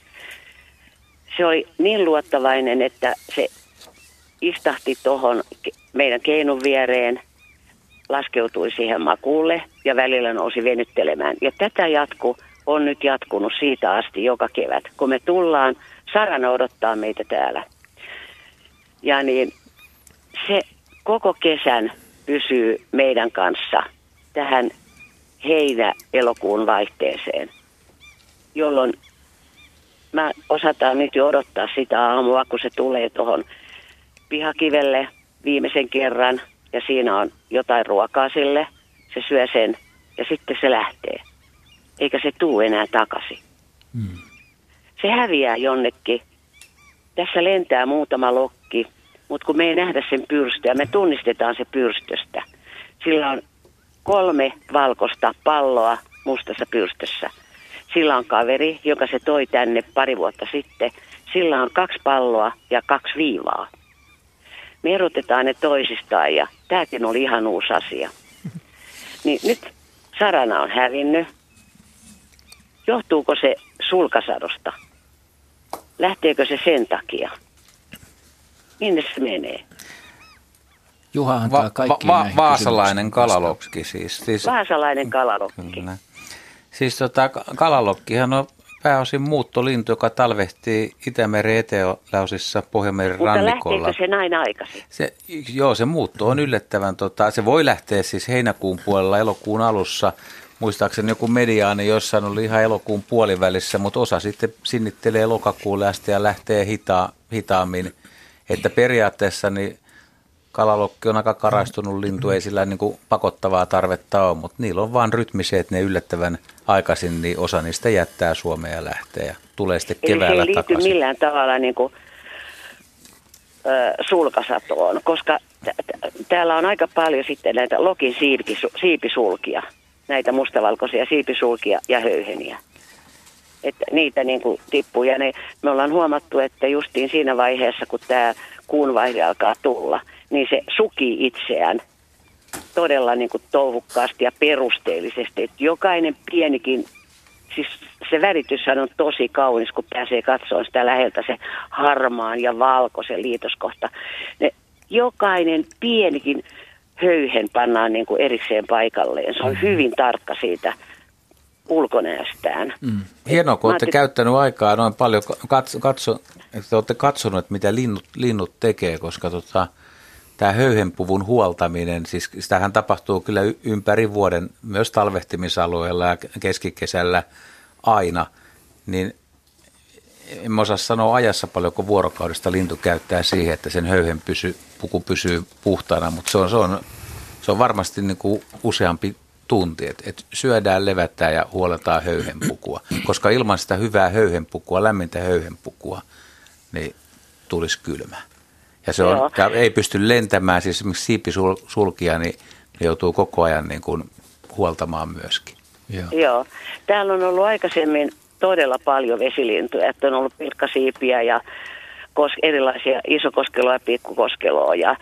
Se oli niin luottavainen, että se istahti tuohon meidän keinun viereen, laskeutui siihen makuulle ja välillä nousi venyttelemään. Ja tätä on nyt jatkunut siitä asti joka kevät. Kun me tullaan, Sarana odottaa meitä täällä. Ja niin se koko kesän pysyy meidän kanssa tähän heinä-elokuun vaihteeseen, jolloin mä osataan nyt jo odottaa sitä aamua, kun se tulee tuohon pihakivelle viimeisen kerran ja siinä on jotain ruokaa sille, se syö sen ja sitten se lähtee. Eikä se tule enää takaisin. Se häviää jonnekin. Tässä lentää muutama lokki, mutta kun me ei nähdä sen pyrstöä, me tunnistetaan se pyrstöstä. Sillä on 3 valkoista palloa mustassa pyrstössä. Sillä on kaveri, joka se toi tänne pari vuotta sitten. Sillä on 2 palloa ja 2 viivaa. Me erotetaan ne toisistaan ja tämäkin oli ihan uusi asia. Niin nyt Sarana on hävinnyt. Johtuuko se sulkasadosta? Lähteekö se sen takia? Minne se menee? Juha antaa kaikki vaasalainen kalalokki siis. Vaasalainen kalalokki. Kyllä. Siis kalalokkihan on pääosin muuttolintu, joka talvehtii Itämeren eteläosissa Pohjanmeren rannikolla. Mutta lähteekö se näin aikaisin? Se muutto on yllättävän. Se voi lähteä siis heinäkuun puolella elokuun alussa. Muistaakseni joku mediaani jossain oli ihan elokuun puolivälissä, mutta osa sitten sinnittelee lokakuulle asti ja lähtee hitaammin. Että periaatteessa niin kalalokki on aika karaistunut lintu, ei sillä niin kuin pakottavaa tarvetta ole, mutta niillä on vaan rytmiset, että ne yllättävän aikaisin, niin osa niistä jättää Suomeen ja lähtee ja tulee sitten keväällä takaisin. Eli se ei liity millään tavalla niin kuin, sulkasatoon, koska täällä on aika paljon sitten näitä lokin siipisulkia, näitä mustavalkoisia siipisulkia ja höyheniä. Että niitä niin kuin tippuu ja me ollaan huomattu, että justiin siinä vaiheessa, kun tämä kuunvaihde alkaa tulla, niin se sukii itseään todella niin kuin touhukkaasti ja perusteellisesti. Että jokainen pienikin, siis se värityshän on tosi kaunis, kun pääsee katsomaan sitä läheltä, se harmaan ja valkoisen liitoskohta. Jokainen pienikin höyhen pannaan niin kuin erikseen paikalleen. Se on hyvin tarkka siitä ulkonäöstään. Hienoa, kun olette käyttänyt aikaa noin paljon, että olette katsonut, että mitä linnut tekee, koska tämä höyhenpuvun huoltaminen, siis sitähän tapahtuu kyllä ympäri vuoden, myös talvehtimisalueella ja keskikesällä aina, niin en osaa sanoa ajassa paljonko vuorokaudesta lintu käyttää siihen, että sen höyhenpuku pysyy puhtaana, mutta se on varmasti niin kuin useampi tunti, että syödään, levätään ja huoletaan höyhenpukua. Koska ilman sitä hyvää höyhenpukua, lämmintä höyhenpukua, niin tulisi kylmä. Ja se on, ei pysty lentämään, siis esimerkiksi siipisulkia, niin joutuu koko ajan niin kuin huoltamaan myöskin. Joo. Täällä on ollut aikaisemmin todella paljon vesilintuja, että on ollut pilkkasiipiä ja erilaisia isokoskeloa ja pikkukoskeloa ja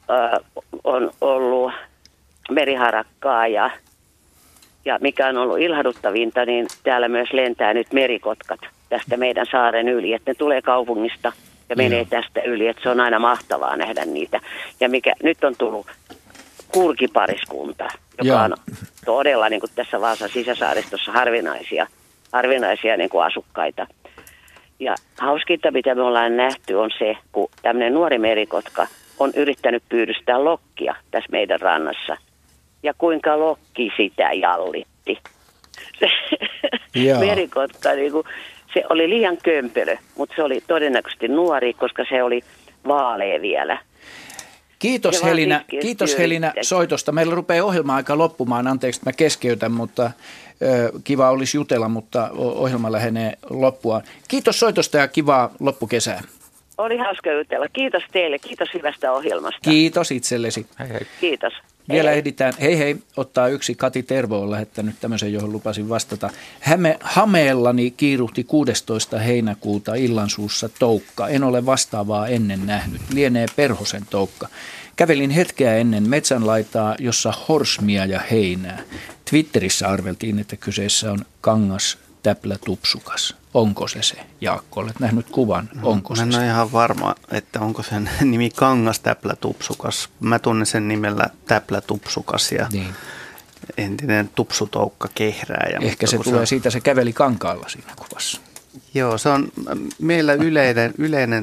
on ollut meriharakkaa ja mikä on ollut ilahduttavinta, niin täällä myös lentää nyt merikotkat tästä meidän saaren yli, että ne tulee kaupungista ja menee tästä yli, että se on aina mahtavaa nähdä niitä. Ja mikä nyt on tullut kurkipariskunta, joka on todella niin kuin tässä Vaasan sisäsaaristossa harvinaisia niin kuin asukkaita. Ja hauskinta, mitä me ollaan nähty, on se, kun tämmöinen nuori merikotka on yrittänyt pyydystää lokkia tässä meidän rannassa. Ja kuinka lokki sitä jallitti. Se merikotka, niin kuin, se oli liian kömpelö, mutta se oli todennäköisesti nuori, koska se oli vaalea vielä. Kiitos Helina soitosta. Meillä rupeaa ohjelma-aika loppumaan. Anteeksi, että mä keskeytän, mutta kiva olisi jutella, mutta ohjelma lähenee loppuaan. Kiitos soitosta ja kivaa loppukesää. Oli hauska jutella. Kiitos teille. Kiitos hyvästä ohjelmasta. Kiitos itsellesi. Hei hei. Kiitos. Vielä ehditään. Hei, ottaa yksi. Kati Tervo on lähettänyt tämmöisen, johon lupasin vastata. Hameellani kiiruhti 16. heinäkuuta illansuussa toukka. En ole vastaavaa ennen nähnyt. Lienee Perhosen toukka. Kävelin hetkeä ennen metsänlaitaa, jossa horsmia ja heinää. Twitterissä arveltiin, että kyseessä on kangas täplätupsukas. Onko se? Jaakko, olet nähnyt kuvan. Onko se? Mä en ole ihan varma, että onko sen nimi kangas täplätupsukas. Mä tunnen sen nimellä täplätupsukas ja entinen tupsutoukka kehrääjä. Ehkä se tulee siitä, se käveli kankaalla siinä kuvassa. Joo, se on meillä yleinen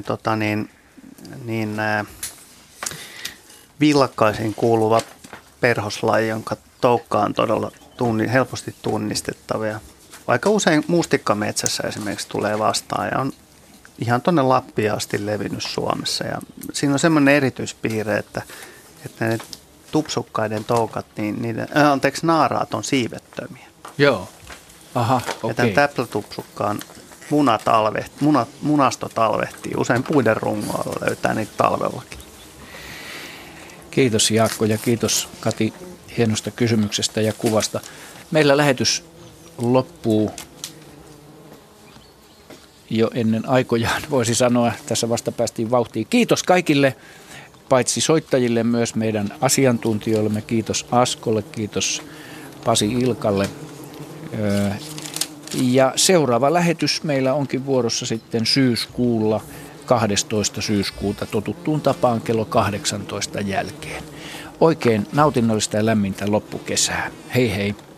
villakkaisiin kuuluva perhoslaji, jonka toukka on todella helposti tunnistettavia. Aika usein mustikkametsässä esimerkiksi tulee vastaan ja on ihan tuonne Lappiin asti levinnyt Suomessa. Ja siinä on semmoinen erityispiirre, että ne tupsukkaiden toukat, naaraat on siivettömiä. Joo, aha, okei. Ja tämän täplätupsukkaan munasto talvehtii. Usein puiden rungoilla löytää niitä talvellakin. Kiitos Jaakko ja kiitos Kati hienosta kysymyksestä ja kuvasta. Meillä lähetys loppuu jo ennen aikojaan, voisi sanoa. Tässä vasta päästiin vauhtiin. Kiitos kaikille, paitsi soittajille, myös meidän asiantuntijoillemme. Kiitos Askolle, kiitos Pasi Ilkalle. Ja seuraava lähetys meillä onkin vuorossa sitten syyskuulla 12. syyskuuta totuttuun tapaan kello 18 jälkeen. Oikein nautinnollista ja lämmintä loppukesää. Hei hei!